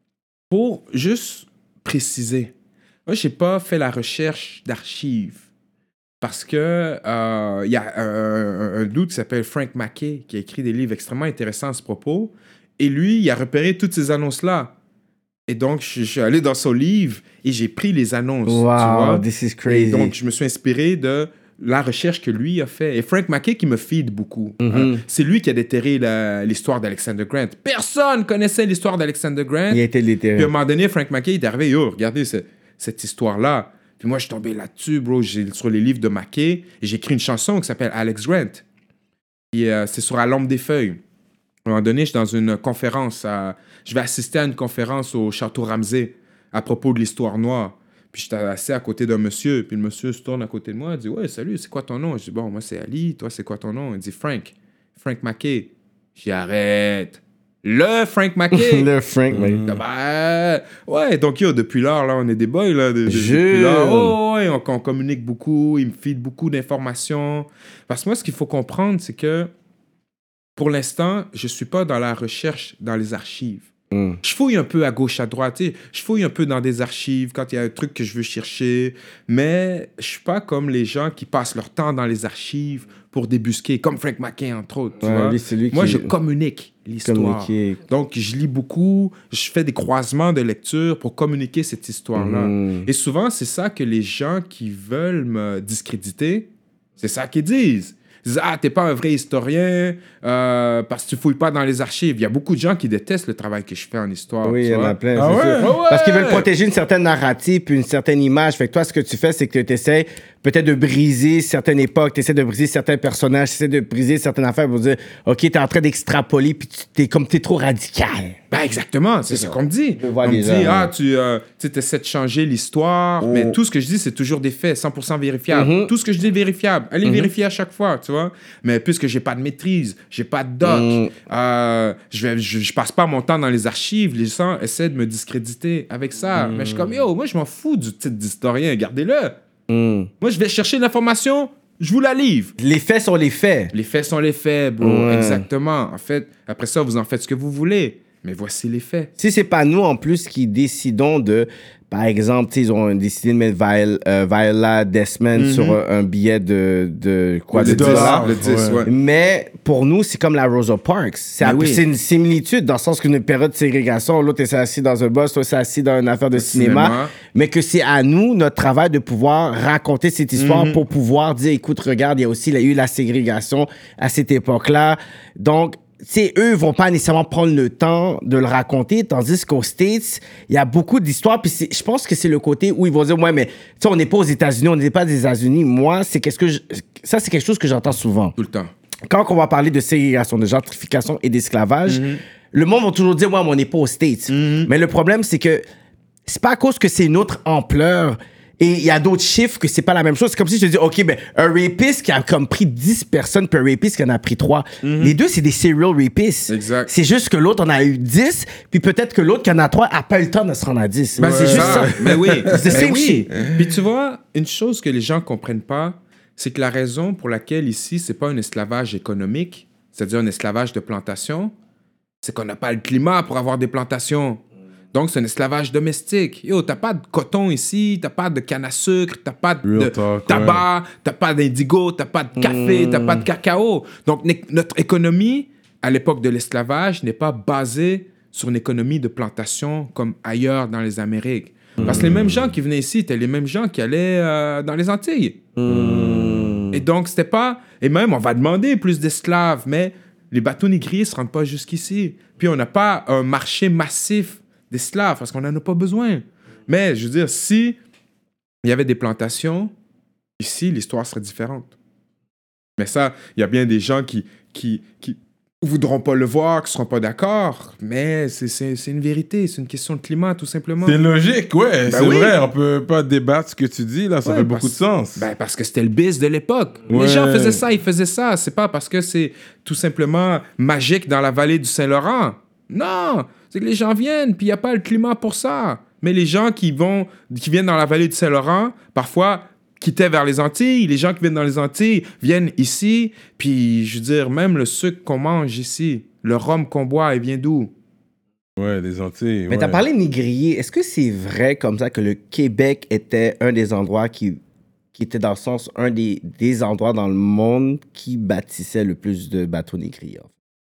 [SPEAKER 5] pour juste préciser, moi, j'ai pas fait la recherche d'archives. Parce que euh, il y a un, un, un dude qui s'appelle Frank Mackay qui a écrit des livres extrêmement intéressants à ce propos. Et lui, il a repéré toutes ces annonces-là. Et donc, je, je suis allé dans son livre et j'ai pris les annonces. tu
[SPEAKER 4] Wow,
[SPEAKER 5] vois.
[SPEAKER 4] this is
[SPEAKER 5] Et
[SPEAKER 4] crazy.
[SPEAKER 5] donc, je me suis inspiré de la recherche que lui a fait. Et Frank Mackay qui me feed beaucoup. hein. C'est lui qui a déterré la- l'histoire d'Alexander Grant. Personne connaissait l'histoire d'Alexander Grant.
[SPEAKER 4] Il a été
[SPEAKER 5] Puis à un
[SPEAKER 4] littéraire.
[SPEAKER 5] moment donné, Frank Mackay est arrivé, yo, regardez ce- cette histoire-là. Puis moi, je suis tombé là-dessus, bro, j'ai, sur les livres de Mackay, et j'ai écrit une chanson qui s'appelle Alex Grant. Et euh, c'est sur La Lampe des Feuilles. À un moment donné, je suis dans une conférence, à- je vais assister à une conférence au Château Ramsay à propos de l'histoire noire. Puis j'étais assis à côté d'un monsieur, puis le monsieur se tourne à côté de moi, il dit « Ouais, salut, c'est quoi ton nom? » Je dis « Bon, moi, c'est Ali, toi, c'est quoi ton nom? » Il dit « Frank, Frank Mackay. » Je dis « Arrête! Le Frank Mackay! »
[SPEAKER 4] Le Frank, man.
[SPEAKER 5] Ah bah, ouais, donc yo, depuis lors, là, on est des boys, là. De, de-
[SPEAKER 4] Jure.
[SPEAKER 5] depuis lors, oh, ouais, on, on communique beaucoup, il me feed beaucoup d'informations. Parce que moi, ce qu'il faut comprendre, c'est que pour l'instant, je suis pas dans la recherche dans les archives.
[SPEAKER 4] Mm.
[SPEAKER 5] Je fouille un peu à gauche, à droite, tu sais, je fouille un peu dans des archives quand il y a un truc que je veux chercher, mais je suis pas comme les gens qui passent leur temps dans les archives pour débusquer, comme Frank Mackay, entre autres, tu
[SPEAKER 4] Ouais,
[SPEAKER 5] vois.
[SPEAKER 4] lui, c'est lui
[SPEAKER 5] Moi,
[SPEAKER 4] qui-
[SPEAKER 5] je communique l'histoire.
[SPEAKER 4] Communiquer.
[SPEAKER 5] Donc, je lis beaucoup, je fais des croisements de lecture pour communiquer cette histoire-là.
[SPEAKER 4] Mm.
[SPEAKER 5] Et souvent, c'est ça que les gens qui veulent me discréditer, c'est ça qu'ils disent. Ils disent « Ah, t'es pas un vrai historien euh, parce que tu fouilles pas dans les archives. » Il y a beaucoup de gens qui détestent le travail que je fais en histoire.
[SPEAKER 4] Oui,
[SPEAKER 5] tu
[SPEAKER 4] il y en
[SPEAKER 5] vois.
[SPEAKER 4] a plein.
[SPEAKER 3] Ah
[SPEAKER 4] c'est
[SPEAKER 3] ouais?
[SPEAKER 4] sûr.
[SPEAKER 5] Ah ouais!
[SPEAKER 4] Parce qu'ils veulent protéger une certaine narrative puis une certaine image. Fait que toi, ce que tu fais, c'est que tu essaies peut-être de briser certaines époques, tu essaies de briser certains personnages, tu essaies de briser certaines affaires pour dire, OK, tu es en train d'extrapoler puis tu es comme tu es trop radical.
[SPEAKER 5] Ben exactement, c'est ce qu'on me dit.
[SPEAKER 4] Je vois
[SPEAKER 5] On me
[SPEAKER 4] les
[SPEAKER 5] dit,
[SPEAKER 4] gens,
[SPEAKER 5] ah,
[SPEAKER 4] ouais.
[SPEAKER 5] tu euh, tu sais, essaies de changer l'histoire, mais tout ce que je dis, c'est toujours des faits, cent pour cent vérifiables.
[SPEAKER 4] Mhm.
[SPEAKER 5] Tout ce que je dis est vérifiable. Allez vérifier à chaque fois, tu vois. Mais puisque j'ai pas de maîtrise, j'ai pas de doc,
[SPEAKER 4] Mhm.
[SPEAKER 5] euh, je, vais, je, je passe pas mon temps dans les archives, les gens essaient de me discréditer avec ça. Mais je suis comme, yo, moi, je m'en fous du titre d'historien, gardez-le.
[SPEAKER 4] Mm.
[SPEAKER 5] Moi, je vais chercher l'information, je vous la livre.
[SPEAKER 4] Les faits sont les faits.
[SPEAKER 5] Les faits sont les faits, bro.
[SPEAKER 4] Ouais.
[SPEAKER 5] Exactement. En fait, après ça, vous en faites ce que vous voulez. Mais voici les faits.
[SPEAKER 4] Si c'est pas nous, en plus, qui décidons de... Par exemple, tu sais, ils ont décidé de mettre Viol- euh, Viola Desmond
[SPEAKER 5] Mhm.
[SPEAKER 4] sur un, un billet de, de quoi,
[SPEAKER 5] Le
[SPEAKER 4] de
[SPEAKER 5] dix,
[SPEAKER 4] dollars.
[SPEAKER 5] le dix,
[SPEAKER 3] Ouais.
[SPEAKER 5] ouais.
[SPEAKER 4] Mais pour nous, c'est comme la Rosa Parks. C'est
[SPEAKER 5] Mais
[SPEAKER 4] un peu-
[SPEAKER 5] oui.
[SPEAKER 4] c'est une similitude dans le sens qu'une période de ségrégation, l'autre est assis dans un boss, l'autre est assis dans une affaire de cinéma,
[SPEAKER 5] cinéma.
[SPEAKER 4] mais que c'est à nous, notre travail, de pouvoir raconter cette histoire
[SPEAKER 5] Mhm.
[SPEAKER 4] pour pouvoir dire, écoute, regarde, il y a aussi il y a eu la ségrégation à cette époque-là. Donc, tu sais, eux vont pas nécessairement prendre le temps de le raconter, tandis qu'aux States, il y a beaucoup d'histoires. Puis c'est- je pense que c'est le côté où ils vont dire, ouais, mais tu sais, on n'est pas aux États-Unis, on n'est pas des États-Unis. Moi, c'est qu'est-ce que je- ça, c'est quelque chose que j'entends souvent.
[SPEAKER 5] Tout le temps.
[SPEAKER 4] Quand on va parler de ségrégation, de gentrification et d'esclavage, le monde va toujours dire, ouais, mais on n'est pas aux States.
[SPEAKER 5] Mm-hmm.
[SPEAKER 4] Mais le problème, c'est que c'est pas à cause que c'est une autre ampleur. Et il y a d'autres chiffres que c'est pas la même chose. C'est comme si je te dis, OK, ben, un rapiste qui a comme pris dix personnes, puis un rapiste qui en a pris trois. Mm-hmm. Les deux, c'est des serial rapists.
[SPEAKER 5] Exact.
[SPEAKER 4] C'est juste que l'autre en a eu dix, puis peut-être que l'autre qui en a trois a pas eu le temps de se rendre à dix.
[SPEAKER 5] Ben,
[SPEAKER 4] c'est
[SPEAKER 5] ouais.
[SPEAKER 4] juste ça.
[SPEAKER 5] Mais oui.
[SPEAKER 4] C'est
[SPEAKER 5] Mais
[SPEAKER 4] same
[SPEAKER 5] oui.
[SPEAKER 4] shit.
[SPEAKER 5] Puis tu vois, une chose que les gens comprennent pas, c'est que la raison pour laquelle ici, c'est pas un esclavage économique, c'est-à-dire un esclavage de plantation, c'est qu'on n'a pas le climat pour avoir des plantations. Donc, c'est un esclavage domestique. Yo, t'as pas de coton ici, t'as pas de canne à sucre, t'as pas de
[SPEAKER 3] Real talk,
[SPEAKER 5] tabac, ouais. T'as pas d'indigo, t'as pas de café, mm. t'as pas de cacao. Donc, notre économie, à l'époque de l'esclavage, n'est pas basée sur une économie de plantation comme ailleurs dans les Amériques. Mm. Parce que les mêmes gens qui venaient ici étaient les mêmes gens qui allaient euh, dans les Antilles. Mm. Et donc, c'était pas... Et même, on va demander plus d'esclaves, mais les bateaux négriers ne se rendent pas jusqu'ici. Puis, on n'a pas un marché massif d'esclaves, parce qu'on n'en a pas besoin. Mais, je veux dire, si il y avait des plantations, ici, l'histoire serait différente. Mais ça, il y a bien des gens qui qui, qui voudront pas le voir, qui seront pas d'accord, mais c'est, c'est, c'est une vérité, c'est une question de climat, tout simplement.
[SPEAKER 3] C'est logique, ouais, ben c'est
[SPEAKER 5] oui.
[SPEAKER 3] vrai, on peut pas débattre ce que tu dis, là, ça
[SPEAKER 5] ouais,
[SPEAKER 3] fait
[SPEAKER 5] parce,
[SPEAKER 3] beaucoup de sens.
[SPEAKER 5] Ben parce que c'était le biz de l'époque.
[SPEAKER 3] Ouais.
[SPEAKER 5] Les gens faisaient ça, ils faisaient ça. C'est pas parce que c'est tout simplement magique dans la vallée du Saint-Laurent. Non! C'est que les gens viennent, puis il n'y a pas le climat pour ça. Mais les gens qui vont, qui viennent dans la vallée du Saint-Laurent, parfois quittaient vers les Antilles. Les gens qui viennent dans les Antilles viennent ici. Puis, je veux dire, même le sucre qu'on mange ici, le rhum qu'on boit, il vient d'où?
[SPEAKER 3] Ouais, des Antilles.
[SPEAKER 4] Mais
[SPEAKER 3] ouais.
[SPEAKER 4] t'as parlé de négrier. Est-ce que c'est vrai comme ça que le Québec était un des endroits qui, qui était dans le sens, un des, des endroits dans le monde qui bâtissait le plus de bateaux négriers?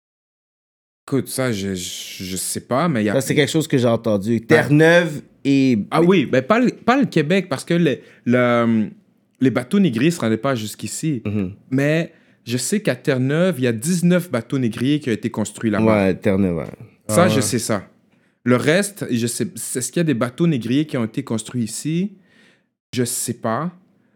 [SPEAKER 5] Écoute, ça, je, je, je sais pas, mais il y a...
[SPEAKER 4] Ça, c'est quelque chose que j'ai entendu. Terre-Neuve et...
[SPEAKER 5] Ah oui, ben pas le, pas le Québec, parce que le, le, les bateaux négriers ne se rendaient pas jusqu'ici. Mm-hmm. Mais je sais qu'à Terre-Neuve, il y a dix-neuf bateaux négriers qui ont été construits là-bas.
[SPEAKER 4] Ouais, Terre-Neuve, ouais.
[SPEAKER 5] Ça,
[SPEAKER 3] ah,
[SPEAKER 5] je
[SPEAKER 3] ouais.
[SPEAKER 5] sais ça. Le reste, je sais... Est-ce qu'il y a des bateaux négriers qui ont été construits ici? Je sais pas.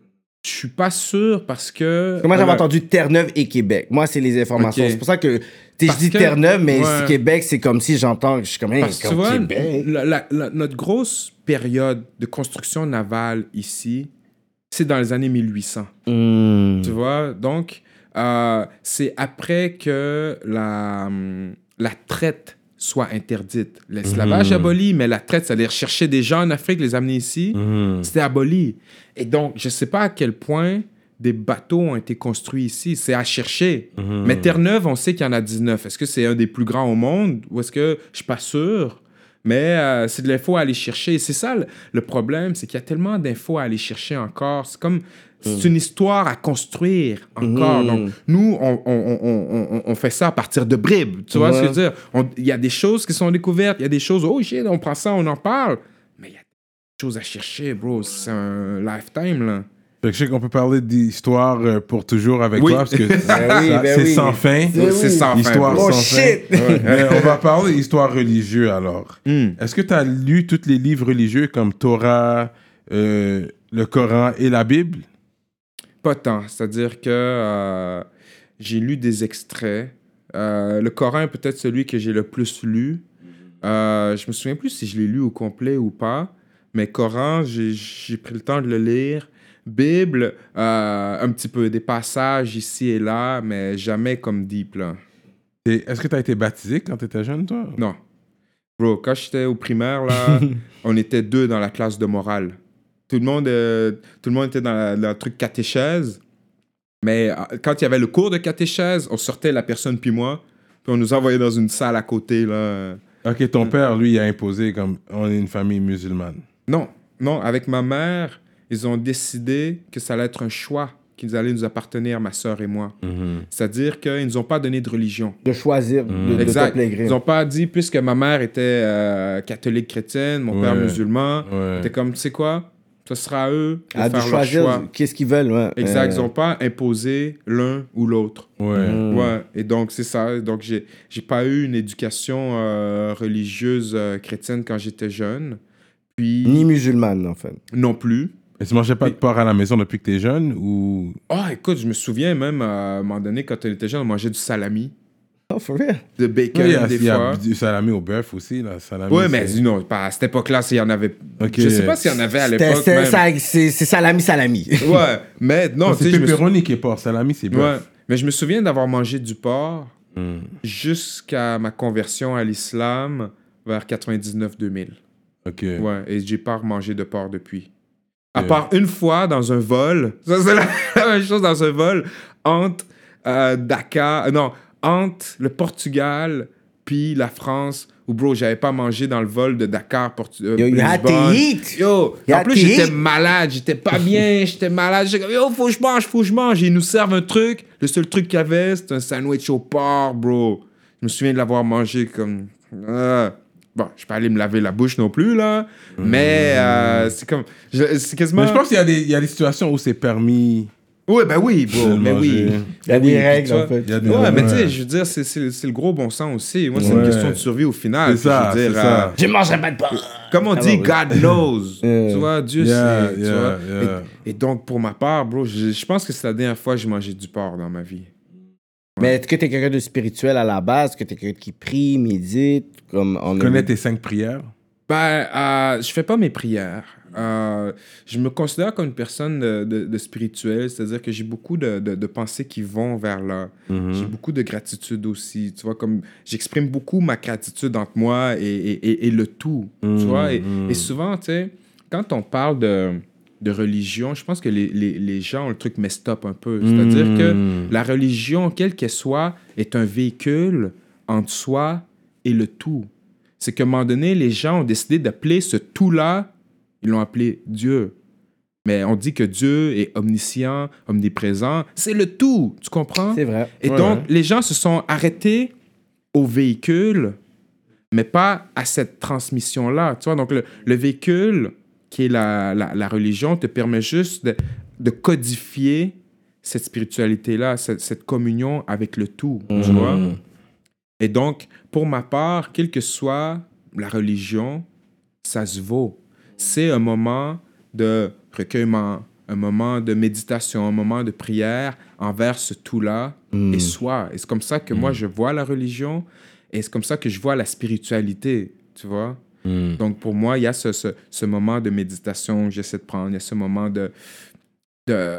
[SPEAKER 5] Je suis pas sûr parce que...
[SPEAKER 4] Moi, j'avais
[SPEAKER 5] euh,
[SPEAKER 4] entendu Terre-Neuve et Québec. Moi, c'est les informations.
[SPEAKER 5] Okay.
[SPEAKER 4] C'est pour ça que... Je dis
[SPEAKER 5] que,
[SPEAKER 4] Terre-Neuve, mais
[SPEAKER 5] ouais.
[SPEAKER 4] Québec, c'est comme si j'entends... Je suis comme, hey,
[SPEAKER 5] parce que
[SPEAKER 4] comme
[SPEAKER 5] tu vois,
[SPEAKER 4] Québec.
[SPEAKER 5] La, la, la, notre grosse période de construction navale ici, c'est dans les années mille huit cents.
[SPEAKER 4] Mm.
[SPEAKER 5] Tu vois? Donc, euh, c'est après que la, la traite soit interdite. L'esclavage
[SPEAKER 3] mm.
[SPEAKER 5] aboli, mais la traite, c'est-à-dire chercher des gens en Afrique, les amener ici,
[SPEAKER 3] mm.
[SPEAKER 5] c'était aboli. Et donc, je ne sais pas à quel point des bateaux ont été construits ici. C'est à chercher.
[SPEAKER 3] Mm.
[SPEAKER 5] Mais Terre-Neuve, on sait qu'il y en a dix-neuf. Est-ce que c'est un des plus grands au monde ou est-ce que je ne suis pas sûr? Mais euh, c'est de l'info à aller chercher. Et c'est ça le, le problème, c'est qu'il y a tellement d'infos à aller chercher encore. C'est comme... C'est une histoire à construire encore. Mmh. Donc, nous, on, on, on, on, on fait ça à partir de bribes. Tu vois ouais. ce que je veux dire? Il y a des choses qui sont découvertes. Il y a des choses, oh shit, on prend ça, on en parle. Mais il y a des choses à chercher, bro. C'est un lifetime, là.
[SPEAKER 3] Fait que je sais qu'on peut parler d'histoire pour toujours avec
[SPEAKER 5] oui.
[SPEAKER 3] toi, parce que
[SPEAKER 4] ben
[SPEAKER 3] ça,
[SPEAKER 4] oui, ben
[SPEAKER 3] c'est
[SPEAKER 4] oui.
[SPEAKER 3] sans fin.
[SPEAKER 4] Ben
[SPEAKER 5] c'est
[SPEAKER 4] oui.
[SPEAKER 5] sans fin.
[SPEAKER 3] Histoire
[SPEAKER 4] Oh
[SPEAKER 3] sans
[SPEAKER 4] shit!
[SPEAKER 3] fin. Ouais. Mais on va parler d'histoire religieuse, alors.
[SPEAKER 5] Mm.
[SPEAKER 3] Est-ce que tu as lu tous les livres religieux comme Torah, euh, le Coran et la Bible?
[SPEAKER 5] Pas tant. C'est-à-dire que euh, j'ai lu des extraits. Euh, le Coran est peut-être celui que j'ai le plus lu. Euh, je me souviens plus si je l'ai lu au complet ou pas. Mais Coran, j'ai, j'ai pris le temps de le lire. Bible, euh, un petit peu des passages ici et là, mais jamais comme deep, là.
[SPEAKER 3] Et est-ce que tu as été baptisé quand tu étais jeune, toi?
[SPEAKER 5] Non. Bro, quand j'étais au primaire, là, on était deux dans la classe de morale. Tout le monde, euh, tout le monde était dans la, dans le truc catéchèse. Mais euh, quand il y avait le cours de catéchèse, on sortait la personne puis moi, puis on nous envoyait dans une salle à côté, là.
[SPEAKER 3] Ok, ton père, lui, il a imposé comme on est une famille musulmane.
[SPEAKER 5] Non, non, avec ma mère, ils ont décidé que ça allait être un choix qu'ils allaient nous appartenir, ma sœur et moi.
[SPEAKER 3] Mm-hmm.
[SPEAKER 5] C'est-à-dire qu'ils ne nous ont pas donné de religion.
[SPEAKER 4] De choisir,
[SPEAKER 3] Mm.
[SPEAKER 4] de,
[SPEAKER 5] Exact.
[SPEAKER 4] de
[SPEAKER 5] Ils n'ont pas dit, puisque ma mère était euh, catholique chrétienne, mon
[SPEAKER 3] Ouais.
[SPEAKER 5] père musulman,
[SPEAKER 3] Ouais.
[SPEAKER 5] c'était comme, tu sais quoi, ce sera à eux de
[SPEAKER 4] à de
[SPEAKER 5] faire leur
[SPEAKER 4] choisir
[SPEAKER 5] choix.
[SPEAKER 4] qu'est-ce qu'ils veulent. Ouais.
[SPEAKER 5] Exact,
[SPEAKER 4] Euh,
[SPEAKER 5] ils n'ont pas imposé l'un ou l'autre.
[SPEAKER 3] Ouais.
[SPEAKER 4] Mm.
[SPEAKER 5] Ouais, et donc c'est ça. Donc j'ai, j'ai pas eu une éducation euh, religieuse euh, chrétienne quand j'étais jeune. Puis
[SPEAKER 4] Ni musulmane, en fait.
[SPEAKER 5] non plus.
[SPEAKER 3] Et tu mangeais pas de porc à la maison depuis que t'es jeune ou...
[SPEAKER 5] Ah, écoute, je me souviens même à un moment donné, quand on était jeune, on mangeait du salami.
[SPEAKER 4] Oh, for real?
[SPEAKER 5] de bacon,
[SPEAKER 3] Il y a,
[SPEAKER 5] des
[SPEAKER 3] il y a
[SPEAKER 5] fois.
[SPEAKER 3] du salami au bœuf aussi. Là. Salami,
[SPEAKER 5] Ouais,
[SPEAKER 3] c'est-
[SPEAKER 5] mais non, pas à cette époque-là, s'il y en avait.
[SPEAKER 3] Ok.
[SPEAKER 5] Je sais pas s'il y en avait à
[SPEAKER 4] C'était-
[SPEAKER 5] l'époque.
[SPEAKER 4] C'est
[SPEAKER 5] Même.
[SPEAKER 4] ça- c'est- c'est salami, salami.
[SPEAKER 5] Ouais, mais non,
[SPEAKER 3] Non,
[SPEAKER 5] tu
[SPEAKER 3] c'est
[SPEAKER 5] sais, je me sou-
[SPEAKER 3] pepperoni qui est porc. Salami, c'est
[SPEAKER 5] Ouais,
[SPEAKER 3] bœuf.
[SPEAKER 5] mais je me souviens d'avoir mangé du porc
[SPEAKER 3] Hmm.
[SPEAKER 5] jusqu'à ma conversion à l'islam vers quatre-vingt-dix-neuf deux mille.
[SPEAKER 3] Ok.
[SPEAKER 5] Ouais, et j'ai pas remangé de porc depuis. À
[SPEAKER 3] Yeah.
[SPEAKER 5] part une fois dans un vol, ça c'est la, la même chose dans un vol, entre euh, Dakar, euh, non, entre le Portugal puis la France, où bro, j'avais pas mangé dans le vol de Dakar, Portu- euh,
[SPEAKER 4] Yo, you had to
[SPEAKER 5] Lisbonne.
[SPEAKER 4] eat.
[SPEAKER 5] Yo,
[SPEAKER 4] You
[SPEAKER 5] en
[SPEAKER 4] had
[SPEAKER 5] plus
[SPEAKER 4] to
[SPEAKER 5] j'étais
[SPEAKER 4] eat.
[SPEAKER 5] malade, j'étais pas bien, j'étais malade, j'étais comme yo, faut que je mange, faut que je mange. Et ils nous servent un truc, le seul truc qu'il y avait, c'était un sandwich au porc, bro. Je me souviens de l'avoir mangé comme... Ah. Bon, je vais pas aller me laver la bouche non plus, là. Mais euh, c'est comme... je- C'est quasiment...
[SPEAKER 3] Mais je pense qu'il y a des, il y a des situations où c'est permis.
[SPEAKER 5] Ouais, ben oui,
[SPEAKER 3] de
[SPEAKER 5] bro,
[SPEAKER 3] le
[SPEAKER 5] mais
[SPEAKER 3] manger.
[SPEAKER 5] oui.
[SPEAKER 4] Il y a
[SPEAKER 5] Oui,
[SPEAKER 4] des
[SPEAKER 5] puis
[SPEAKER 4] règles,
[SPEAKER 5] tu vois,
[SPEAKER 4] en fait.
[SPEAKER 3] Il y a des-
[SPEAKER 5] Ouais, mais tu sais,
[SPEAKER 3] ouais.
[SPEAKER 5] je veux dire, c'est, c'est, c'est le gros bon sens aussi. Moi, c'est
[SPEAKER 3] Ouais.
[SPEAKER 5] une question de survie au final.
[SPEAKER 3] C'est ça,
[SPEAKER 5] Puis je veux
[SPEAKER 3] c'est
[SPEAKER 5] dire,
[SPEAKER 3] ça.
[SPEAKER 5] euh,
[SPEAKER 4] Je mangerai pas de porc.
[SPEAKER 5] comme on
[SPEAKER 4] Ah,
[SPEAKER 5] dit,
[SPEAKER 4] bah oui.
[SPEAKER 5] God knows.
[SPEAKER 4] Yeah.
[SPEAKER 5] Tu vois, Dieu
[SPEAKER 3] Yeah,
[SPEAKER 5] sait. tu
[SPEAKER 3] yeah,
[SPEAKER 5] vois.
[SPEAKER 3] yeah.
[SPEAKER 5] Et, et donc, pour ma part, bro, je, je pense que c'est la dernière fois que j'ai mangé du porc dans ma vie.
[SPEAKER 4] Mais est-ce que t'es quelqu'un de spirituel à la base? Est-ce que t'es quelqu'un qui prie, médite? Comme on
[SPEAKER 3] Tu connais tes cinq prières?
[SPEAKER 5] Ben, euh, je fais pas mes prières. Euh, je me considère comme une personne de, de, de spirituelle, c'est-à-dire que j'ai beaucoup de, de, de pensées qui vont vers là. J'ai beaucoup de gratitude aussi. Tu vois, comme j'exprime beaucoup ma gratitude entre moi et, et, et, et le tout. Tu vois, et, et souvent, tu sais, quand on parle de, de religion, je pense que les, les, les gens ont le truc messed up un peu. C'est-à-dire que la religion, quelle qu'elle soit, est un véhicule entre soi et le tout. C'est qu'à un moment donné, les gens ont décidé d'appeler ce tout-là, ils l'ont appelé Dieu. Mais on dit que Dieu est omniscient, omniprésent. C'est le tout, tu comprends?
[SPEAKER 4] C'est vrai.
[SPEAKER 5] Et
[SPEAKER 3] Ouais,
[SPEAKER 5] donc,
[SPEAKER 3] ouais.
[SPEAKER 5] les gens se sont arrêtés au véhicule, mais pas à cette transmission-là. Tu vois, donc le, le véhicule, qui est la, la, la religion, te permet juste de, de codifier cette spiritualité-là, cette, cette communion avec le tout, tu vois? Et donc, pour ma part, quelle que soit la religion, ça se vaut. C'est un moment de recueillement, un moment de méditation, un moment de prière envers ce tout-là et soi. Et c'est comme ça que moi, je vois la religion et c'est comme ça que je vois la spiritualité, tu vois? Donc, pour moi, il y a ce, ce, ce moment de méditation que j'essaie de prendre, il y a ce moment de... de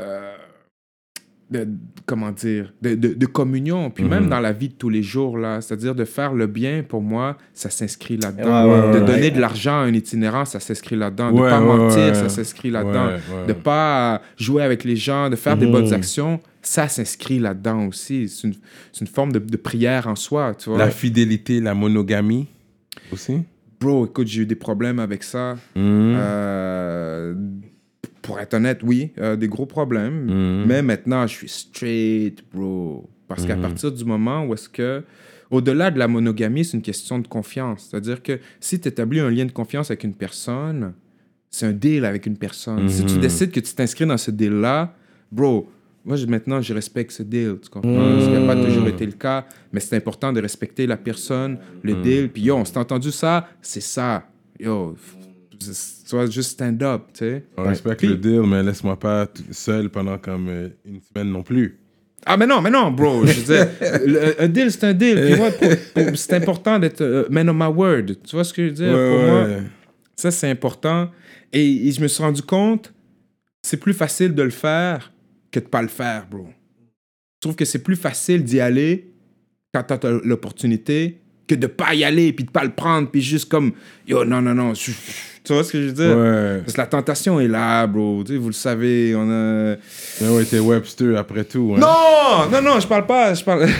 [SPEAKER 5] de, comment dire, de, de, de communion, puis même dans la vie de tous les jours, là, c'est-à-dire de faire le bien, pour moi, ça s'inscrit là-dedans.
[SPEAKER 4] Ouais, ouais,
[SPEAKER 5] de
[SPEAKER 4] ouais,
[SPEAKER 5] donner
[SPEAKER 4] ouais.
[SPEAKER 5] de l'argent à un itinérant, ça s'inscrit là-dedans. De
[SPEAKER 3] Ouais,
[SPEAKER 5] pas
[SPEAKER 3] ouais,
[SPEAKER 5] mentir,
[SPEAKER 3] ouais.
[SPEAKER 5] ça s'inscrit là-dedans.
[SPEAKER 3] Ouais, ouais.
[SPEAKER 5] De pas jouer avec les gens, de faire des bonnes actions, ça s'inscrit là-dedans aussi. C'est une, c'est une forme de, de prière en soi, tu vois.
[SPEAKER 3] La fidélité, la monogamie aussi?
[SPEAKER 5] Bro, écoute, j'ai eu des problèmes avec ça.
[SPEAKER 3] Mhm.
[SPEAKER 5] Euh, pour être honnête, oui, euh, des gros problèmes.
[SPEAKER 3] Mhm.
[SPEAKER 5] Mais maintenant, je suis straight, bro. Parce qu'à partir du moment où est-ce que, au-delà de la monogamie, c'est une question de confiance. C'est-à-dire que si tu établis un lien de confiance avec une personne, c'est un deal avec une personne. Si tu décides que tu t'inscris dans ce deal-là, bro, moi, je- maintenant, je respecte ce deal, tu comprends? Parce qu'il n'a pas toujours été le cas, mais c'est important de respecter la personne, le deal. Puis, yo, on s'est entendu ça, c'est ça. Yo, f- tu vois, juste stand up, tu sais.
[SPEAKER 3] On respecte
[SPEAKER 5] Puis-
[SPEAKER 3] le deal, mais laisse-moi pas t- seul pendant comme euh, une semaine non plus.
[SPEAKER 5] Ah, mais non, mais non, bro. Je veux dire, le- un deal, c'est un deal. Puis moi, pour- pour- c'est important d'être euh, man of my word. Tu vois ce que je veux dire? Pour moi, ça, c'est important. Et, et je me suis rendu compte, c'est plus facile de le faire que de pas le faire, bro. Je trouve que c'est plus facile d'y aller quand t'as t'as l'opportunité que de pas y aller, puis de pas le prendre, puis juste comme, yo, non, non, non. je- Tu vois ce que je veux dire?
[SPEAKER 3] Ouais.
[SPEAKER 5] Parce que la tentation est là, bro. Tu sais, vous le savez, on a...
[SPEAKER 3] Mais ouais, t'es Webster après tout. Hein.
[SPEAKER 5] Non, non, non, je parle pas, je parle,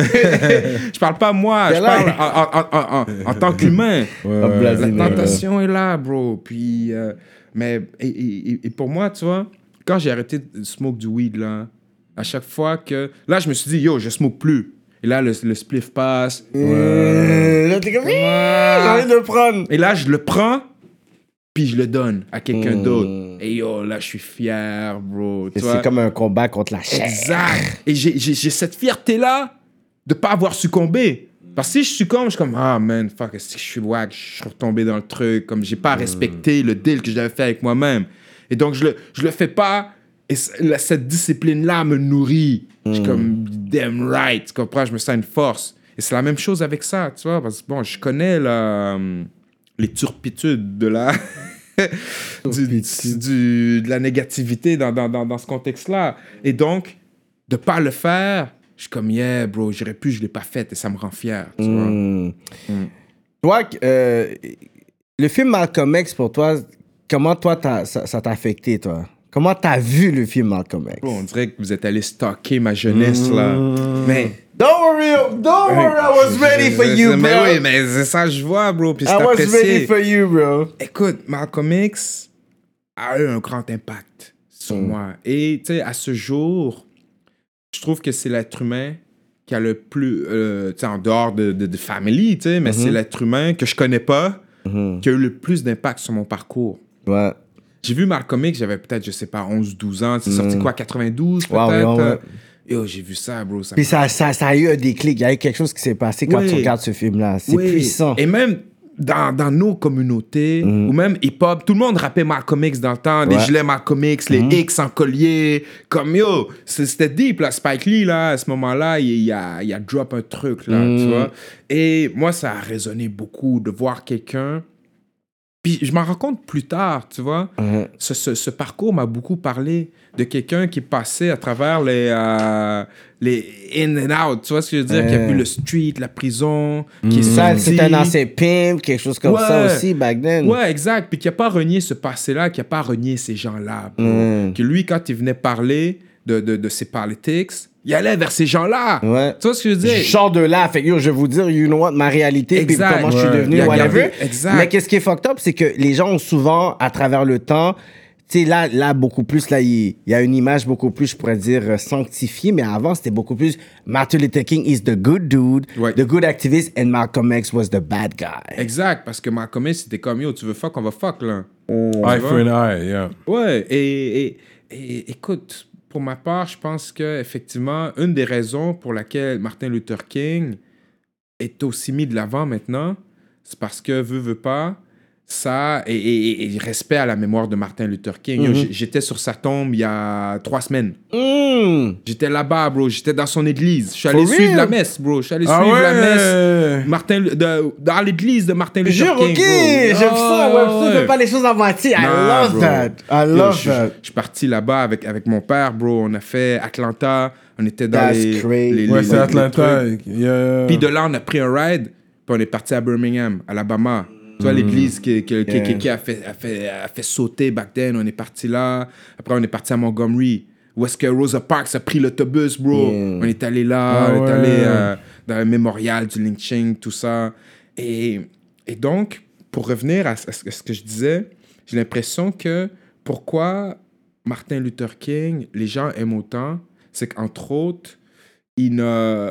[SPEAKER 5] je parle pas moi, je parle en, en, en, en, en tant qu'humain.
[SPEAKER 3] Ouais,
[SPEAKER 4] Ah,
[SPEAKER 3] ouais.
[SPEAKER 4] blasé.
[SPEAKER 5] La tentation est là, bro. Puis, euh, mais et, et, et pour moi, tu vois, quand j'ai arrêté de smoke du weed là, à chaque fois que, là, je me suis dit, yo, je smoke plus. Et là, le, le spliff passe.
[SPEAKER 4] Euh, Là, t'es comme, j'ai envie de le prendre.
[SPEAKER 5] Et là, je le prends, puis je le donne à quelqu'un
[SPEAKER 4] Mm.
[SPEAKER 5] d'autre. Et yo, là, je suis fier, bro. Tu vois?
[SPEAKER 4] C'est comme un combat contre la chair.
[SPEAKER 5] Exact. Et j'ai, j'ai, j'ai cette fierté-là de pas avoir succombé. Parce que si je succombe, je suis comme, ah, man, fuck, est-ce que je suis wack, je suis retombé dans le truc, comme j'ai pas respecté le deal que j'avais fait avec moi-même. Et donc, je le, je le fais pas, et c- la- cette discipline-là me nourrit. Je suis comme, damn right, tu comprends, je me sens une force. Et c'est la même chose avec ça, tu vois, parce que bon, je connais la, les turpitudes de la... du, du, de la négativité dans, dans, dans, dans ce contexte-là. Et donc, de pas le faire, je suis comme, yeah, bro, j'aurais pu, je l'ai pas fait et ça me rend fier, tu vois.
[SPEAKER 4] Mm.
[SPEAKER 5] Mm.
[SPEAKER 4] Toi, euh, le film Malcolm X, pour toi, comment toi, t'as, ça, ça t'a affecté, toi? Comment t'as vu le film Malcolm X?
[SPEAKER 5] Bro, on dirait que vous êtes allé stalker ma jeunesse, là. Mais...
[SPEAKER 4] Don't worry, don't worry, I was ready for you, bro.
[SPEAKER 5] Mais oui, mais c'est ça que je vois, bro, puis c'est
[SPEAKER 4] I was
[SPEAKER 5] apprécié.
[SPEAKER 4] ready for you, bro.
[SPEAKER 5] Écoute, Malcolm X a eu un grand impact sur
[SPEAKER 4] Mm.
[SPEAKER 5] moi. Et, tu sais, à ce jour, je trouve que c'est l'être humain qui a le plus... Euh, tu sais, en dehors de, de, de family, tu sais, mais
[SPEAKER 4] Mm-hmm.
[SPEAKER 5] c'est l'être humain que je connais pas
[SPEAKER 4] Mm-hmm.
[SPEAKER 5] qui a eu le plus d'impact sur mon parcours.
[SPEAKER 4] Ouais.
[SPEAKER 5] J'ai vu Malcolm X, j'avais peut-être, je sais pas, onze douze ans. C'est
[SPEAKER 4] Mm.
[SPEAKER 5] sorti quoi, quatre-vingt-douze,
[SPEAKER 4] Ouais,
[SPEAKER 5] peut-être?
[SPEAKER 4] ouais, ouais.
[SPEAKER 5] Yo, j'ai vu ça, bro. Ça
[SPEAKER 4] Puis ça, ça, ça a eu un déclic. Il y a eu quelque chose qui s'est passé quand
[SPEAKER 5] Oui.
[SPEAKER 4] tu regardes ce film-là. C'est
[SPEAKER 5] Oui.
[SPEAKER 4] puissant.
[SPEAKER 5] Et même dans, dans nos communautés, ou même hip-hop, tout le monde rappait Malcolm X dans le temps, les
[SPEAKER 4] Ouais.
[SPEAKER 5] gilets Malcolm X, les X en collier. Comme yo, c'est- c'était deep, là. Spike Lee, là, à ce moment-là, il, il a, il a drop un truc, là, tu vois. Et moi, ça a résonné beaucoup de voir quelqu'un. Puis je m'en rends compte plus tard, tu vois.
[SPEAKER 4] Mhm.
[SPEAKER 5] Ce, ce, ce parcours m'a beaucoup parlé de quelqu'un qui passait à travers les, euh, les in and out, tu vois ce que je veux dire, qui a
[SPEAKER 4] Ouais.
[SPEAKER 5] vu le street, la prison, qui est
[SPEAKER 4] Ça,
[SPEAKER 5] sorti.
[SPEAKER 4] c'était un ancien pimp, quelque chose comme
[SPEAKER 5] Ouais.
[SPEAKER 4] ça aussi, back then.
[SPEAKER 5] Ouais, exact. Puis qui n'a pas renié ce passé-là, qui n'a pas renié ces gens-là. bro.
[SPEAKER 4] Mm.
[SPEAKER 5] Que lui, quand il venait parler de, de, de ses politics, il allait vers ces gens-là.
[SPEAKER 4] Ouais.
[SPEAKER 5] Tu vois ce que je veux dire?
[SPEAKER 4] Je sors de là, fait que yo, je vais vous dire, you know what, ma réalité, puis
[SPEAKER 5] Exact.
[SPEAKER 4] comment je suis
[SPEAKER 5] Ouais.
[SPEAKER 4] devenu,
[SPEAKER 5] Il a
[SPEAKER 4] whatever.
[SPEAKER 5] gardé- exact.
[SPEAKER 4] Mais qu'est-ce qui est fucked up, c'est que les gens ont souvent, à travers le temps, tu sais, là, là, beaucoup plus, là, il il y a une image beaucoup plus, je pourrais dire, euh, sanctifiée, mais avant, c'était beaucoup plus, Martin Luther King is the good dude,
[SPEAKER 5] Ouais.
[SPEAKER 4] the good activist, and Malcolm X was the bad guy.
[SPEAKER 5] Exact, parce que Malcolm X, c'était comme, yo, tu veux fuck, on va fuck, là.
[SPEAKER 3] Eye for an eye, yeah.
[SPEAKER 5] Ouais, et, et, et écoute, pour ma part, je pense que effectivement, une des raisons pour laquelle Martin Luther King est aussi mis de l'avant maintenant, c'est parce que, veut, veut pas, ça, et, et, et respect à la mémoire de Martin Luther King. Yo, j'- j'étais sur sa tombe il y a trois semaines.
[SPEAKER 4] Mm.
[SPEAKER 5] J'étais là-bas, bro. J'étais dans son église. Je suis allé
[SPEAKER 4] For
[SPEAKER 5] suivre
[SPEAKER 4] real?
[SPEAKER 5] la messe, bro. Je suis allé
[SPEAKER 3] Ah
[SPEAKER 5] suivre la
[SPEAKER 3] ouais?
[SPEAKER 5] messe Martin, de, dans l'église de Martin Luther
[SPEAKER 4] Jure,
[SPEAKER 5] King,
[SPEAKER 4] ok,
[SPEAKER 5] bro.
[SPEAKER 4] j'aime ça,
[SPEAKER 5] Ah,
[SPEAKER 4] ouais, ça, je fais pas les choses à moitié. I
[SPEAKER 5] Nah,
[SPEAKER 4] love
[SPEAKER 5] bro.
[SPEAKER 4] that. I
[SPEAKER 5] Yo,
[SPEAKER 4] love
[SPEAKER 5] je,
[SPEAKER 4] that.
[SPEAKER 5] je- je suis parti là-bas avec, avec mon père, bro. On a fait Atlanta. On était dans
[SPEAKER 4] That's
[SPEAKER 5] les,
[SPEAKER 4] crazy.
[SPEAKER 5] les,
[SPEAKER 3] Ouais,
[SPEAKER 5] les-
[SPEAKER 3] c'est
[SPEAKER 5] les
[SPEAKER 3] Atlanta.
[SPEAKER 5] trucs.
[SPEAKER 3] Yeah.
[SPEAKER 5] Puis de là, on a pris un ride. Puis on est parti à Birmingham, Alabama. Tu vois, l'église qui, qui, qui-
[SPEAKER 4] Yeah.
[SPEAKER 5] qui- qui a, fait, a, fait, a fait sauter back then. On est parti là. Après, on est parti à Montgomery. Où est-ce que Rosa Parks a pris l'autobus, bro?
[SPEAKER 4] Yeah.
[SPEAKER 5] On est allé là.
[SPEAKER 3] Ah
[SPEAKER 5] on est
[SPEAKER 3] ouais.
[SPEAKER 5] allé euh, dans le mémorial du lynching, tout ça. Et, et donc, pour revenir à, ce- à ce à ce que je disais, j'ai l'impression que pourquoi Martin Luther King, les gens aiment autant, c'est qu'entre autres, il ne...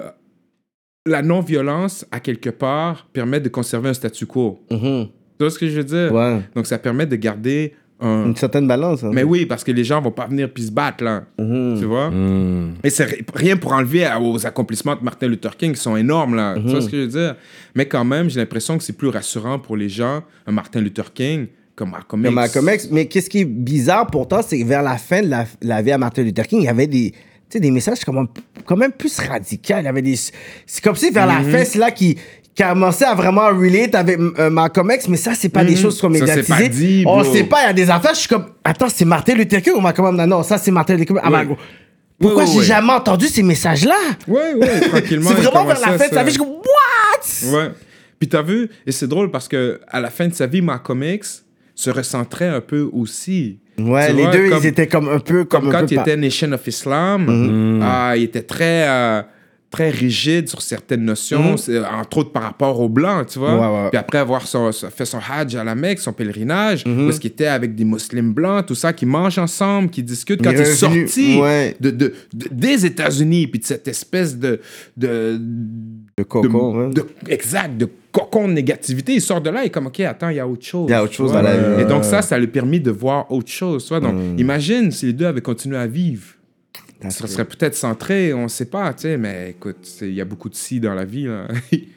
[SPEAKER 5] la non-violence, à quelque part, permet de conserver un statu quo.
[SPEAKER 4] Mhm.
[SPEAKER 5] Tu vois ce que je veux dire?
[SPEAKER 4] Ouais.
[SPEAKER 5] Donc, ça permet de garder un...
[SPEAKER 4] Une certaine balance. Hein.
[SPEAKER 5] Mais oui, parce que les gens vont pas venir puis se battre, là.
[SPEAKER 4] Mhm.
[SPEAKER 5] Tu vois? Et c'est ri- rien pour enlever à- aux accomplissements de Martin Luther King qui sont énormes, là. Tu vois ce que je veux dire? Mais quand même, j'ai l'impression que c'est plus rassurant pour les gens, un Martin Luther King, comme Malcolm X.
[SPEAKER 4] Comme Malcolm X. Mais qu'est-ce qui est bizarre pourtant, c'est que vers la fin de la, la vie à Martin Luther King, il y avait des, tu sais, des messages quand même, quand même plus radicaux. Il y avait des, c'est comme si vers la
[SPEAKER 5] Mhm.
[SPEAKER 4] fin, c'est là qu'il commençait à vraiment relate avec euh, Malcolm X, mais ça, c'est pas des
[SPEAKER 5] Mhm.
[SPEAKER 4] choses qu'on
[SPEAKER 5] Ça, c'est
[SPEAKER 4] médiatisées.
[SPEAKER 5] pas dit,
[SPEAKER 4] On
[SPEAKER 5] bro.
[SPEAKER 4] sait pas, il y a des affaires, je suis comme, attends, c'est Martin Luther King ou Malcolm X? Non, non, ça, c'est Martin Luther King. Ah,
[SPEAKER 5] Ouais.
[SPEAKER 4] ben, pourquoi
[SPEAKER 5] Ouais, ouais,
[SPEAKER 4] j'ai
[SPEAKER 5] ouais.
[SPEAKER 4] jamais entendu ces messages-là?
[SPEAKER 5] Ouais, ouais, tranquillement.
[SPEAKER 4] C'est
[SPEAKER 5] il
[SPEAKER 4] vraiment vers
[SPEAKER 5] commençait
[SPEAKER 4] la fin de sa
[SPEAKER 5] à
[SPEAKER 4] vie, je
[SPEAKER 5] se-
[SPEAKER 4] suis comme, what?
[SPEAKER 5] Ouais. Puis t'as vu, et c'est drôle parce que à la fin de sa vie, Malcolm X se recentrait un peu aussi.
[SPEAKER 4] Ouais,
[SPEAKER 5] Tu
[SPEAKER 4] les
[SPEAKER 5] vois,
[SPEAKER 4] deux,
[SPEAKER 5] comme-
[SPEAKER 4] ils étaient comme un peu comme,
[SPEAKER 5] Comme
[SPEAKER 4] un
[SPEAKER 5] quand
[SPEAKER 4] peu
[SPEAKER 5] il
[SPEAKER 4] pa-
[SPEAKER 5] était Nation of Islam, ah, il était très, euh, très rigide sur certaines notions,
[SPEAKER 4] Mhm.
[SPEAKER 5] c'est- entre autres par rapport aux Blancs, tu vois.
[SPEAKER 4] Ouais, ouais.
[SPEAKER 5] Puis après avoir son- son- fait son Hajj à la Mecque, son pèlerinage,
[SPEAKER 4] Mhm.
[SPEAKER 5] où est-ce qu'il était avec des musulmans blancs, tout ça, qui mangent ensemble, qui discutent. Quand
[SPEAKER 4] Il
[SPEAKER 5] il
[SPEAKER 4] est
[SPEAKER 5] est
[SPEAKER 4] revenu,
[SPEAKER 5] sorti
[SPEAKER 4] ouais.
[SPEAKER 5] de, de- de- des États-Unis, puis de cette espèce de... de
[SPEAKER 4] de cocon, hein.
[SPEAKER 5] de- exact, de cocon de négativité. Il sort de là, il est comme, OK, attends, il y a autre chose.
[SPEAKER 4] Il y a autre
[SPEAKER 5] tu
[SPEAKER 4] chose
[SPEAKER 5] vois.
[SPEAKER 4] dans la vie.
[SPEAKER 5] Et donc ça, ça lui a permis de voir autre chose. Tu vois. Donc,
[SPEAKER 4] Mm.
[SPEAKER 5] imagine si les deux avaient continué à vivre.
[SPEAKER 4] That's
[SPEAKER 5] Ça
[SPEAKER 4] it.
[SPEAKER 5] serait peut-être centré, on ne sait pas, tu sais, mais écoute, c'est- il y a beaucoup de si dans la vie. Là.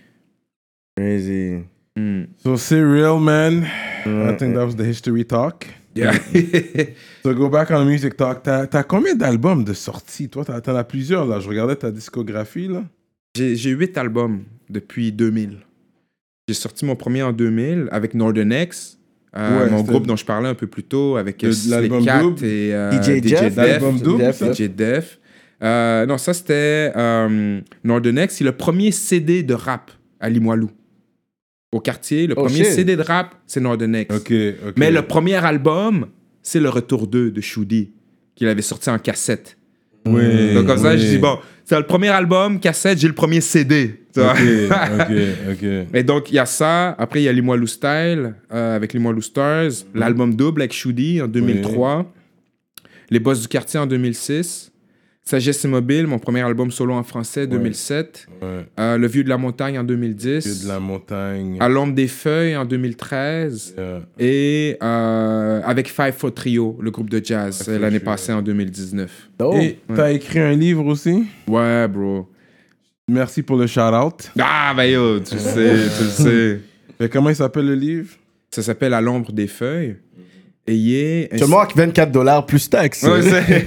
[SPEAKER 4] Crazy.
[SPEAKER 5] Mm.
[SPEAKER 3] So c'est real, man. I think that was the history talk.
[SPEAKER 5] Yeah.
[SPEAKER 3] So go back on the music talk. T'as, t'as combien d'albums de sortie, toi? T'as, t'en as plusieurs, là. Je regardais ta discographie, là.
[SPEAKER 5] J'ai, j'ai huit albums depuis deux mille. J'ai sorti mon premier en deux mille avec Northern X, euh,
[SPEAKER 3] Ouais,
[SPEAKER 5] mon
[SPEAKER 3] c'était-
[SPEAKER 5] groupe dont je parlais un peu plus tôt, avec
[SPEAKER 3] Le-
[SPEAKER 5] Slay
[SPEAKER 3] l'album
[SPEAKER 5] Cat
[SPEAKER 3] double.
[SPEAKER 5] et euh,
[SPEAKER 4] D J
[SPEAKER 5] D J
[SPEAKER 4] Jeff,
[SPEAKER 5] Def.
[SPEAKER 3] l'album double,
[SPEAKER 4] Def,
[SPEAKER 3] ça?
[SPEAKER 5] D J Def. Euh, non, ça c'était euh, Northern X. C'est le premier C D de rap à Limoilou. Au quartier, le
[SPEAKER 4] Oh,
[SPEAKER 5] premier
[SPEAKER 4] shit.
[SPEAKER 5] C D de rap, c'est Northern X.
[SPEAKER 3] Ok, ok.
[SPEAKER 5] Mais le premier album, c'est le Retour deux de Shoudi, qu'il avait sorti en cassette.
[SPEAKER 3] Oui,
[SPEAKER 5] Donc comme ça,
[SPEAKER 3] oui.
[SPEAKER 5] je dis, bon, c'est le premier album, cassette, j'ai le premier C D. Tu vois?
[SPEAKER 3] Ok, ok, ok.
[SPEAKER 5] Et donc, il y a ça. Après, il y a Limoilou Style euh, avec Limoilou Stars. L'album double avec Shoudi en deux mille trois. Les Boss du quartier en deux mille six. Sagesse Immobile, mon premier album solo en français, deux mille sept.
[SPEAKER 3] Ouais.
[SPEAKER 5] Euh, Le Vieux de la Montagne en deux mille dix.
[SPEAKER 3] Que de la montagne.
[SPEAKER 5] À l'ombre des feuilles en deux mille treize.
[SPEAKER 3] Yeah.
[SPEAKER 5] Et euh, avec Five Four Trio, le groupe de jazz,
[SPEAKER 3] Five Four
[SPEAKER 5] l'année
[SPEAKER 3] Trio.
[SPEAKER 5] passée en deux mille dix-neuf.
[SPEAKER 4] Oh.
[SPEAKER 3] Et t'as écrit un livre aussi?
[SPEAKER 5] Ouais, bro.
[SPEAKER 3] Merci pour le shout-out.
[SPEAKER 5] Ah, ben yo, tu le sais, tu le sais.
[SPEAKER 3] Et comment il s'appelle le livre?
[SPEAKER 5] Ça s'appelle À l'ombre des feuilles. Et il est...
[SPEAKER 4] Seulement avec vingt-quatre dollars plus taxes.
[SPEAKER 5] Ouais, c'est-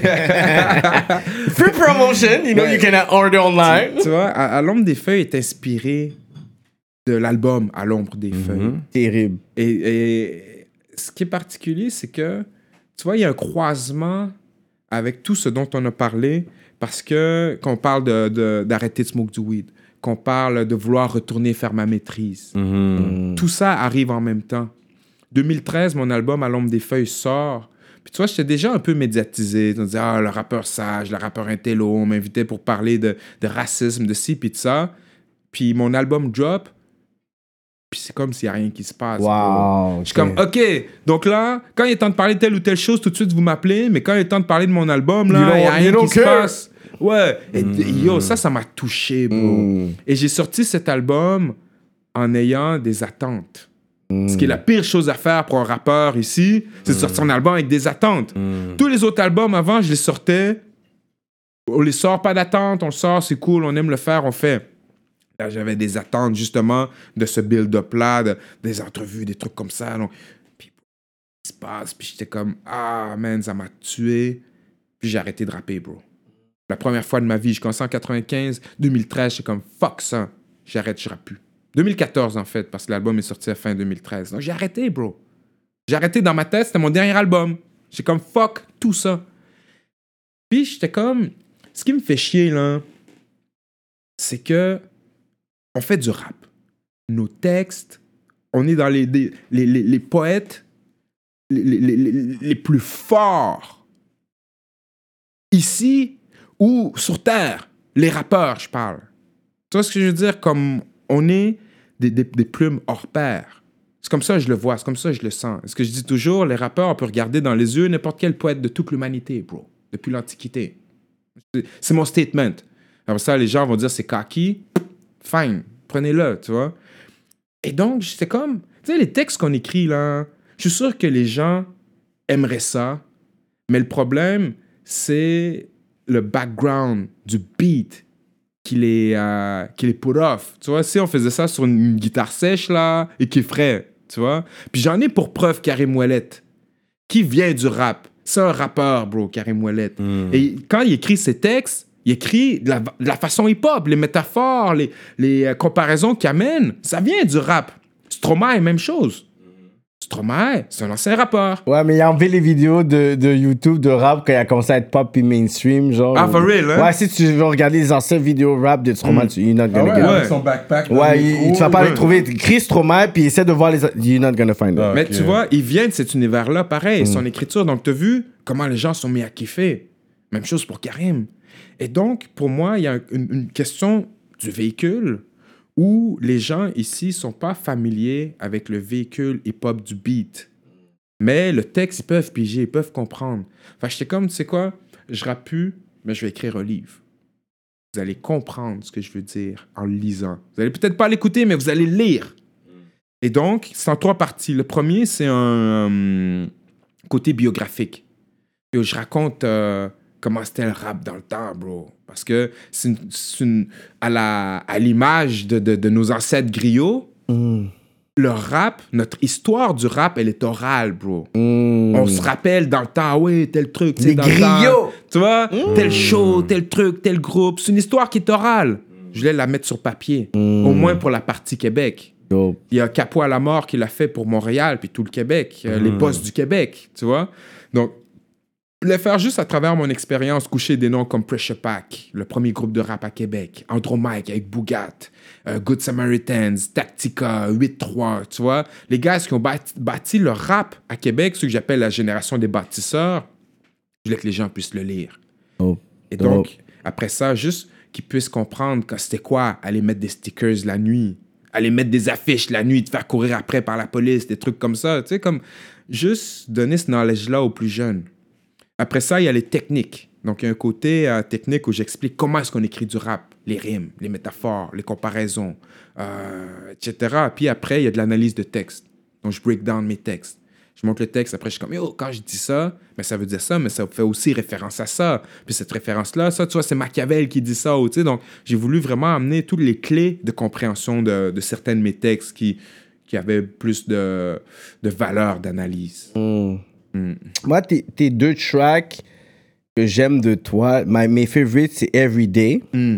[SPEAKER 4] Free promotion, you know,
[SPEAKER 5] Ouais.
[SPEAKER 4] you can order online.
[SPEAKER 5] tu vois, à, à l'ombre des feuilles est inspiré de l'album À l'ombre des feuilles.
[SPEAKER 4] Terrible.
[SPEAKER 5] Et, et ce qui est particulier, c'est que, tu vois, il y a un croisement avec tout ce dont on a parlé, parce que, qu'on parle de, de- d'arrêter de smoke du weed, qu'on parle de vouloir retourner faire ma maîtrise, tout ça arrive en même temps. deux mille treize, mon album À l'ombre des feuilles sort. Puis tu vois, j'étais déjà un peu médiatisé. On disait, ah, le rappeur sage, le rappeur intello, on m'invitait pour parler de, de racisme, de ci, puis de ça. Puis mon album drop, puis c'est comme s'il n'y a rien qui se passe. bro.
[SPEAKER 4] Wow.
[SPEAKER 5] Je suis comme, OK, donc là, quand il est temps de parler de telle ou telle chose, tout de suite, vous m'appelez, mais quand il est temps de parler de mon album,
[SPEAKER 4] You
[SPEAKER 5] là, il
[SPEAKER 4] don't-
[SPEAKER 5] n'y a
[SPEAKER 4] you
[SPEAKER 5] rien
[SPEAKER 4] don't
[SPEAKER 5] qui se
[SPEAKER 4] care.
[SPEAKER 5] passe. Ouais. Et yo, ça, ça m'a touché, bro.
[SPEAKER 4] Mm.
[SPEAKER 5] Et j'ai sorti cet album en ayant des attentes. Ce qui est la pire chose à faire pour un rappeur ici, c'est de sortir un album avec des attentes. Tous les autres albums avant, je les sortais. On les sort pas d'attente, on le sort, c'est cool, on aime le faire, on fait. Là, j'avais des attentes justement de ce build-up-là, de- des entrevues, des trucs comme ça. Donc, puis, il se passe, puis j'étais comme, ah man, ça m'a tué. Puis j'ai arrêté de rapper, bro. La première fois de ma vie, je commençais en quatre-vingt-quinze, deux mille treize, j'étais comme, fuck ça, j'arrête, je rappe plus. deux mille quatorze, en fait, parce que l'album est sorti à fin deux mille treize. Donc, j'ai arrêté, bro. J'ai arrêté dans ma tête, c'était mon dernier album. J'ai comme, fuck, tout ça. Puis, j'étais comme... Ce qui me fait chier, là, c'est que on fait du rap. Nos textes, on est dans les, les, les, les, les poètes les, les, les, les plus forts. Ici ou sur Terre. Les rappeurs, je parle. Tu vois ce que je veux dire? Comme... On est des, des, des plumes hors pair. C'est comme ça que je le vois, c'est comme ça que je le sens. Ce que je dis toujours, les rappeurs, on peut regarder dans les yeux n'importe quel poète de toute l'humanité, bro, depuis l'Antiquité. C'est, c'est mon statement. Après ça, les gens vont dire c'est kaki. Fine, prenez-le, tu vois. Et donc, c'est comme, tu sais, les textes qu'on écrit là, je suis sûr que les gens aimeraient ça, mais le problème, c'est le background du beat qui les, euh, qui les put off. Tu vois, si on faisait ça sur une, une guitare sèche, là, et qui est frais, tu vois. Puis j'en ai pour preuve Karim Ouellet, qui vient du rap. C'est un rappeur, bro, Karim Ouellet.
[SPEAKER 3] Mm.
[SPEAKER 5] Et quand il écrit ses textes, il écrit de la, de la façon hip-hop, les métaphores, les, les euh, comparaisons qu'il amène, ça vient du rap. Stromae, même chose. Stromae, c'est un ancien rappeur.
[SPEAKER 4] Ouais, mais il a enlevé les vidéos de, de YouTube de rap quand il a commencé à être pop puis mainstream, genre.
[SPEAKER 5] Ah, for real, hein?
[SPEAKER 4] Ouais, si tu veux regarder les anciennes vidéos rap de Stromae, tu you're not
[SPEAKER 3] Ah
[SPEAKER 4] gonna
[SPEAKER 3] ouais,
[SPEAKER 4] get it.
[SPEAKER 3] avec
[SPEAKER 5] Ouais.
[SPEAKER 3] son backpack. dans le
[SPEAKER 4] Ouais, il-
[SPEAKER 3] micro,
[SPEAKER 4] tu vas pas
[SPEAKER 3] ouais.
[SPEAKER 4] les trouver. Chris Stromae, puis essaie de voir les. You're not gonna find it.
[SPEAKER 3] Ah.
[SPEAKER 5] Mais
[SPEAKER 3] Ok.
[SPEAKER 5] tu vois, il vient de cet univers-là, pareil, son écriture. Donc, tu as vu comment les gens sont mis à kiffer. Même chose pour Karim. Et donc, pour moi, il y a une, une question du véhicule où les gens ici sont pas familiers avec le véhicule hip-hop du beat. Mais le texte, ils peuvent piger, ils peuvent comprendre. Enfin, j'étais comme, tu sais quoi, je rappe plus, mais je vais écrire un livre. Vous allez comprendre ce que je veux dire en le lisant. Vous allez peut-être pas l'écouter, mais vous allez le lire. Et donc, c'est en trois parties. Le premier, c'est un euh, côté biographique. Et où je raconte euh, comment c'était le rap dans le temps, bro. Parce que c'est, une, c'est une- à, la, à l'image de, de, de nos ancêtres griots,
[SPEAKER 4] Mm.
[SPEAKER 5] le rap, notre histoire du rap, elle est orale, bro.
[SPEAKER 4] Mm.
[SPEAKER 5] On se rappelle dans le temps, ah oui, tel truc, tu sais,
[SPEAKER 4] Les
[SPEAKER 5] dans le temps,
[SPEAKER 4] griots.
[SPEAKER 5] tu vois, tel show, tel truc, tel groupe. C'est une histoire qui est orale. Je voulais la mettre sur papier,
[SPEAKER 4] Mm.
[SPEAKER 5] au moins pour la partie Québec.
[SPEAKER 4] Dope.
[SPEAKER 5] Il y a Capo à la mort qui l'a fait pour Montréal, puis tout le Québec, euh, les boss du Québec, tu vois. Donc, je voulais faire juste à travers mon expérience coucher des noms comme Pressure Pack, le premier groupe de rap à Québec, Andromaque avec Bougat, euh, Good Samaritans, Tactica, huit trois, tu vois. Les gars qui ont bâti, bâti le rap à Québec, ceux que j'appelle la génération des bâtisseurs, je voulais que les gens puissent le lire.
[SPEAKER 4] Dope.
[SPEAKER 5] Et donc, après ça, juste qu'ils puissent comprendre que c'était quoi aller mettre des stickers la nuit, aller mettre des affiches la nuit, te faire courir après par la police, des trucs comme ça. Tu sais, comme juste donner ce knowledge-là aux plus jeunes. Après ça, il y a les techniques. Donc, il y a un côté euh, technique où j'explique comment est-ce qu'on écrit du rap, les rimes, les métaphores, les comparaisons, euh, et cetera. Puis après, il y a de l'analyse de texte. Donc, je break down mes textes. Je montre le texte, après je suis comme, yo, quand je dis ça, mais ça veut dire ça, mais ça fait aussi référence à ça. Puis cette référence-là, ça, tu vois, c'est Machiavel qui dit ça. Ou, tu sais, donc, j'ai voulu vraiment amener toutes les clés de compréhension de, de certains de mes textes qui, qui avaient plus de, de valeur d'analyse.
[SPEAKER 4] Mm.
[SPEAKER 5] Mm.
[SPEAKER 4] Moi, tes, tes deux tracks que j'aime de toi, my, mes favorites, c'est Everyday
[SPEAKER 5] Mm.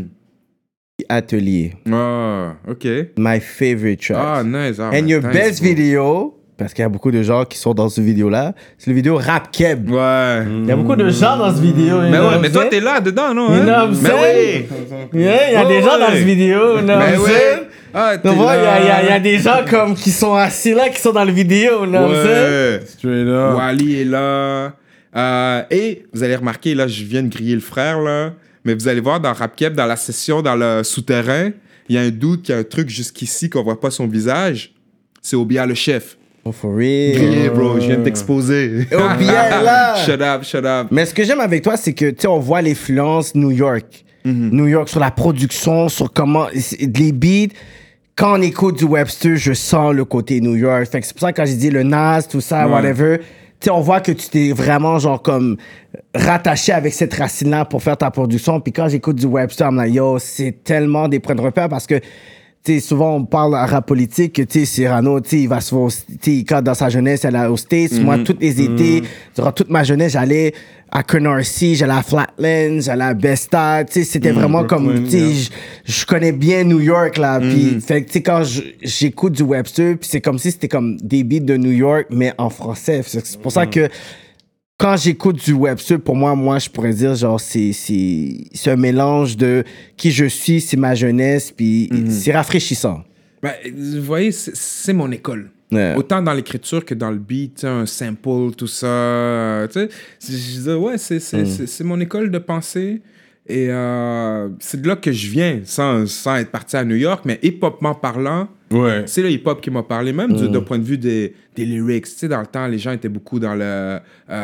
[SPEAKER 4] et Atelier.
[SPEAKER 5] Ah, OK.
[SPEAKER 4] My favorite track.
[SPEAKER 5] Ah, nice. Ah,
[SPEAKER 4] And your
[SPEAKER 5] nice,
[SPEAKER 4] best
[SPEAKER 5] bro.
[SPEAKER 4] video, parce qu'il y a beaucoup de gens qui sont dans cette vidéo-là, c'est le vidéo Rap Keb.
[SPEAKER 5] Ouais.
[SPEAKER 4] Il y a beaucoup de gens dans cette vidéo.
[SPEAKER 5] Mais ouais, mais toi, t'es là dedans, non?
[SPEAKER 4] You know
[SPEAKER 5] Hein?
[SPEAKER 4] what I'm
[SPEAKER 5] Mais
[SPEAKER 4] saying?
[SPEAKER 5] oui.
[SPEAKER 4] Yeah, il y a
[SPEAKER 5] Oh,
[SPEAKER 4] des gens
[SPEAKER 5] ouais.
[SPEAKER 4] dans cette vidéo. You know what
[SPEAKER 5] Mais
[SPEAKER 4] I'm
[SPEAKER 5] oui.
[SPEAKER 4] saying?
[SPEAKER 5] Ah, t'es
[SPEAKER 4] Tu vois, il y,
[SPEAKER 5] là.
[SPEAKER 4] a- il y a- il y a des gens comme qui sont assis là, qui sont dans la vidéo. You know what I'm saying?
[SPEAKER 5] Ouais.
[SPEAKER 3] Straight up.
[SPEAKER 5] Wally est là. Euh, et vous allez remarquer, là, je viens de griller le frère, là. Mais vous allez voir dans Rap Keb, dans la session, dans le souterrain, il y a un dude qui a un truc jusqu'ici qu'on voit pas son visage. C'est Obia le chef.
[SPEAKER 4] Oh, for real.
[SPEAKER 5] Grillé, bro, je viens de t'exposer.
[SPEAKER 4] Obia est là.
[SPEAKER 5] Shut up, shut up.
[SPEAKER 4] Mais ce que j'aime avec toi, c'est que, tu sais, on voit l'influence New York. New York sur la production, sur comment... Les beats, quand on écoute du Webster, je sens le côté New York. Fait que c'est pour ça que quand j'ai dit le Nas, tout ça,
[SPEAKER 5] Ouais.
[SPEAKER 4] whatever, tu sais, on voit que tu t'es vraiment, genre, comme rattaché avec cette racine-là pour faire ta production. Puis quand j'écoute du Webster, I'm like, yo, c'est tellement des points de repère parce que tu sais, souvent, on parle en rap politique que, tu sais, Cyrano, tu sais, il va souvent, tu sais, quand dans sa jeunesse, elle allait aux States. Moi, tous les étés, durant toute ma jeunesse, j'allais à Canarsie, j'allais à Flatlands, j'allais à Besta, tu sais, c'était vraiment comme,
[SPEAKER 3] Brooklyn,
[SPEAKER 4] tu sais,
[SPEAKER 3] yeah.
[SPEAKER 4] je- je connais bien New York, là. Puis, fait que, tu sais, quand je- j'écoute du Webster, puis c'est comme si c'était comme des beats de New York, mais en français. C'est pour ça que, quand j'écoute du Webster, pour moi, moi, je pourrais dire, genre, c'est, c'est, c'est un mélange de qui je suis, c'est ma jeunesse, puis c'est rafraîchissant.
[SPEAKER 5] Ben, vous voyez, c'est- c'est mon école.
[SPEAKER 4] Ouais.
[SPEAKER 5] Autant dans l'écriture que dans le beat, tu sais, un sample, tout ça. euh, Tu sais, je disais, ouais, c'est, c'est, c'est, c'est mon école de pensée. Et euh, c'est de là que je viens, sans, sans être parti à New York, mais hip-hopment parlant,
[SPEAKER 3] Ouais.
[SPEAKER 5] c'est le hip-hop qui m'a parlé, même du, d'un point de vue des, des lyrics. Tu sais, dans le temps, les gens étaient beaucoup dans le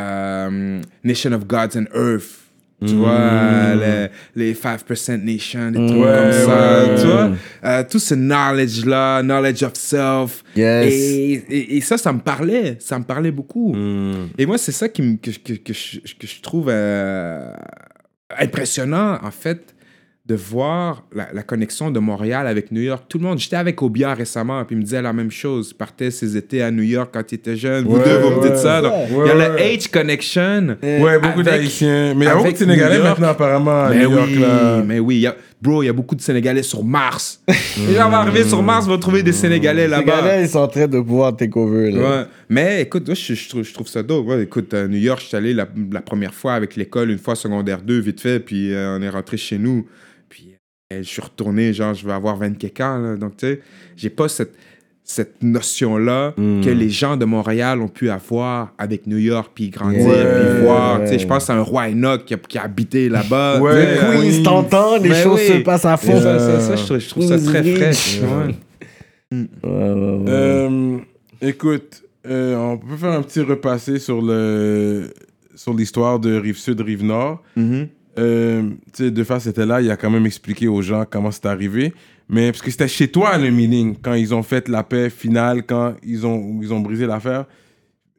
[SPEAKER 5] euh, Nation of Gods and Earth. Tu vois, les, les five percent Nation, des trucs
[SPEAKER 3] Ouais,
[SPEAKER 5] comme ça.
[SPEAKER 3] ouais,
[SPEAKER 5] tu
[SPEAKER 3] ouais.
[SPEAKER 5] vois, Euh, tout ce knowledge-là, knowledge of self.
[SPEAKER 4] Yes.
[SPEAKER 5] Et, et, et ça, ça me parlait. Ça me parlait beaucoup. Et moi, c'est ça qui me, que, que, que, je, que je trouve euh, impressionnant, en fait, de voir la, la connexion de Montréal avec New York. Tout le monde, j'étais avec Obia récemment, puis il me disait la même chose. Il partait ses étés à New York quand il était jeune. Vous
[SPEAKER 3] Ouais,
[SPEAKER 5] deux, vous me
[SPEAKER 3] ouais.
[SPEAKER 5] dites ça. Donc,
[SPEAKER 3] Ouais,
[SPEAKER 5] il y a le
[SPEAKER 3] ouais.
[SPEAKER 5] H connection.
[SPEAKER 3] Ouais, beaucoup
[SPEAKER 5] avec-
[SPEAKER 3] d'Haïtiens. Mais il y a beaucoup
[SPEAKER 5] avec
[SPEAKER 3] de Sénégalais
[SPEAKER 5] New York.
[SPEAKER 3] maintenant, apparemment, à
[SPEAKER 5] Mais
[SPEAKER 3] New York,
[SPEAKER 5] oui,
[SPEAKER 3] là.
[SPEAKER 5] mais oui. il Y a, bro, il y a beaucoup de Sénégalais sur Mars. Les gens vont arriver sur Mars, vont trouver des Sénégalais
[SPEAKER 4] Les
[SPEAKER 5] là-bas.
[SPEAKER 4] gars-là, ils sont en train de pouvoir take over. Là.
[SPEAKER 5] Ouais. Mais écoute, moi, je, je trouve, je trouve ça dope. Ouais, écoute, à New York, je suis allé la, la première fois avec l'école, une fois secondaire deux, vite fait, puis euh, on est rentré chez nous. Puis euh, je suis retourné, genre, je vais avoir vingt quelques ans. Là. Donc, tu sais, j'ai pas cette, cette notion-là que les gens de Montréal ont pu avoir avec New York, puis grandir,
[SPEAKER 4] Ouais,
[SPEAKER 5] puis voir.
[SPEAKER 4] ouais.
[SPEAKER 5] Tu sais, je pense que c'est un roi Enoch qui a, qui a habité là-bas.
[SPEAKER 3] Ouais,
[SPEAKER 5] tu sais, euh,
[SPEAKER 4] Queens, t'entends, les
[SPEAKER 5] mais
[SPEAKER 4] choses
[SPEAKER 5] oui.
[SPEAKER 4] se passent à
[SPEAKER 5] Et
[SPEAKER 4] fond.
[SPEAKER 5] ça, c'est ça, je trouve, je trouve ça
[SPEAKER 4] Queens
[SPEAKER 5] très
[SPEAKER 4] rich.
[SPEAKER 5] fraîche. Ouais.
[SPEAKER 4] Ouais, ouais, ouais.
[SPEAKER 3] Euh, écoute, euh, on peut faire un petit repassé sur le sur l'histoire de Rive-Sud, Rive-Nord.
[SPEAKER 5] Mhm.
[SPEAKER 3] Euh, tu sais, De Face était là, il a quand même expliqué aux gens comment c'est arrivé. Mais parce que c'était chez toi le meeting, quand ils ont fait la paix finale, quand ils ont, ils ont brisé l'affaire.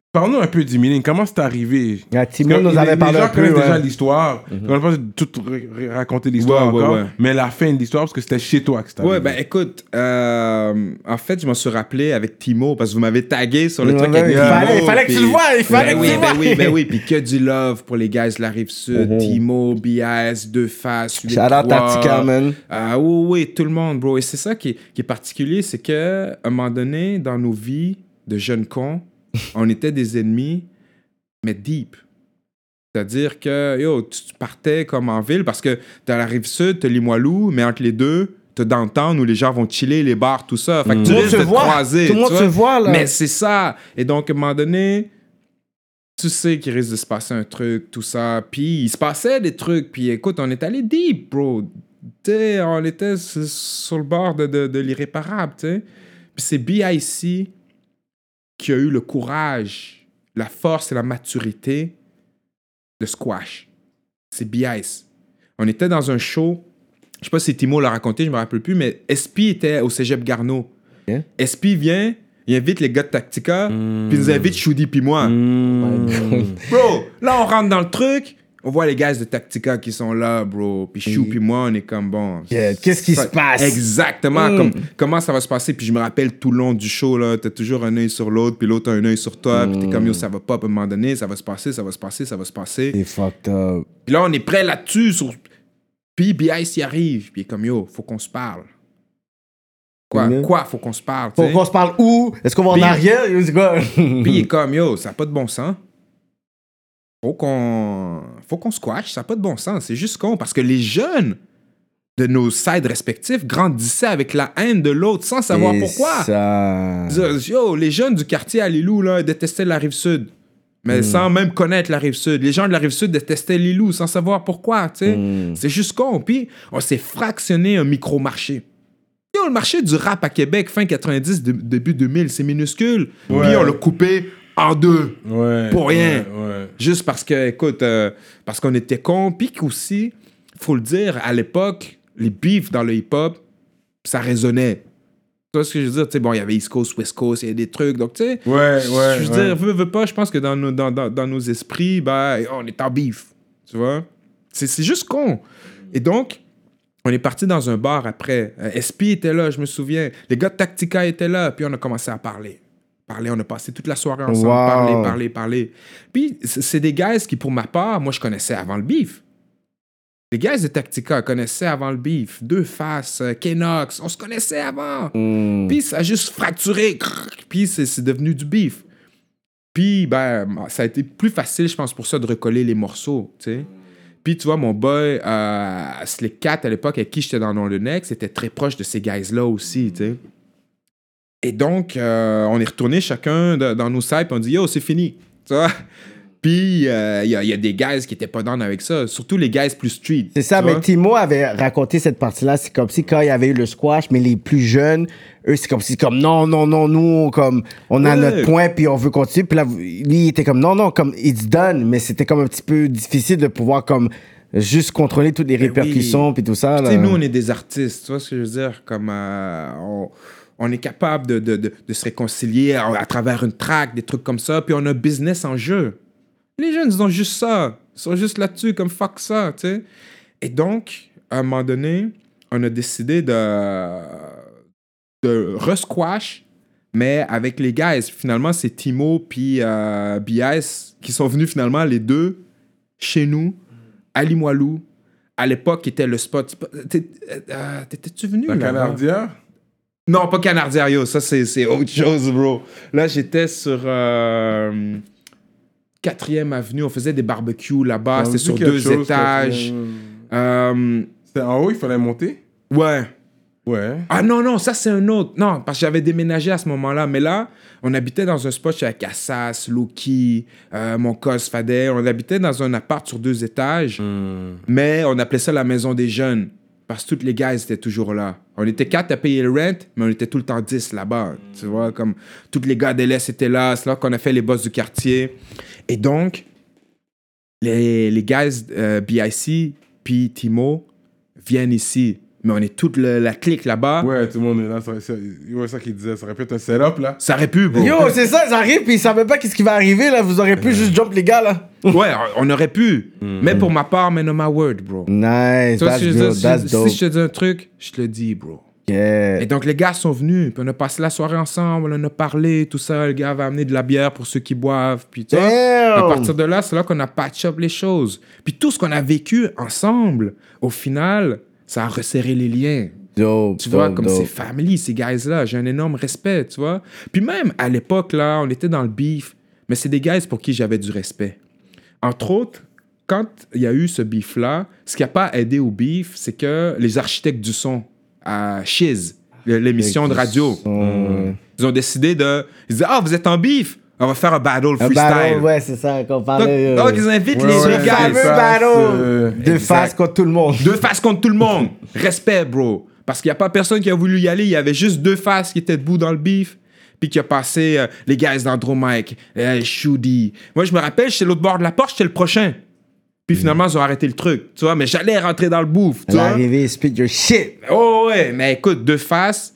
[SPEAKER 3] Parle-nous un peu du meeting. Comment c'est arrivé?
[SPEAKER 4] Ah, Timo
[SPEAKER 3] Parce que
[SPEAKER 4] nous
[SPEAKER 3] les-
[SPEAKER 4] avait parlé
[SPEAKER 3] Les
[SPEAKER 4] un
[SPEAKER 3] gens
[SPEAKER 4] peu,
[SPEAKER 3] connaissent déjà
[SPEAKER 4] ouais.
[SPEAKER 3] l'histoire.
[SPEAKER 5] Mhm.
[SPEAKER 3] On n'a pas tout r- raconter l'histoire
[SPEAKER 5] Ouais, ouais,
[SPEAKER 3] encore,
[SPEAKER 5] ouais.
[SPEAKER 3] mais la fin de l'histoire, parce que c'était chez toi que c'était
[SPEAKER 5] Ouais,
[SPEAKER 3] arrivé.
[SPEAKER 5] ben écoute, euh, en fait, je m'en suis rappelé avec Timo parce que vous m'avez tagué sur le
[SPEAKER 4] Ouais,
[SPEAKER 5] truc
[SPEAKER 4] ouais,
[SPEAKER 5] avec
[SPEAKER 4] il
[SPEAKER 5] Timo.
[SPEAKER 4] fallait- il fallait que
[SPEAKER 5] puis-
[SPEAKER 4] tu le vois, il fallait
[SPEAKER 5] ben
[SPEAKER 4] que
[SPEAKER 5] oui,
[SPEAKER 4] tu le
[SPEAKER 5] ben
[SPEAKER 4] vois.
[SPEAKER 5] oui, ben oui, puis que du love pour les guys de la Rive-Sud,
[SPEAKER 4] Mhm.
[SPEAKER 5] Timo, B S, Deux Faces, huit
[SPEAKER 4] Shout out Tactica, man.
[SPEAKER 5] Ah oui, oui, tout le monde, bro. Et c'est ça qui est, qui est particulier, c'est qu'à un moment donné, dans nos vies de jeunes cons, on était des ennemis, mais deep. C'est-à-dire que, yo, tu tu partais comme en ville parce que t'as la Rive-Sud, t'as Limoilou, mais entre les deux, t'as downtown où les gens vont chiller, les bars, tout ça. Fait que tu
[SPEAKER 4] Tout le monde
[SPEAKER 5] risques
[SPEAKER 4] se
[SPEAKER 5] de te
[SPEAKER 4] voit.
[SPEAKER 5] croiser.
[SPEAKER 4] Tout le monde
[SPEAKER 5] tu
[SPEAKER 4] se
[SPEAKER 5] vois.
[SPEAKER 4] voit, là.
[SPEAKER 5] Mais c'est ça. Et donc, à un moment donné, tu sais qu'il risque de se passer un truc, tout ça. Puis, il se passait des trucs. Puis, écoute, on est allé deep, bro. Tu sais, on était sur, sur le bord de, de, de l'irréparable, tu sais. Puis, c'est B I C qui a eu le courage, la force et la maturité de squash. C'est B I C. On était dans un show, je sais pas si Timo l'a raconté, je me rappelle plus, mais S P était au Cégep Garneau.
[SPEAKER 4] Yeah.
[SPEAKER 5] S P vient, il invite les gars de Tactica, puis il nous invite Shudi puis moi. Bro, là on rentre dans le truc, on voit les gars de Tactica qui sont là, bro. Puis Chou puis moi, on est comme bon.
[SPEAKER 4] Yeah, qu'est-ce qui
[SPEAKER 5] ça-
[SPEAKER 4] se passe?
[SPEAKER 5] Exactement.
[SPEAKER 4] Mm.
[SPEAKER 5] Comme, comment ça va se passer? Puis je me rappelle tout le long du show, là, t'as toujours un œil sur l'autre, puis l'autre a un œil sur toi. Puis t'es comme, yo, ça va pas à un moment donné, ça va se passer, ça va se passer, ça va se passer.
[SPEAKER 4] C'est fucked up.
[SPEAKER 5] Puis là, on est prêt là-dessus. Sur... Puis B I s'y arrive. Puis il est comme, yo, faut qu'on se parle. Quoi?
[SPEAKER 4] Mhm.
[SPEAKER 5] Quoi? Faut qu'on se parle. tu
[SPEAKER 4] Faut
[SPEAKER 5] sais?
[SPEAKER 4] qu'on se parle où? Est-ce qu'on va
[SPEAKER 5] Puis-
[SPEAKER 4] en arrière? C'est quoi?
[SPEAKER 5] Puis il est comme, yo, ça n'a pas de bon sens. Faut qu'on faut qu'on squash, ça n'a pas de bon sens. C'est juste con parce que les jeunes de nos sides respectifs grandissaient avec la haine de l'autre sans savoir
[SPEAKER 4] Et
[SPEAKER 5] pourquoi.
[SPEAKER 4] Ça...
[SPEAKER 5] Yo, les jeunes du quartier à Lilou, là, détestaient la Rive-Sud. Mais sans même connaître la Rive-Sud. Les gens de la Rive-Sud détestaient Lilou sans savoir pourquoi, tu sais.
[SPEAKER 4] Mm.
[SPEAKER 5] C'est juste con. Puis, on s'est fractionné un micro-marché. Yo, le marché du rap à Québec, fin quatre-vingt-dix, de- début deux mille, c'est minuscule.
[SPEAKER 3] Ouais.
[SPEAKER 5] Puis, on l'a coupé en deux.
[SPEAKER 3] Ouais.
[SPEAKER 5] Pour rien.
[SPEAKER 3] Ouais, ouais.
[SPEAKER 5] Juste parce que, écoute, euh, parce qu'on était cons. Puis qu'aussi, faut le dire, à l'époque, les beefs dans le hip-hop, ça résonnait. Tu vois ce que je veux dire? Tu sais, bon, il y avait East Coast, West Coast, il y a des trucs. Donc, tu sais,
[SPEAKER 3] Ouais, ouais.
[SPEAKER 5] je veux
[SPEAKER 3] ouais.
[SPEAKER 5] dire, veux, veux pas, je pense que dans nos, dans, dans, dans nos esprits, ben, on est en beef. Tu vois? C'est, c'est juste con. Et donc, on est parti dans un bar après. Euh, S P était là, je me souviens. Les gars de Tactica étaient là, puis on a commencé à parler. Parler, on a passé toute la soirée ensemble,
[SPEAKER 4] Wow.
[SPEAKER 5] parler, parler, parler. Puis, c'est c'est des guys qui, pour ma part, moi, je connaissais avant le beef. Les guys de Tactica connaissaient avant le beef. Deux Faces, euh, Kenox, on se connaissait avant.
[SPEAKER 4] Mm.
[SPEAKER 5] Puis ça a juste fracturé. Crrr. Puis c'est, c'est devenu du beef. Puis, ben, ça a été plus facile, je pense, pour ça, de recoller les morceaux, tu sais. Puis, tu vois, mon boy, euh, Slick Cat, à l'époque, avec qui j'étais dans le Next, était très proche de ces guys-là aussi, tu sais. Et donc, euh, on est retourné chacun de- dans nos sites, puis on dit « Yo, c'est fini », tu vois. Puis, il euh, y, a, y a des guys qui étaient pas down avec ça, surtout les guys plus street.
[SPEAKER 4] C'est ça,
[SPEAKER 5] tu
[SPEAKER 4] mais
[SPEAKER 5] vois.
[SPEAKER 4] Timo avait raconté cette partie-là. C'est comme si quand il y avait eu le squash, mais les plus jeunes, eux, c'est comme si, comme non, non, non, nous, comme on a
[SPEAKER 5] Ouais.
[SPEAKER 4] notre point, puis on veut continuer. Puis là, lui, il était comme non, non, comme it's done, mais c'était comme un petit peu difficile de pouvoir, comme juste contrôler toutes les
[SPEAKER 5] Ben
[SPEAKER 4] répercussions,
[SPEAKER 5] oui.
[SPEAKER 4] puis tout ça.
[SPEAKER 5] Tu
[SPEAKER 4] là.
[SPEAKER 5] sais, nous, on est des artistes, tu vois ce que je veux dire? Comme, euh, on, on est capable de, de, de, de se réconcilier à, à travers une track, des trucs comme ça, puis on a un business en jeu. Les jeunes, ils ont juste ça. Ils sont juste là-dessus, comme fuck ça, tu sais. Et donc, à un moment donné, on a décidé de, de re-squash, mais avec les guys. Finalement, c'est Timo puis euh, B S qui sont venus finalement, les deux, chez nous, à Limoilou. À l'époque, qui était le spot. T'es- euh, T'étais-tu venu
[SPEAKER 3] La
[SPEAKER 5] là
[SPEAKER 3] Canardière?
[SPEAKER 5] Non, pas Canardiario. Ça, c'est, c'est autre chose, bro. Là, j'étais sur euh, quatrième avenue. On faisait des barbecues là-bas.
[SPEAKER 3] Ça me
[SPEAKER 5] C'était
[SPEAKER 3] dit
[SPEAKER 5] sur
[SPEAKER 3] quelque
[SPEAKER 5] deux
[SPEAKER 3] chose,
[SPEAKER 5] étages.
[SPEAKER 3] quatrième.
[SPEAKER 5] Euh,
[SPEAKER 3] C'était en haut, il fallait monter?
[SPEAKER 5] ouais.
[SPEAKER 3] Ouais.
[SPEAKER 5] Ah non, non, ça, c'est un autre. Non, parce que j'avais déménagé à ce moment-là. Mais là, on habitait dans un spot chez Assas, Loki, euh, mon cos Fadet. On habitait dans un appart sur deux étages. Mais on appelait ça la maison des jeunes. Parce que tous les gars étaient toujours là. On était quatre à payer le rent, mais on était tout le temps dix là-bas. Tu vois, comme tous les gars de l'Est étaient là. C'est là qu'on a fait les boss du quartier. Et donc, les, les guys euh, B I C puis Timo viennent ici. mais on est toute le- la clique là-bas.
[SPEAKER 3] Ouais, tout le monde est là. C'est ça, ouais, ça qu'il disait. Ça aurait pu être un setup, là.
[SPEAKER 5] Ça aurait pu, bro.
[SPEAKER 4] Yo, c'est ça, ils arrivent puis ils savent même pas qu'est-ce qui va arriver là. Vous aurez pu juste jump les gars là.
[SPEAKER 5] Ouais, on aurait pu. Mais pour ma part, man, on my word, bro.
[SPEAKER 4] Nice,
[SPEAKER 5] Tu vois,
[SPEAKER 4] that's
[SPEAKER 5] si, je
[SPEAKER 4] good,
[SPEAKER 5] dis-
[SPEAKER 4] that's
[SPEAKER 5] si-
[SPEAKER 4] dope.
[SPEAKER 5] si je te dis un truc, je te le dis, bro.
[SPEAKER 4] Yeah.
[SPEAKER 5] Et donc, les gars sont venus, puis on a passé la soirée ensemble, on a parlé, tout ça. Le gars va amener de la bière pour ceux qui boivent, puis tu vois.
[SPEAKER 4] Damn.
[SPEAKER 5] À partir de là, c'est là qu'on a patch up les choses. Puis tout ce qu'on a vécu ensemble, au final, ça a resserré les liens.
[SPEAKER 4] Dope,
[SPEAKER 5] Tu vois,
[SPEAKER 4] dope,
[SPEAKER 5] comme
[SPEAKER 4] dope.
[SPEAKER 5] ces familles, ces guys-là, j'ai un énorme respect, tu vois. Puis même à l'époque, là, on était dans le beef, mais c'est des guys pour qui j'avais du respect. Entre autres, quand il y a eu ce beef-là, ce qui n'a pas aidé au beef, c'est que les architectes du son à Shiz, l'émission de radio,
[SPEAKER 4] Mm.
[SPEAKER 5] ils ont décidé de... Ils disaient, ah, vous êtes en beef, on va faire un battle
[SPEAKER 4] Un
[SPEAKER 5] freestyle.
[SPEAKER 4] battle, ouais, c'est ça qu'on
[SPEAKER 5] Donc,
[SPEAKER 4] parlait.
[SPEAKER 5] donc,
[SPEAKER 4] euh,
[SPEAKER 5] ils invitent
[SPEAKER 3] Ouais,
[SPEAKER 5] les
[SPEAKER 3] ouais,
[SPEAKER 5] deux gars.
[SPEAKER 4] fameux
[SPEAKER 3] ça,
[SPEAKER 4] battle
[SPEAKER 3] euh,
[SPEAKER 4] de
[SPEAKER 5] exact.
[SPEAKER 4] face contre tout le monde.
[SPEAKER 5] Deux faces contre tout le monde. Respect, bro. Parce qu'il n'y a pas personne qui a voulu y aller. Il y avait juste deux faces qui étaient debout dans le beef. Puis qui a passé euh, les guys d'Andromike, euh, Shoudi. Moi, je me rappelle, j'étais l'autre bord de la porte, j'étais le prochain. Puis finalement, ils ont arrêté le truc. Tu vois, mais j'allais rentrer dans le bouffe. Tu vois.
[SPEAKER 4] L'arrivée, speak your shit.
[SPEAKER 5] Oh, ouais. Mais écoute, deux faces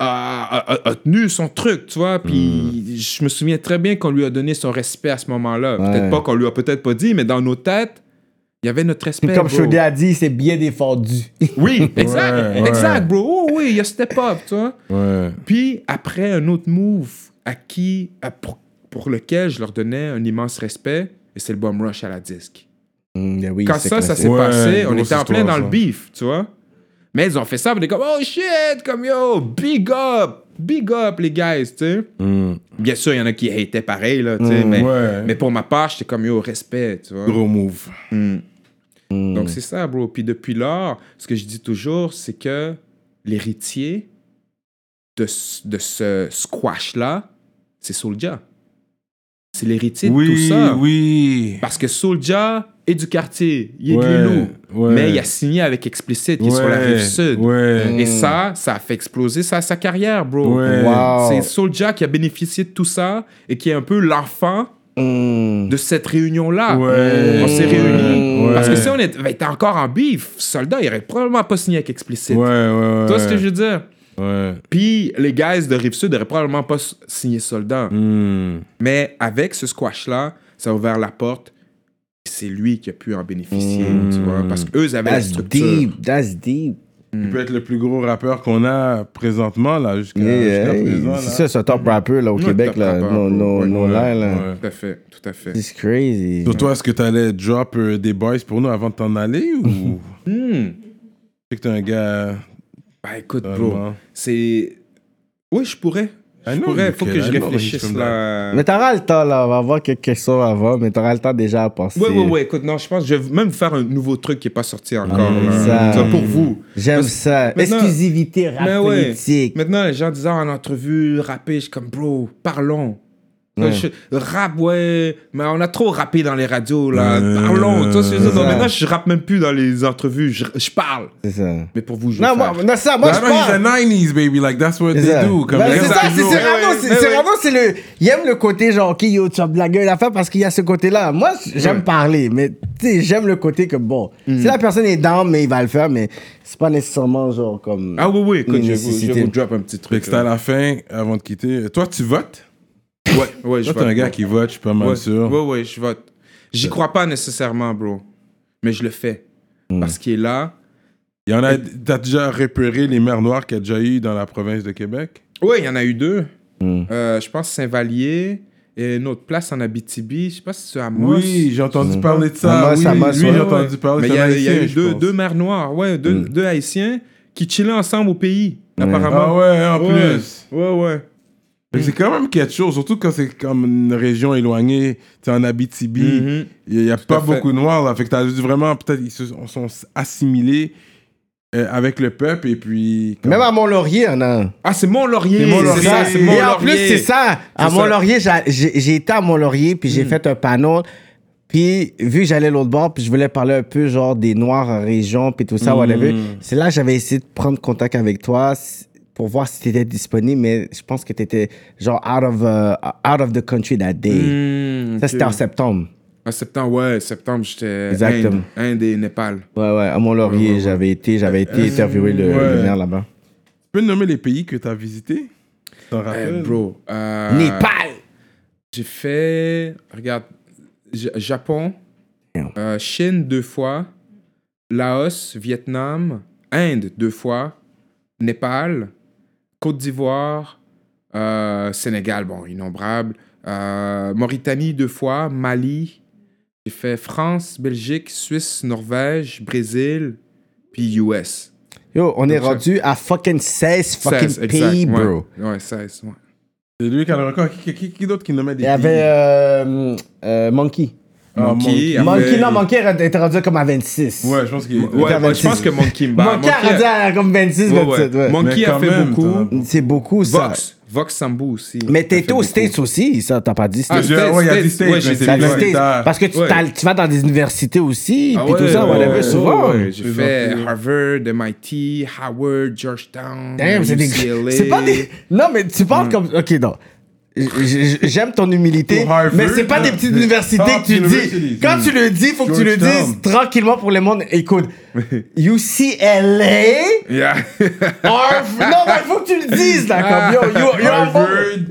[SPEAKER 5] a, a- a- a tenu son truc, tu vois. Puis je me souviens très bien qu'on lui a donné son respect à ce moment-là.
[SPEAKER 4] Ouais.
[SPEAKER 5] Peut-être pas qu'on lui a peut-être pas dit, mais dans nos têtes, il y avait notre respect.
[SPEAKER 4] Puis comme
[SPEAKER 5] bro.
[SPEAKER 4] Chaudé a dit, c'est bien défendu.
[SPEAKER 5] Oui, exact.
[SPEAKER 3] Ouais, ouais.
[SPEAKER 5] Exact, bro. Oh, oui, il y a step up, tu vois.
[SPEAKER 3] Ouais.
[SPEAKER 5] Puis après, un autre move à qui, à- pour, pour lequel je leur donnais un immense respect, et c'est le Bum Rush à la disque.
[SPEAKER 4] Mm, yeah, oui,
[SPEAKER 5] Quand
[SPEAKER 4] c'est
[SPEAKER 5] ça, ça
[SPEAKER 4] classique.
[SPEAKER 5] s'est
[SPEAKER 3] Ouais,
[SPEAKER 5] passé, on
[SPEAKER 3] grosse
[SPEAKER 5] était en plein
[SPEAKER 3] histoire,
[SPEAKER 5] dans
[SPEAKER 3] ça.
[SPEAKER 5] le beef, tu vois. Mais ils ont fait ça, on était comme, oh shit, comme yo, big up, big up les guys, tu sais.
[SPEAKER 3] Mm.
[SPEAKER 5] Bien sûr, il y en a qui hataient pareil, là, tu sais,
[SPEAKER 4] Mm,
[SPEAKER 5] mais,
[SPEAKER 3] ouais.
[SPEAKER 5] mais pour ma part, j'étais comme yo, respect, tu vois.
[SPEAKER 3] Gros move.
[SPEAKER 5] Mm.
[SPEAKER 4] Mm.
[SPEAKER 5] Donc c'est ça, bro. Puis depuis lors, ce que je dis toujours, c'est que l'héritier de, ce- de ce squash-là, c'est Soulja. C'est l'héritier de tout
[SPEAKER 3] Oui,
[SPEAKER 5] ça.
[SPEAKER 3] oui.
[SPEAKER 5] Parce que Soulja est du quartier, il est
[SPEAKER 3] Ouais,
[SPEAKER 5] de Lilou,
[SPEAKER 3] ouais.
[SPEAKER 5] mais il a signé avec Explicit, qui est sur la
[SPEAKER 3] Ouais,
[SPEAKER 5] rive sud.
[SPEAKER 3] Ouais.
[SPEAKER 5] Et ça, ça a fait exploser sa, sa carrière, bro.
[SPEAKER 3] Ouais.
[SPEAKER 4] Wow.
[SPEAKER 5] C'est Soulja qui a bénéficié de tout ça et qui est un peu l'enfant
[SPEAKER 4] Mm.
[SPEAKER 5] de cette réunion-là.
[SPEAKER 3] Ouais.
[SPEAKER 5] On s'est réunis.
[SPEAKER 3] Ouais.
[SPEAKER 5] Parce que si on était, était encore en beef, Soldat, il aurait probablement pas signé avec Explicit.
[SPEAKER 3] Ouais, ouais, ouais.
[SPEAKER 5] Tu vois ce que je veux dire?
[SPEAKER 3] Ouais.
[SPEAKER 5] Puis les guys de Rive-Sud n'auraient probablement pas s- signé Soldat.
[SPEAKER 3] Mm.
[SPEAKER 5] Mais avec ce squash-là, ça a ouvert la porte. C'est lui qui a pu en bénéficier,
[SPEAKER 3] Mm.
[SPEAKER 5] tu vois. Parce qu'eux, ils avaient la
[SPEAKER 4] That's
[SPEAKER 5] structure.
[SPEAKER 4] deep, that's deep.
[SPEAKER 3] Il peut être le plus gros rappeur qu'on a présentement, là, jusqu'à
[SPEAKER 4] Yeah,
[SPEAKER 3] jusqu'à présent. là.
[SPEAKER 4] c'est ça, c'est un top rapper là, au
[SPEAKER 5] Ouais,
[SPEAKER 4] Québec.
[SPEAKER 5] top
[SPEAKER 4] Là.
[SPEAKER 5] rapper,
[SPEAKER 4] No,
[SPEAKER 5] bro.
[SPEAKER 4] no,
[SPEAKER 5] Ouais,
[SPEAKER 4] no
[SPEAKER 3] ouais,
[SPEAKER 4] lie, là.
[SPEAKER 3] ouais.
[SPEAKER 5] Tout à fait, tout à fait.
[SPEAKER 4] It's crazy.
[SPEAKER 3] Sur toi, est-ce que tu allais drop euh, des boys pour nous avant de t'en aller ou tu
[SPEAKER 5] Hmm.
[SPEAKER 3] sais que t'es un gars.
[SPEAKER 5] Bah écoute, bro,
[SPEAKER 3] vraiment-
[SPEAKER 5] c'est... Oui, je pourrais.
[SPEAKER 3] I
[SPEAKER 5] Je
[SPEAKER 3] know
[SPEAKER 5] pourrais,
[SPEAKER 3] you
[SPEAKER 5] faut
[SPEAKER 3] can,
[SPEAKER 5] que
[SPEAKER 3] I
[SPEAKER 5] je
[SPEAKER 3] know
[SPEAKER 5] réfléchisse,
[SPEAKER 3] he's from
[SPEAKER 5] là.
[SPEAKER 4] Mais t'auras le temps, là. On va voir quelques questions avant, mais t'auras le temps déjà à penser.
[SPEAKER 5] Ouais, ouais, ouais, écoute, non, je pense que je vais même vous faire un nouveau truc qui n'est pas sorti encore,
[SPEAKER 4] Mm,
[SPEAKER 5] là.
[SPEAKER 4] ça.
[SPEAKER 5] Tu vois, pour vous.
[SPEAKER 4] J'aime
[SPEAKER 5] Parce-
[SPEAKER 4] ça.
[SPEAKER 5] Maintenant-
[SPEAKER 4] Exclusivité rap
[SPEAKER 5] Mais ouais.
[SPEAKER 4] politique.
[SPEAKER 5] Maintenant, les gens disaient en entrevue, rapper, je suis comme, bro, parlons.
[SPEAKER 4] Ouais.
[SPEAKER 5] Je- rap, ouais, mais on a trop rappé dans les radios, là.
[SPEAKER 3] Euh,
[SPEAKER 5] Parlons. Tu vois ce que je veux dire?
[SPEAKER 4] c'est
[SPEAKER 5] Donc,
[SPEAKER 4] ça.
[SPEAKER 5] maintenant, je rappe même plus dans les entrevues, je, je parle.
[SPEAKER 4] C'est ça.
[SPEAKER 5] Mais pour vous, je vais
[SPEAKER 4] Non,
[SPEAKER 5] le
[SPEAKER 4] moi,
[SPEAKER 5] faire.
[SPEAKER 4] non, ça, moi,
[SPEAKER 3] Bah,
[SPEAKER 4] je
[SPEAKER 3] non, he's a
[SPEAKER 4] parle.
[SPEAKER 3] nineties, baby. Like, that's what
[SPEAKER 4] C'est
[SPEAKER 3] they
[SPEAKER 4] ça.
[SPEAKER 3] do. Comme
[SPEAKER 4] Ben,
[SPEAKER 3] les
[SPEAKER 4] c'est
[SPEAKER 3] gars,
[SPEAKER 4] ça, c'est
[SPEAKER 3] toujours-
[SPEAKER 4] Cyrano,
[SPEAKER 5] Ouais,
[SPEAKER 4] c'est
[SPEAKER 5] ouais,
[SPEAKER 4] Cyrano, c'est le. Il aime le côté genre, ok, yo, tu vas blaguer l'affaire parce qu'il y a ce côté-là. Moi, j'aime
[SPEAKER 5] Ouais.
[SPEAKER 4] parler, mais tu sais, j'aime le côté que bon, si la personne est down, mais il va le faire, mais c'est pas nécessairement genre comme.
[SPEAKER 5] Ah oui, oui, écoute,
[SPEAKER 4] Une
[SPEAKER 5] je vais vous, je vais
[SPEAKER 4] nécessité.
[SPEAKER 5] vous drop un petit
[SPEAKER 3] Fait
[SPEAKER 5] truc.
[SPEAKER 3] que c'est à
[SPEAKER 5] là.
[SPEAKER 3] la fin, avant de quitter. Toi, tu votes?
[SPEAKER 5] Ouais, ouais, je
[SPEAKER 3] Toi, t'es un
[SPEAKER 5] vote,
[SPEAKER 3] gars
[SPEAKER 5] ouais.
[SPEAKER 3] qui vote, je suis pas mal
[SPEAKER 5] Ouais,
[SPEAKER 3] sûr.
[SPEAKER 5] ouais, ouais, je vote. J'y crois pas nécessairement, bro. Mais je le fais. Parce qu'il est là.
[SPEAKER 3] Il y en a, t'as déjà repéré les mers noires qu'il y a déjà eu dans la province de Québec?
[SPEAKER 5] Oui, il y en a eu deux.
[SPEAKER 4] Mm.
[SPEAKER 5] Euh, je pense Saint-Vallier et une autre place en Abitibi. Je sais pas si c'est Amos.
[SPEAKER 3] Oui, j'ai entendu
[SPEAKER 4] Mm.
[SPEAKER 3] parler de ça.
[SPEAKER 4] Amos,
[SPEAKER 3] oui,
[SPEAKER 4] Amos,
[SPEAKER 3] lui,
[SPEAKER 4] ouais,
[SPEAKER 3] j'ai
[SPEAKER 5] Ouais,
[SPEAKER 3] entendu
[SPEAKER 5] ouais.
[SPEAKER 3] parler.
[SPEAKER 5] Mais il
[SPEAKER 3] c'est
[SPEAKER 5] y
[SPEAKER 3] un
[SPEAKER 5] a, il y a
[SPEAKER 3] Haïtien,
[SPEAKER 5] eu
[SPEAKER 3] je
[SPEAKER 5] deux,
[SPEAKER 3] pense.
[SPEAKER 5] deux mères noires, ouais, deux,
[SPEAKER 4] Mm.
[SPEAKER 5] deux Haïtiens qui chillaient ensemble au pays,
[SPEAKER 4] Ouais.
[SPEAKER 5] apparemment.
[SPEAKER 3] Ah ouais, en
[SPEAKER 5] Ouais.
[SPEAKER 3] plus.
[SPEAKER 5] Ouais, ouais.
[SPEAKER 3] Fait que c'est quand même quelque chose, surtout quand c'est comme une région éloignée, tu sais, en Abitibi,
[SPEAKER 5] Mhm.
[SPEAKER 3] il n'y a
[SPEAKER 5] Tout
[SPEAKER 3] pas
[SPEAKER 5] à fait.
[SPEAKER 3] beaucoup de noirs, là. Fait que t'as vu vraiment, peut-être, ils se sont, sont assimilés euh, avec le peuple, et puis... comme-
[SPEAKER 4] Même à Mont-Laurier, on a.
[SPEAKER 5] Ah, c'est Mont-Laurier.
[SPEAKER 3] C'est Mont-Laurier.
[SPEAKER 5] C'est ça, c'est Mont-Laurier.
[SPEAKER 4] Et en plus, c'est ça. À
[SPEAKER 5] C'est
[SPEAKER 4] Mont-Laurier, j'a- j'ai j'ai été à Mont-Laurier, puis j'ai fait un panneau. Puis, vu que j'allais l'autre bord, puis je voulais parler un peu, genre, des Noirs en région, puis tout ça, whatever. C'est là que j'avais essayé de prendre contact avec toi s- pour voir si t'étais disponible, mais je pense que t'étais, genre, out of, uh, out of the country that day.
[SPEAKER 5] Hmm,
[SPEAKER 4] Ça,
[SPEAKER 5] ok.
[SPEAKER 4] c'était en septembre.
[SPEAKER 5] En septembre, ouais, septembre, j'étais
[SPEAKER 4] Exactement.
[SPEAKER 5] Inde, Inde et Népal.
[SPEAKER 4] Ouais, ouais, à Mont-Laurier,
[SPEAKER 5] Ouais, ouais, ouais.
[SPEAKER 4] j'avais été, j'avais été interviewer le,
[SPEAKER 3] ouais.
[SPEAKER 4] le maire là-bas.
[SPEAKER 3] Tu peux nommer les pays que tu as visités? T'en rappelles?
[SPEAKER 5] Eh, bro. euh,
[SPEAKER 4] Népal!
[SPEAKER 5] J'ai fait, regarde, J- Japon,
[SPEAKER 4] Damn.
[SPEAKER 5] euh, Chine deux fois, Laos, Vietnam, Inde deux fois, Népal, Côte d'Ivoire, euh, Sénégal, bon, innombrable, euh, Mauritanie deux fois, Mali. J'ai fait France, Belgique, Suisse, Norvège, Brésil, puis U S.
[SPEAKER 4] Yo, on est
[SPEAKER 5] Donc, ça-
[SPEAKER 4] rendu à fucking seize fucking
[SPEAKER 5] seize,
[SPEAKER 4] pays,
[SPEAKER 5] exact,
[SPEAKER 4] bro.
[SPEAKER 5] Ouais, ouais seize, ouais.
[SPEAKER 3] C'est lui qui a le record. Qui, qui, qui d'autre qui nommait des
[SPEAKER 4] Il y
[SPEAKER 3] pays?
[SPEAKER 4] avait euh, euh, Monkey.
[SPEAKER 3] Ah,
[SPEAKER 5] Monkey, après-
[SPEAKER 4] Monkey, non, Monkey était rendu comme à vingt-six.
[SPEAKER 3] Ouais, je pense qu'il
[SPEAKER 5] Ouais,
[SPEAKER 4] à
[SPEAKER 5] moi, je pense
[SPEAKER 4] vingt-six.
[SPEAKER 5] que Monkey me bat.
[SPEAKER 4] Monkey a rendu à comme vingt-six,
[SPEAKER 5] Ouais,
[SPEAKER 4] vingt-sept,
[SPEAKER 5] ouais.
[SPEAKER 4] ouais.
[SPEAKER 5] Monkey
[SPEAKER 3] Mais
[SPEAKER 5] a
[SPEAKER 3] quand
[SPEAKER 5] fait
[SPEAKER 3] même,
[SPEAKER 5] beaucoup.
[SPEAKER 3] t'en
[SPEAKER 4] C'est beaucoup, ça.
[SPEAKER 5] Vox, Vox Sambo aussi.
[SPEAKER 4] Mais
[SPEAKER 5] a
[SPEAKER 4] t'étais
[SPEAKER 5] fait
[SPEAKER 4] aux
[SPEAKER 5] beaucoup.
[SPEAKER 4] States aussi, ça, t'as pas dit
[SPEAKER 5] Ah,
[SPEAKER 4] States.
[SPEAKER 3] Je-
[SPEAKER 5] States,
[SPEAKER 3] ouais, il a dit
[SPEAKER 5] States.
[SPEAKER 3] States,
[SPEAKER 5] Ouais,
[SPEAKER 3] mais
[SPEAKER 5] j'ai
[SPEAKER 3] c'est
[SPEAKER 4] T'as
[SPEAKER 5] dit
[SPEAKER 4] dit
[SPEAKER 3] plus
[SPEAKER 4] States.
[SPEAKER 3] tard.
[SPEAKER 4] Parce que tu,
[SPEAKER 5] Ouais.
[SPEAKER 4] t'as- tu vas dans des universités aussi,
[SPEAKER 5] Ah
[SPEAKER 4] puis tout
[SPEAKER 5] ouais,
[SPEAKER 4] ça,
[SPEAKER 5] ouais,
[SPEAKER 4] whatever,
[SPEAKER 5] ouais,
[SPEAKER 4] souvent.
[SPEAKER 5] ouais, j'ai
[SPEAKER 3] Les
[SPEAKER 5] fait
[SPEAKER 3] Antilles.
[SPEAKER 5] Harvard, M I T, Howard, Georgetown,
[SPEAKER 4] Damn, c'est des...
[SPEAKER 5] U C L A.
[SPEAKER 4] C'est pas des... Non, mais tu parles comme... OK, non. J- j- J'aime ton humilité,
[SPEAKER 3] Pour Harvard,
[SPEAKER 4] mais c'est pas des
[SPEAKER 3] là,
[SPEAKER 4] petites
[SPEAKER 3] c'est
[SPEAKER 4] universités
[SPEAKER 3] top
[SPEAKER 4] que tu
[SPEAKER 3] universities.
[SPEAKER 4] dis. Quand tu le dis, faut que tu le
[SPEAKER 3] Georgetown.
[SPEAKER 4] dises tranquillement pour le monde. Écoute, U C L A,
[SPEAKER 5] Yeah.
[SPEAKER 4] Harvard... Non, mais il faut que tu le dises, là, comme yo, yo, yo,
[SPEAKER 3] Harvard,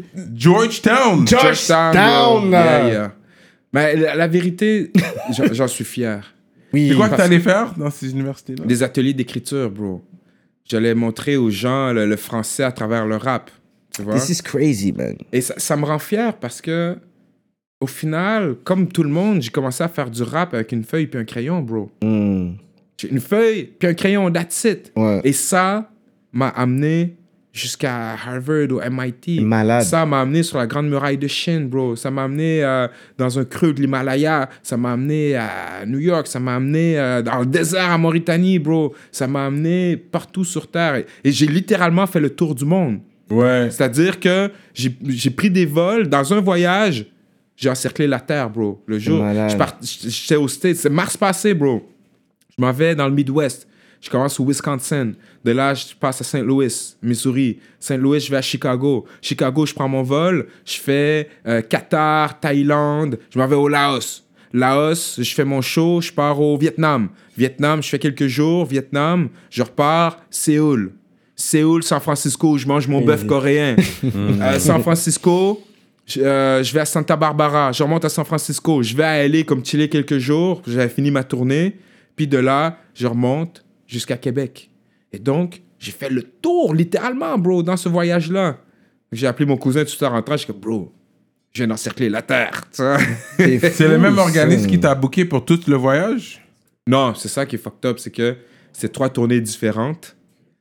[SPEAKER 3] Georgetown.
[SPEAKER 4] Georgetown.
[SPEAKER 5] bro.
[SPEAKER 4] là.
[SPEAKER 5] Yeah, yeah. Mais la, la vérité, j'en j'en suis fier.
[SPEAKER 4] Oui.
[SPEAKER 3] C'est quoi que
[SPEAKER 5] parce-
[SPEAKER 3] t'allais faire dans ces universités-là?
[SPEAKER 5] Des ateliers d'écriture, bro. J'allais montrer aux gens le, le français à travers le rap. Tu vois?
[SPEAKER 4] This is crazy, man.
[SPEAKER 5] Et ça, ça me rend fier parce que, au final, comme tout le monde, j'ai commencé à faire du rap avec une feuille puis un crayon, bro.
[SPEAKER 4] Hmm.
[SPEAKER 5] J'ai une feuille puis un crayon, that's it.
[SPEAKER 4] Ouais.
[SPEAKER 5] Et ça m'a amené jusqu'à Harvard ou M I T.
[SPEAKER 4] Malade.
[SPEAKER 5] Ça m'a amené sur la Grande Muraille de Chine, bro. Ça m'a amené euh, dans un creux de l'Himalaya. Ça m'a amené à New York. Ça m'a amené euh, dans le désert à Mauritanie, bro. Ça m'a amené partout sur Terre. Et, et j'ai littéralement fait le tour du monde.
[SPEAKER 3] Ouais.
[SPEAKER 5] C'est-à-dire que j'ai j'ai pris des vols. Dans un voyage, j'ai encerclé la Terre, bro. Le jour,
[SPEAKER 4] malade.
[SPEAKER 5] je part- j'étais aux States. C'est mars passé, bro. Je m'en vais dans le Midwest. Je commence au Wisconsin. De là, je passe à Saint Louis, Missouri. Saint Louis, je vais à Chicago. Chicago, je prends mon vol. Je fais euh, Qatar, Thaïlande. Je m'en vais au Laos. Laos, je fais mon show. Je pars au Vietnam. Vietnam, je fais quelques jours. Vietnam, je repars. Séoul. Séoul, San Francisco, je mange mon bœuf coréen. Euh, San Francisco, je, euh, je vais à Santa Barbara. Je remonte à San Francisco. Je vais à L A comme chiller quelques jours. J'avais fini ma tournée. Puis de là, je remonte jusqu'à Québec. Et donc, j'ai fait le tour, littéralement, bro, dans ce voyage-là. J'ai appelé mon cousin tout à rentrant. Je suis comme, bro, je viens d'encercler la Terre. tu vois.
[SPEAKER 3] C'est le même
[SPEAKER 4] fou,
[SPEAKER 3] organisme
[SPEAKER 4] ça.
[SPEAKER 3] qui t'a booké pour tout le voyage?
[SPEAKER 5] Non, c'est ça qui est fucked up. C'est que c'est trois tournées différentes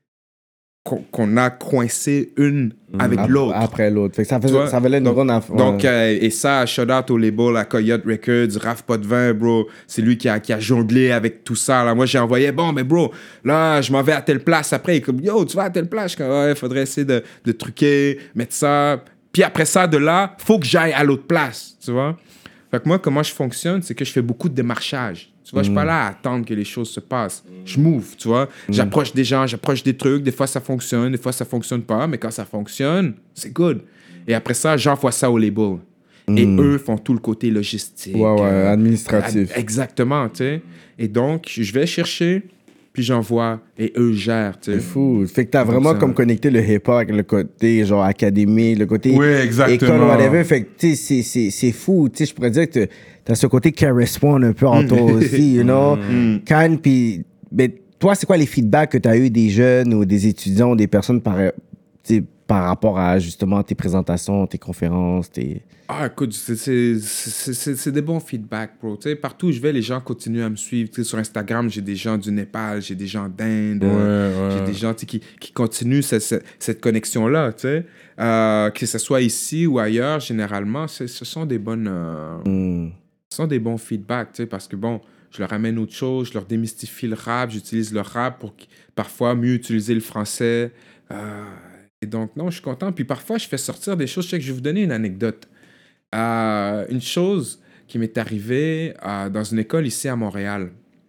[SPEAKER 5] qu'on qu'on a coincé une avec
[SPEAKER 4] Ap-
[SPEAKER 5] l'autre.
[SPEAKER 4] Après l'autre. Fait que ça,
[SPEAKER 5] Tu
[SPEAKER 4] faisait,
[SPEAKER 5] vois?
[SPEAKER 4] ça valait une
[SPEAKER 5] donc,
[SPEAKER 4] bonne affaire.
[SPEAKER 5] Donc, euh, et ça, shout out au label, à Coyote Records, Raph Potvin, bro. C'est lui qui a, qui a jonglé avec tout ça. Là. Moi, j'ai envoyé, bon, mais bro, là, je m'en vais à telle place. Après, il est comme, yo, tu vas à telle place. Je suis comme, ouais, faudrait essayer de, de truquer, mettre ça. Puis après ça, de là, faut que j'aille à l'autre place, tu vois. Fait que moi, comment je fonctionne, c'est que je fais beaucoup de démarchage. Tu vois, je suis pas là à attendre que les choses se passent. Je move, tu vois. J'approche des gens, j'approche des trucs. Des fois, ça fonctionne, des fois, ça fonctionne pas. Mais quand ça fonctionne, c'est good. Et après ça, j'envoie ça au label. Et eux font tout le côté logistique.
[SPEAKER 4] Ouais, ouais,
[SPEAKER 5] euh,
[SPEAKER 4] administratif.
[SPEAKER 5] ad- Exactement, tu sais. Et donc, je vais chercher, puis j'envoie, et eux gèrent, tu sais.
[SPEAKER 4] C'est fou. Fait que t'as
[SPEAKER 5] Donc,
[SPEAKER 4] vraiment
[SPEAKER 5] ça-
[SPEAKER 4] comme connecté le hip-hop avec le côté genre académie, le côté
[SPEAKER 3] Oui, exactement.
[SPEAKER 4] école, whatever. Fait que tu sais, c'est- c'est c'est fou. Tu sais, je pourrais dire que t'as- t'as ce côté qui correspond un peu en toi aussi, you know. Quand, puis, ben, toi, c'est quoi les feedbacks que t'as eu des jeunes ou des étudiants ou des personnes par, tu sais, par rapport à justement tes présentations, tes conférences, tes...
[SPEAKER 5] Ah, écoute, c'est- c'est- c'est c'est- c'est des bons feedbacks, bro. Tu sais, partout où je vais, les gens continuent à me suivre. Tu sais, sur Instagram, j'ai des gens du Népal, j'ai des gens d'Inde, euh,
[SPEAKER 3] Ouais, ouais.
[SPEAKER 5] j'ai des gens tu sais, qui, qui continuent ce- ce- cette connexion-là, tu sais. Euh, que ce soit ici ou ailleurs, généralement, c'est- ce sont des bonnes... euh,
[SPEAKER 4] Hmm.
[SPEAKER 5] ce sont des bons feedbacks, tu sais, parce que bon, je leur amène autre chose, je leur démystifie le rap, j'utilise le rap pour qu- parfois mieux utiliser le français. Euh, et donc, non, je suis content. Puis parfois, je fais sortir des choses. Je sais que je vais vous donner une anecdote. Euh, une chose qui m'est arrivée euh, dans une école ici à Montréal. À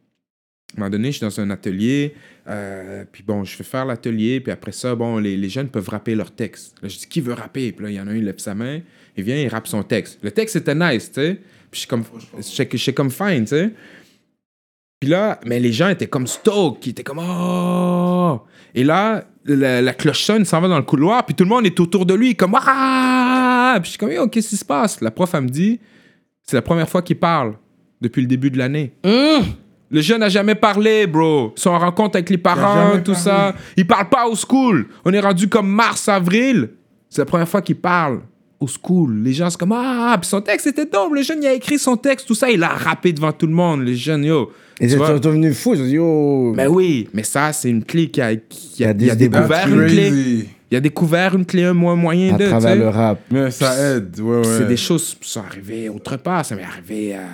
[SPEAKER 5] un moment donné, je suis dans un atelier, euh, puis bon, je vais faire l'atelier, puis après ça, bon, les, les jeunes peuvent rapper leur texte. Là, je dis, qui veut rapper? Puis là, il y en a un, il lève sa main, il vient, il rappe son texte. Le texte était nice, tu sais, Puis j'étais comme, j'étais j'étais comme fine, tu sais. Puis là, mais les gens étaient comme stoked, ils étaient comme oh. Et là, la, la cloche sonne, il s'en va dans le couloir, puis tout le monde est autour de lui, comme ah. Puis je suis comme yo, qu'est-ce qui se passe? La prof, elle me dit, c'est la première fois qu'il parle depuis le début de l'année.
[SPEAKER 4] Mmh.
[SPEAKER 5] Le jeune n'a jamais parlé, bro. Ils sont en rencontre avec les parents, tout ça. Il parle pas au school. On est rendu comme mars, avril. C'est la première fois qu'il parle au school. Les gens, c'est comme ah, puis son texte était dope. Le jeune, il a écrit son texte, tout ça. Il a rappé devant tout le monde. Les jeunes, yo.
[SPEAKER 4] Et ils sont devenus fous. Ils ont dit yo.
[SPEAKER 5] Mais oui, mais ça, c'est une clé qui a, qui a,
[SPEAKER 4] Il y a des
[SPEAKER 5] il a découvert
[SPEAKER 3] That's
[SPEAKER 5] une clé.
[SPEAKER 3] crazy.
[SPEAKER 5] Il a découvert une clé, un moyen
[SPEAKER 4] À
[SPEAKER 5] de.
[SPEAKER 4] travers
[SPEAKER 5] tu sais.
[SPEAKER 4] le rap.
[SPEAKER 3] Mais ça aide, ouais, ouais.
[SPEAKER 5] C'est des choses qui sont arrivées autre part. Ça m'est arrivé à,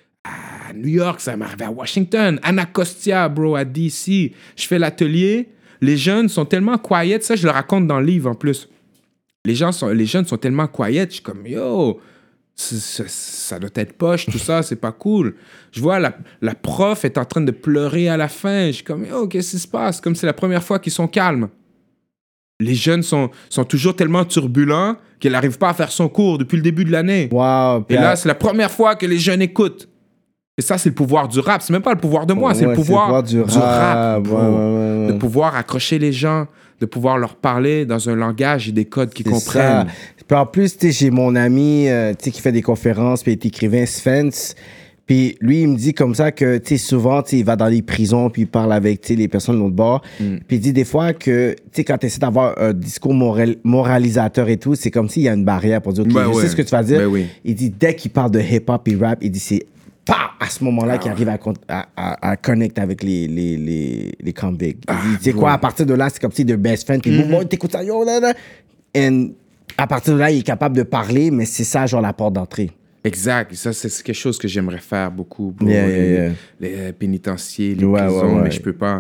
[SPEAKER 5] à New York, ça m'est arrivé à Washington. Anacostia, bro, à D C. Je fais l'atelier. Les jeunes sont tellement quiet. Ça, je le raconte dans le livre en plus. Les, gens sont, les jeunes sont tellement quiet. Je suis comme, yo, c'est, c'est, ça doit être poche, tout ça, c'est pas cool. Je vois la, la prof est en train de pleurer à la fin. Je suis comme, yo, qu'est-ce qui se passe? Comme c'est la première fois qu'ils sont calmes. Les jeunes sont, sont toujours tellement turbulents qu'elle n'arrive pas à faire son cours depuis le début de l'année.
[SPEAKER 4] Wow.
[SPEAKER 5] Et là, c'est la première fois que les jeunes écoutent. Et ça, c'est le pouvoir du rap. C'est même pas le pouvoir de moi,
[SPEAKER 4] Ouais,
[SPEAKER 5] c'est le pouvoir,
[SPEAKER 4] du rap.
[SPEAKER 5] du rap, bro.
[SPEAKER 4] Ouais, ouais, ouais, ouais.
[SPEAKER 5] De pouvoir accrocher les gens, de pouvoir leur parler dans un langage et des codes qu'ils
[SPEAKER 4] C'est
[SPEAKER 5] comprennent.
[SPEAKER 4] ça. Puis en plus, tu sais, j'ai mon ami euh, tu sais, qui fait des conférences, puis il est écrivain, Spence. Puis lui, il me dit comme ça que, tu sais, souvent, tu sais, il va dans les prisons, puis il parle avec, tu sais, les personnes de l'autre bord.
[SPEAKER 5] Mm.
[SPEAKER 4] Puis il dit des fois que, tu sais, quand tu essaies d'avoir un discours moral- moralisateur et tout, c'est comme s'il y a une barrière pour dire, OK,
[SPEAKER 5] Ben
[SPEAKER 4] je
[SPEAKER 5] ouais.
[SPEAKER 4] sais ce que tu vas dire.
[SPEAKER 5] Ben oui.
[SPEAKER 4] Il dit, dès qu'il parle de hip-hop et rap, il dit, c'est pas à ce moment-là
[SPEAKER 5] Ah
[SPEAKER 4] qu'il
[SPEAKER 5] ouais.
[SPEAKER 4] arrive à, con- à, à, à connecter avec les, les, les, les convicts.
[SPEAKER 5] Ah,
[SPEAKER 4] Il dit, tu sais quoi, à partir de là, c'est comme si de best friend, puis
[SPEAKER 5] Mm-hmm.
[SPEAKER 4] bon, t'écoutes ça, yo, là, là. Et à partir de là, il est capable de parler, mais c'est ça, genre, la porte d'entrée.
[SPEAKER 5] Exact. Ça, c'est c'est quelque chose que j'aimerais faire beaucoup. Bro.
[SPEAKER 4] Yeah,
[SPEAKER 5] les,
[SPEAKER 4] yeah, yeah.
[SPEAKER 5] les, euh, pénitenciers, les
[SPEAKER 4] Ouais,
[SPEAKER 5] prisons,
[SPEAKER 4] ouais, ouais.
[SPEAKER 5] mais je peux pas.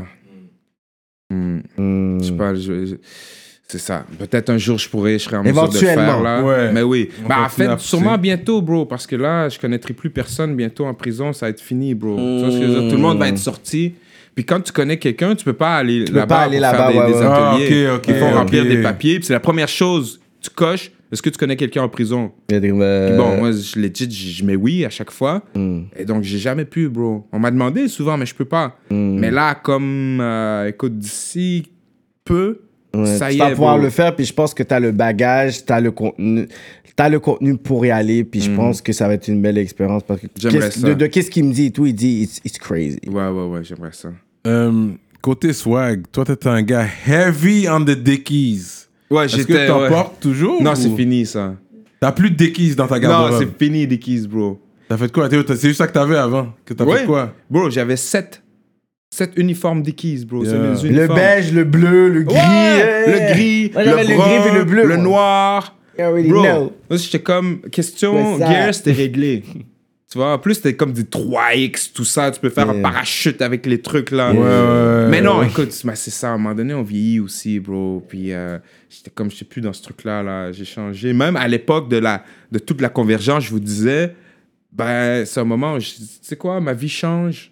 [SPEAKER 5] Hmm.
[SPEAKER 4] Hmm.
[SPEAKER 5] Je sais pas, je- je- c'est ça. Peut-être un jour, je pourrais, je serais en mesure de
[SPEAKER 4] Éventuellement,
[SPEAKER 5] faire, là.
[SPEAKER 3] ouais.
[SPEAKER 5] Mais oui.
[SPEAKER 3] On
[SPEAKER 5] Bah, en
[SPEAKER 3] continue à
[SPEAKER 5] fait,
[SPEAKER 3] pousser.
[SPEAKER 5] sûrement bientôt, bro, parce que là, je connaîtrai plus personne bientôt en prison, ça va être fini, bro. Tu vois ce que je veux dire? Tout le monde va être sorti. Puis quand tu connais quelqu'un, tu peux pas aller
[SPEAKER 4] peux
[SPEAKER 5] là-bas
[SPEAKER 4] pas aller
[SPEAKER 5] pour
[SPEAKER 4] là-bas,
[SPEAKER 5] faire des,
[SPEAKER 4] ouais,
[SPEAKER 5] des
[SPEAKER 4] ouais.
[SPEAKER 5] ateliers.
[SPEAKER 3] Ah, ok, ok,
[SPEAKER 5] Il faut remplir
[SPEAKER 3] ok.
[SPEAKER 5] des papiers. Puis c'est la première chose, tu coches, est-ce que tu connais quelqu'un en prison?
[SPEAKER 4] Il y a des- euh,
[SPEAKER 5] Puis bon, moi, je legit, je je mets oui à chaque fois.
[SPEAKER 4] hmm.
[SPEAKER 5] Et donc, j'ai jamais pu, bro. On m'a demandé souvent, mais je peux pas.
[SPEAKER 4] Hmm.
[SPEAKER 5] Mais là, comme, euh, écoute, d'ici peu,
[SPEAKER 4] Ouais,
[SPEAKER 5] ça
[SPEAKER 4] tu
[SPEAKER 5] y
[SPEAKER 4] vas
[SPEAKER 5] est,
[SPEAKER 4] pouvoir
[SPEAKER 5] bro.
[SPEAKER 4] le faire, puis je pense que tu as le bagage, tu as le contenu, t'as le contenu pour y aller, puis je pense que ça va être une belle expérience. Parce que
[SPEAKER 5] J'aimerais
[SPEAKER 4] qu'est-ce-
[SPEAKER 5] ça.
[SPEAKER 4] De, de qu'est-ce qu'il me dit et tout, il dit it's, it's crazy.
[SPEAKER 5] Ouais, ouais, ouais, j'aimerais ça.
[SPEAKER 3] Euh, côté swag, toi, t'es un gars heavy on the dickies.
[SPEAKER 5] Ouais,
[SPEAKER 3] Est-ce
[SPEAKER 5] j'étais...
[SPEAKER 3] que t'en
[SPEAKER 5] ouais.
[SPEAKER 3] portes toujours?
[SPEAKER 5] Non,
[SPEAKER 3] ou-
[SPEAKER 5] c'est fini, ça.
[SPEAKER 3] T'as plus de dickies dans ta
[SPEAKER 5] Non,
[SPEAKER 3] garde-robe?
[SPEAKER 5] c'est fini, des keys, bro.
[SPEAKER 3] T'as fait quoi? Théo? T'as- C'est juste ça que t'avais avant? Que t'as
[SPEAKER 5] Ouais.
[SPEAKER 3] fait quoi?
[SPEAKER 5] Bro, j'avais sept, sept uniformes Dickies, bro. C'est
[SPEAKER 3] Yeah.
[SPEAKER 5] mes
[SPEAKER 4] Le
[SPEAKER 5] uniformes.
[SPEAKER 4] beige, le bleu, le gris.
[SPEAKER 5] Ouais,
[SPEAKER 4] yeah.
[SPEAKER 5] le gris,
[SPEAKER 4] Moi,
[SPEAKER 5] le
[SPEAKER 4] j'avais le
[SPEAKER 5] brun,
[SPEAKER 4] gris et le bleu.
[SPEAKER 5] le
[SPEAKER 4] moi.
[SPEAKER 5] noir.
[SPEAKER 4] You already
[SPEAKER 5] Bro,
[SPEAKER 4] know.
[SPEAKER 5] moi, j'étais comme, question
[SPEAKER 4] Ouais, ça.
[SPEAKER 5] gear, c'était réglé. Tu vois, en plus, c'était comme du trois X, tout ça. Tu peux faire
[SPEAKER 4] Yeah.
[SPEAKER 5] un parachute avec les trucs, là.
[SPEAKER 3] Ouais, ouais,
[SPEAKER 5] Mais non,
[SPEAKER 3] ouais.
[SPEAKER 5] écoute, ben, c'est ça. À un moment donné, on vieillit aussi, bro. Puis euh, j'étais comme, je sais plus dans ce truc-là, là. J'ai changé. Même à l'époque de, la, de toute la convergence, je vous disais, ben, c'est un moment où, je- tu sais quoi, ma vie change.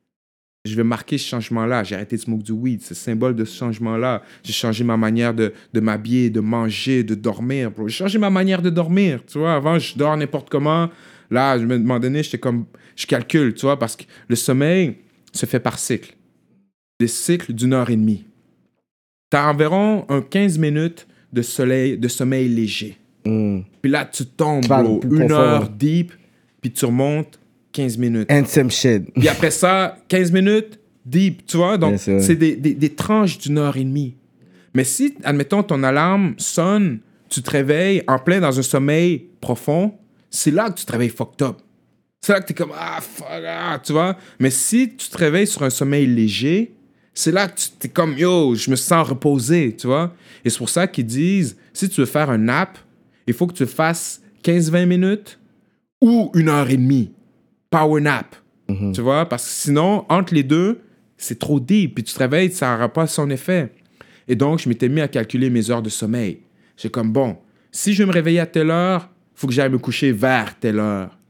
[SPEAKER 5] Je vais marquer ce changement-là. J'ai arrêté de smoke du weed. C'est le symbole de ce changement-là. J'ai changé ma manière de, de m'habiller, de manger, de dormir, bro. J'ai changé ma manière de dormir, tu vois. Avant, je dors n'importe comment. Là, à un moment donné, j'étais comme... Je calcule, tu vois, parce que le sommeil se fait par cycle. Des cycles d'une heure et demie. T'as environ un quinze minutes de, soleil, de sommeil léger.
[SPEAKER 4] Hmm.
[SPEAKER 5] Puis là, tu tombes,
[SPEAKER 4] Parle
[SPEAKER 5] bro,
[SPEAKER 4] plus
[SPEAKER 5] une
[SPEAKER 4] profond,
[SPEAKER 5] heure
[SPEAKER 4] ouais.
[SPEAKER 5] deep, puis tu remontes quinze minutes.
[SPEAKER 4] Handsome shit.
[SPEAKER 5] Puis après ça, quinze minutes, deep, tu vois? Donc,
[SPEAKER 4] Bien sûr.
[SPEAKER 5] c'est des, des, des tranches d'une heure et demie. Mais si, admettons, ton alarme sonne, tu te réveilles en plein dans un sommeil profond, c'est là que tu te réveilles fucked up. C'est là que t'es comme, ah, fuck, ah, tu vois? Mais si tu te réveilles sur un sommeil léger, c'est là que tu t'es comme, yo, je me sens reposé, tu vois? Et c'est pour ça qu'ils disent, si tu veux faire un nap, il faut que tu fasses quinze vingt minutes ou une heure et demie. Power nap. Tu vois? Parce que sinon, entre les deux, c'est trop deep. Puis tu te réveilles, ça n'aura pas son effet. Et donc, je m'étais mis à calculer mes heures de sommeil. J'ai comme, bon, si je veux me réveiller à telle heure, il faut que j'aille me coucher vers telle heure.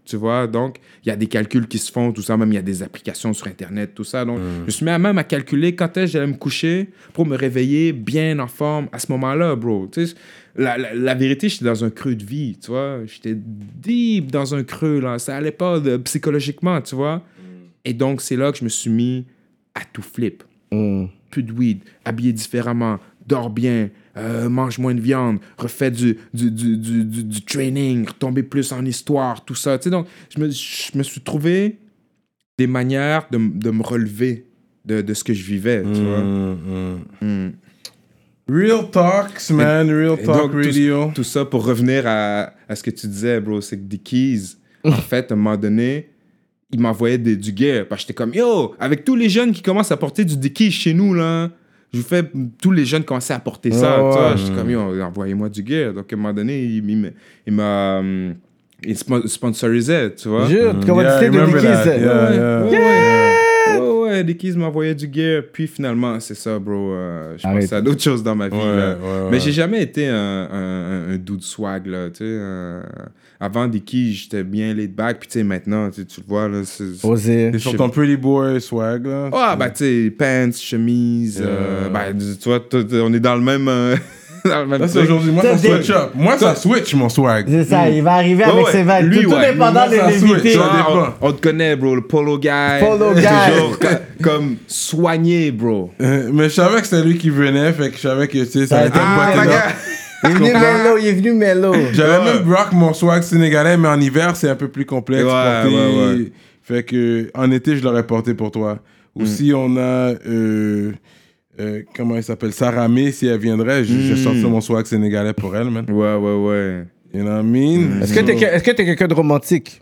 [SPEAKER 5] Tu vois, donc, il y a des calculs qui se font, tout ça, même il y a des applications sur Internet, tout ça. Donc, mm. je me suis mis à même à calculer quand est-ce que j'allais me coucher pour me réveiller bien en forme à ce moment-là, bro. Tu sais, la, la, la vérité, j'étais dans un creux de vie, tu vois. J'étais deep dans un creux, là. Ça allait pas de, psychologiquement, tu vois. Mm. Et donc, c'est là que je me suis mis à tout flip. Mm. Plus de weed, habillé différemment, dors bien, euh, mange moins de viande, refais du, du, du, du, du, du training, retomber plus en histoire, tout ça. Tu sais, donc, je me, je me suis trouvé des manières de, de me relever de, de ce que je vivais, tu mmh, vois. Mmh. Mmh.
[SPEAKER 3] Real talks, man, et, real talk donc, radio.
[SPEAKER 5] Tout, tout ça pour revenir à, à ce que tu disais, bro, c'est que Dickies, en fait, à un moment donné, il m'envoyait des, du gear. Parce que j'étais comme, yo, avec tous les jeunes qui commencent à porter du Dickies chez nous, là, je vous fais, tous les jeunes commençaient à porter ça. Oh, tu vois, j'étais comme, yo, envoyez-moi du gear. Donc, à un moment donné, il, il, il m'a. Um, il sponsorisait, tu vois.
[SPEAKER 4] Jure, tu commandité de Dickies.
[SPEAKER 3] Yeah, yeah,
[SPEAKER 5] ouais, yeah. ouais, ouais, Dickies m'envoyait du gear. Puis finalement, c'est ça, bro. Euh, je pensais à d'autres choses dans ma vie.
[SPEAKER 3] Ouais,
[SPEAKER 5] là.
[SPEAKER 3] ouais, ouais.
[SPEAKER 5] Mais j'ai jamais été un, un, un, un dude swag, là, tu sais. Euh, avant Dickies, j'étais bien laid back. Puis tu sais, maintenant, tu le vois, là. C'est,
[SPEAKER 4] Osé.
[SPEAKER 3] T'es sur ton pretty boy swag, là.
[SPEAKER 5] Ah, bah, tu sais, pants, chemise. Yeah. Euh, bah, tu vois, on est dans le même. Euh, Là, c'est
[SPEAKER 3] aujourd'hui, moi, ça switch up. Moi, ça switch, mon swag.
[SPEAKER 4] C'est ça, mm. il va arriver avec oh, ouais. ses vagues. Lui, tout, ouais. tout dépendant de l'invité.
[SPEAKER 5] On, on te connaît, bro, le polo guy.
[SPEAKER 4] Polo guy.
[SPEAKER 5] Toujours comme soigné, bro.
[SPEAKER 3] Euh, mais je savais que c'était lui qui venait, fait que je savais que, tu sais, ça allait être
[SPEAKER 5] ah,
[SPEAKER 3] un
[SPEAKER 4] il est venu mellow, il est venu mellow.
[SPEAKER 3] J'avais ouais. même rock mon swag sénégalais, mais en hiver, c'est un peu plus complexe.
[SPEAKER 5] Ouais,
[SPEAKER 3] porter.
[SPEAKER 5] ouais, ouais.
[SPEAKER 3] Fait que, en été, je l'aurais porté pour toi. Aussi, mm. on a... Euh, Euh, comment elle s'appelle? Sarah May, si elle viendrait, je, mm. je sortirais mon swag sénégalais pour elle, man.
[SPEAKER 5] Ouais, ouais, ouais.
[SPEAKER 3] You know what I mean?
[SPEAKER 4] Mm. Est-ce que t'es, est-ce que t'es quelqu'un de romantique?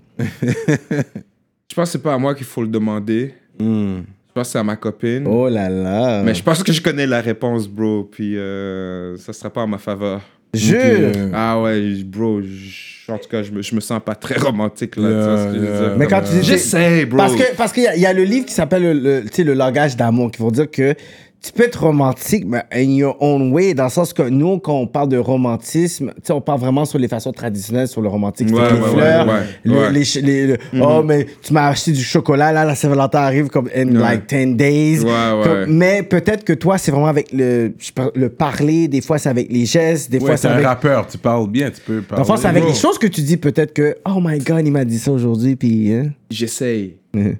[SPEAKER 5] Je pense que c'est pas à moi qu'il faut le demander. Mm. Je pense que c'est à ma copine.
[SPEAKER 4] Oh là là.
[SPEAKER 5] Mais je pense que je connais la réponse, bro. Puis euh, ça sera pas en ma faveur.
[SPEAKER 4] Jure!
[SPEAKER 5] Okay. Ah ouais, bro. Je, en tout cas, je me, je me sens pas très romantique là.
[SPEAKER 3] Yeah,
[SPEAKER 5] tu vois ce que
[SPEAKER 3] yeah.
[SPEAKER 5] je veux dire?
[SPEAKER 4] Mais quand tu dis.
[SPEAKER 5] J'essaie, bro.
[SPEAKER 4] Parce que parce qu'il y, a, y a le livre qui s'appelle le, le, le langage d'amour, qui vont dire que tu peux être romantique, mais in your own way, dans le sens que nous, quand on parle de romantisme, tu sais, on parle vraiment sur les façons traditionnelles, sur le romantisme.
[SPEAKER 5] Ouais,
[SPEAKER 4] les
[SPEAKER 5] ouais,
[SPEAKER 4] fleurs,
[SPEAKER 5] ouais, ouais,
[SPEAKER 4] le,
[SPEAKER 5] ouais.
[SPEAKER 4] les, les, le, mm-hmm. oh, mais tu m'as acheté du chocolat, là, la Saint-Valentin arrive comme in ouais. like ten days.
[SPEAKER 5] Ouais, ouais.
[SPEAKER 4] Comme, mais peut-être que toi, c'est vraiment avec le, le parler, des fois, c'est avec les gestes, des
[SPEAKER 3] ouais,
[SPEAKER 4] fois, c'est
[SPEAKER 3] avec...
[SPEAKER 4] avec...
[SPEAKER 3] un rappeur, tu parles bien, tu peux parler.
[SPEAKER 4] Enfin, c'est avec les choses que tu dis, peut-être que, oh my God, il m'a dit ça aujourd'hui, puis... Hein?
[SPEAKER 5] J'essaye. Mm-hmm.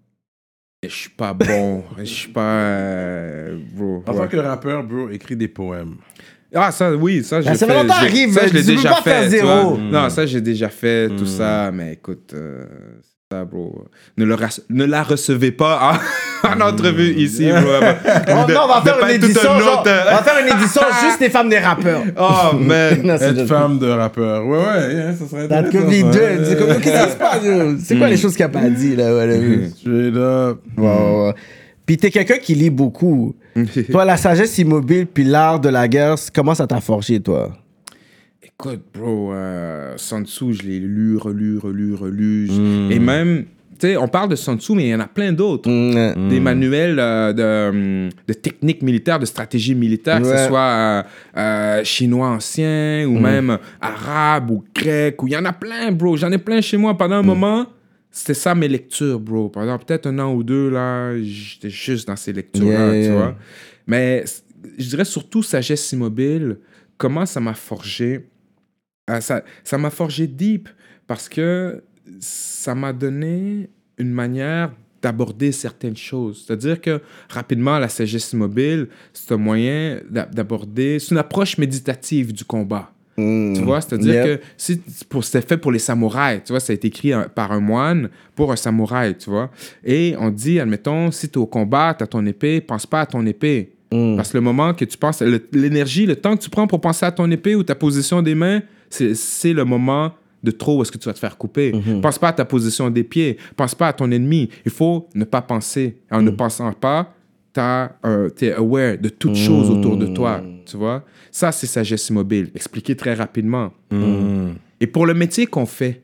[SPEAKER 5] Je suis pas bon. Je suis pas... Euh, bro.
[SPEAKER 3] En
[SPEAKER 5] ouais.
[SPEAKER 3] tant que rappeur, bro, écrit des poèmes.
[SPEAKER 5] Ah, ça, oui, ça, j'ai
[SPEAKER 4] la
[SPEAKER 5] fait.
[SPEAKER 4] Ça, arrive,
[SPEAKER 5] ça, je l'ai déjà
[SPEAKER 4] pas
[SPEAKER 5] fait.
[SPEAKER 4] Zéro.
[SPEAKER 5] Mm. Non, ça, j'ai déjà fait,
[SPEAKER 3] mm.
[SPEAKER 5] tout ça. Mais écoute, euh, ça, bro. Ne, le ras- ne la recevez pas en, en entrevue ici, bro.
[SPEAKER 4] Oh,
[SPEAKER 5] de,
[SPEAKER 4] non, on va faire une édition. Genre,
[SPEAKER 5] autre...
[SPEAKER 4] on va faire une édition juste des femmes des rappeurs.
[SPEAKER 5] Oh, man.
[SPEAKER 3] Non, être femme de rappeur. Ouais, ouais, yeah, ça serait intéressant.
[SPEAKER 4] Comme les deux. C'est comme, qu'est-ce qui se passe? C'est quoi mm. les choses qu'il n'a pas dit, là? Voilà.
[SPEAKER 3] Straight up.
[SPEAKER 4] Wow, wow. Puis t'es quelqu'un qui lit beaucoup. Toi, la sagesse immobile puis l'art de la guerre, comment ça t'a forgé, toi?
[SPEAKER 5] Écoute, bro, euh, Sun Tzu, je l'ai lu, relu, relu, relu. Mm. Et même, tu sais, on parle de Sun Tzu, mais il y en a plein d'autres. Mm. Des manuels euh, de, de techniques militaires, de stratégie militaire, ouais. que ce soit euh, euh, chinois ancien ou mm. même arabe ou grec. Ou il y en a plein, bro. J'en ai plein chez moi pendant un mm. moment. C'était ça mes lectures, bro. Par exemple, peut-être un an ou deux, là, j'étais juste dans ces lectures-là, yeah, tu yeah. vois. Mais je dirais surtout sagesse immobile, comment ça m'a forgé. Euh, ça, ça m'a forgé deep parce que ça m'a donné une manière d'aborder certaines choses. C'est-à-dire que, rapidement, la sagesse immobile, c'est un moyen d'aborder... C'est une approche méditative du combat. Mmh. Tu vois, c'est-à-dire yep. que si, pour, c'était fait pour les samouraïs, tu vois, ça a été écrit un, par un moine pour un samouraï, tu vois. Et on dit, admettons, si tu es au combat, tu as ton épée, pense pas à ton épée. Mmh. Parce que le moment que tu penses, le, l'énergie, le temps que tu prends pour penser à ton épée ou ta position des mains, c'est, c'est le moment de trop où est-ce que tu vas te faire couper. Mmh. Pense pas à ta position des pieds, pense pas à ton ennemi. Il faut ne pas penser. En mmh. ne pensant pas, t'as, euh, t'es aware de toutes mmh. choses autour de toi, tu vois. Ça, c'est sagesse immobile. Expliqué très rapidement. Mmh. Et pour le métier qu'on fait,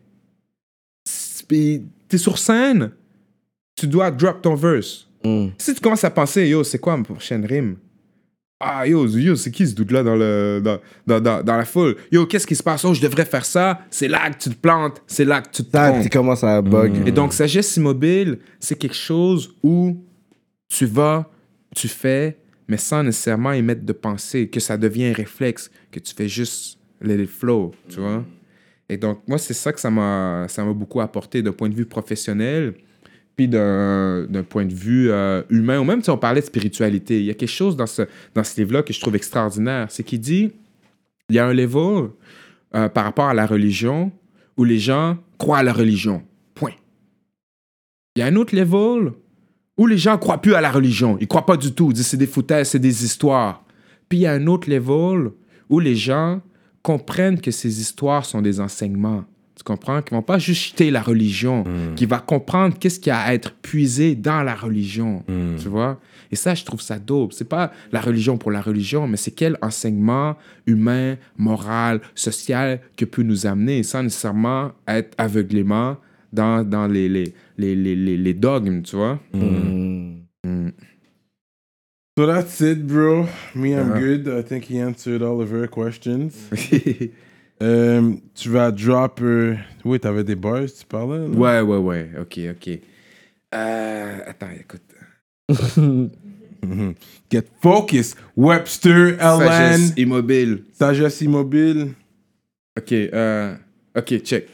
[SPEAKER 5] t'es sur scène, tu dois drop ton verse. Mmh. Si tu commences à penser, yo, c'est quoi ma prochaine rime? Ah, yo, yo c'est qui ce doute-là dans, le, dans, dans, dans, dans la foule? Yo, qu'est-ce qui se passe? Oh, je devrais faire ça. C'est là que tu te plantes. C'est là que tu te
[SPEAKER 4] Ça,
[SPEAKER 5] trompes.
[SPEAKER 4] tu commences à bug.
[SPEAKER 5] Et donc, sagesse immobile, c'est quelque chose où tu vas, tu fais, mais sans nécessairement émettre de pensée, que ça devient un réflexe, que tu fais juste let it flow, tu vois? Et donc, moi, c'est ça que ça m'a, ça m'a beaucoup apporté d'un point de vue professionnel, puis d'un, d'un point de vue euh, humain, ou même si on parlait de spiritualité. Il y a quelque chose dans ce, dans ce livre-là que je trouve extraordinaire. C'est qu'il dit, il y a un level euh, par rapport à la religion où les gens croient à la religion. Point. Il y a un autre level où les gens ne croient plus à la religion. Ils ne croient pas du tout. Ils disent c'est des foutaises, c'est des histoires. Puis il y a un autre level où les gens comprennent que ces histoires sont des enseignements. Tu comprends? Qu'ils ne vont pas juste jeter la religion, mm. qu'ils vont comprendre qu'est-ce qu'il y a à être puisé dans la religion. Mm. Tu vois? Et ça, je trouve ça dope. C'est pas la religion pour la religion, mais c'est quel enseignement humain, moral, social que peut nous amener sans nécessairement être aveuglément dans, dans les, les, les, les, les, les dogmes, tu vois? Mm. Mm.
[SPEAKER 3] So that's it, bro. Me, I'm
[SPEAKER 5] Uh-huh.
[SPEAKER 3] good. I think he answered all of her questions. euh, tu vas drop... Euh... Oui, t'avais des bars, tu parlais? Là?
[SPEAKER 5] Ouais, ouais, ouais. OK, OK. Euh, attends, écoute.
[SPEAKER 3] mm-hmm. Get focused. Webster, L N.
[SPEAKER 5] Sagesse immobile.
[SPEAKER 3] Sagesse immobile.
[SPEAKER 5] OK, euh, OK, check.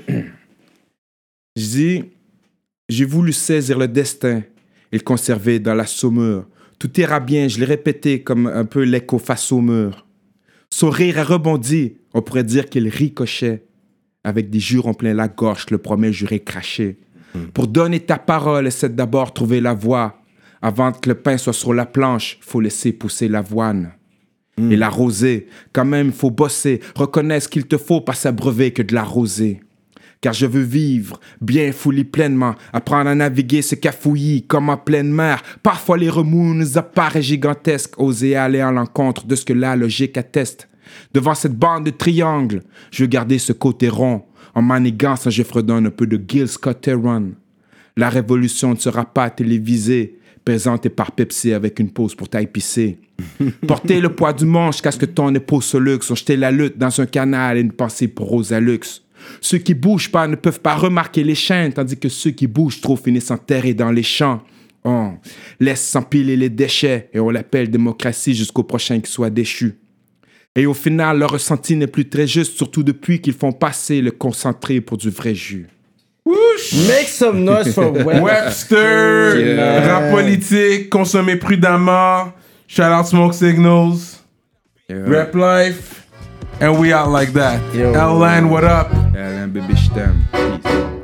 [SPEAKER 5] Je dis, j'ai voulu saisir le destin et le conserver dans la saumure. Tout ira bien, je l'ai répété comme un peu l'écho face au mur. Son rire a rebondi, on pourrait dire qu'il ricochait. Avec des jurons plein la gorge, le promet juré craché. Mm. Pour donner ta parole, essaie d'abord trouver la voie. Avant que le pain soit sur la planche, faut laisser pousser l'avoine. Mm. Et la rosée, quand même, faut bosser. Reconnaître ce qu'il te faut, pas s'abreuver que de la rosée. Car je veux vivre, bien foulé pleinement, apprendre à naviguer ce cafouillis comme en pleine mer. Parfois les remous nous apparaissent gigantesques, oser aller à l'encontre de ce que la logique atteste. Devant cette bande de triangles, je veux garder ce côté rond. En manigance, je fredonne un peu de Gil Scott-Heron. La révolution ne sera pas télévisée, présentée par Pepsi avec une pause pour t'épicer. Porter le poids du manche jusqu'à ce que ton épaule se luxe, jeter la lutte dans un canal et une pensée pour Rosalux. Ceux qui bougent pas ne peuvent pas remarquer les chaînes, tandis que ceux qui bougent trop finissent enterrés dans les champs. Oh, laisse s'empiler les déchets et on l'appelle démocratie jusqu'au prochain qui soit déchu. Et au final, leur ressenti n'est plus très juste, surtout depuis qu'ils font passer le concentré pour du vrai jus.
[SPEAKER 3] Whoosh!
[SPEAKER 4] Make some noise for Webster.
[SPEAKER 3] Webster,
[SPEAKER 5] Yeah.
[SPEAKER 3] rap politique, consommer prudemment. Shout out Smoke Signals,
[SPEAKER 5] Yeah.
[SPEAKER 3] Rap Life, and we out like that.
[SPEAKER 4] Yo.
[SPEAKER 3] L N, what up?
[SPEAKER 5] Alain, bébé, je t'aime. Peace.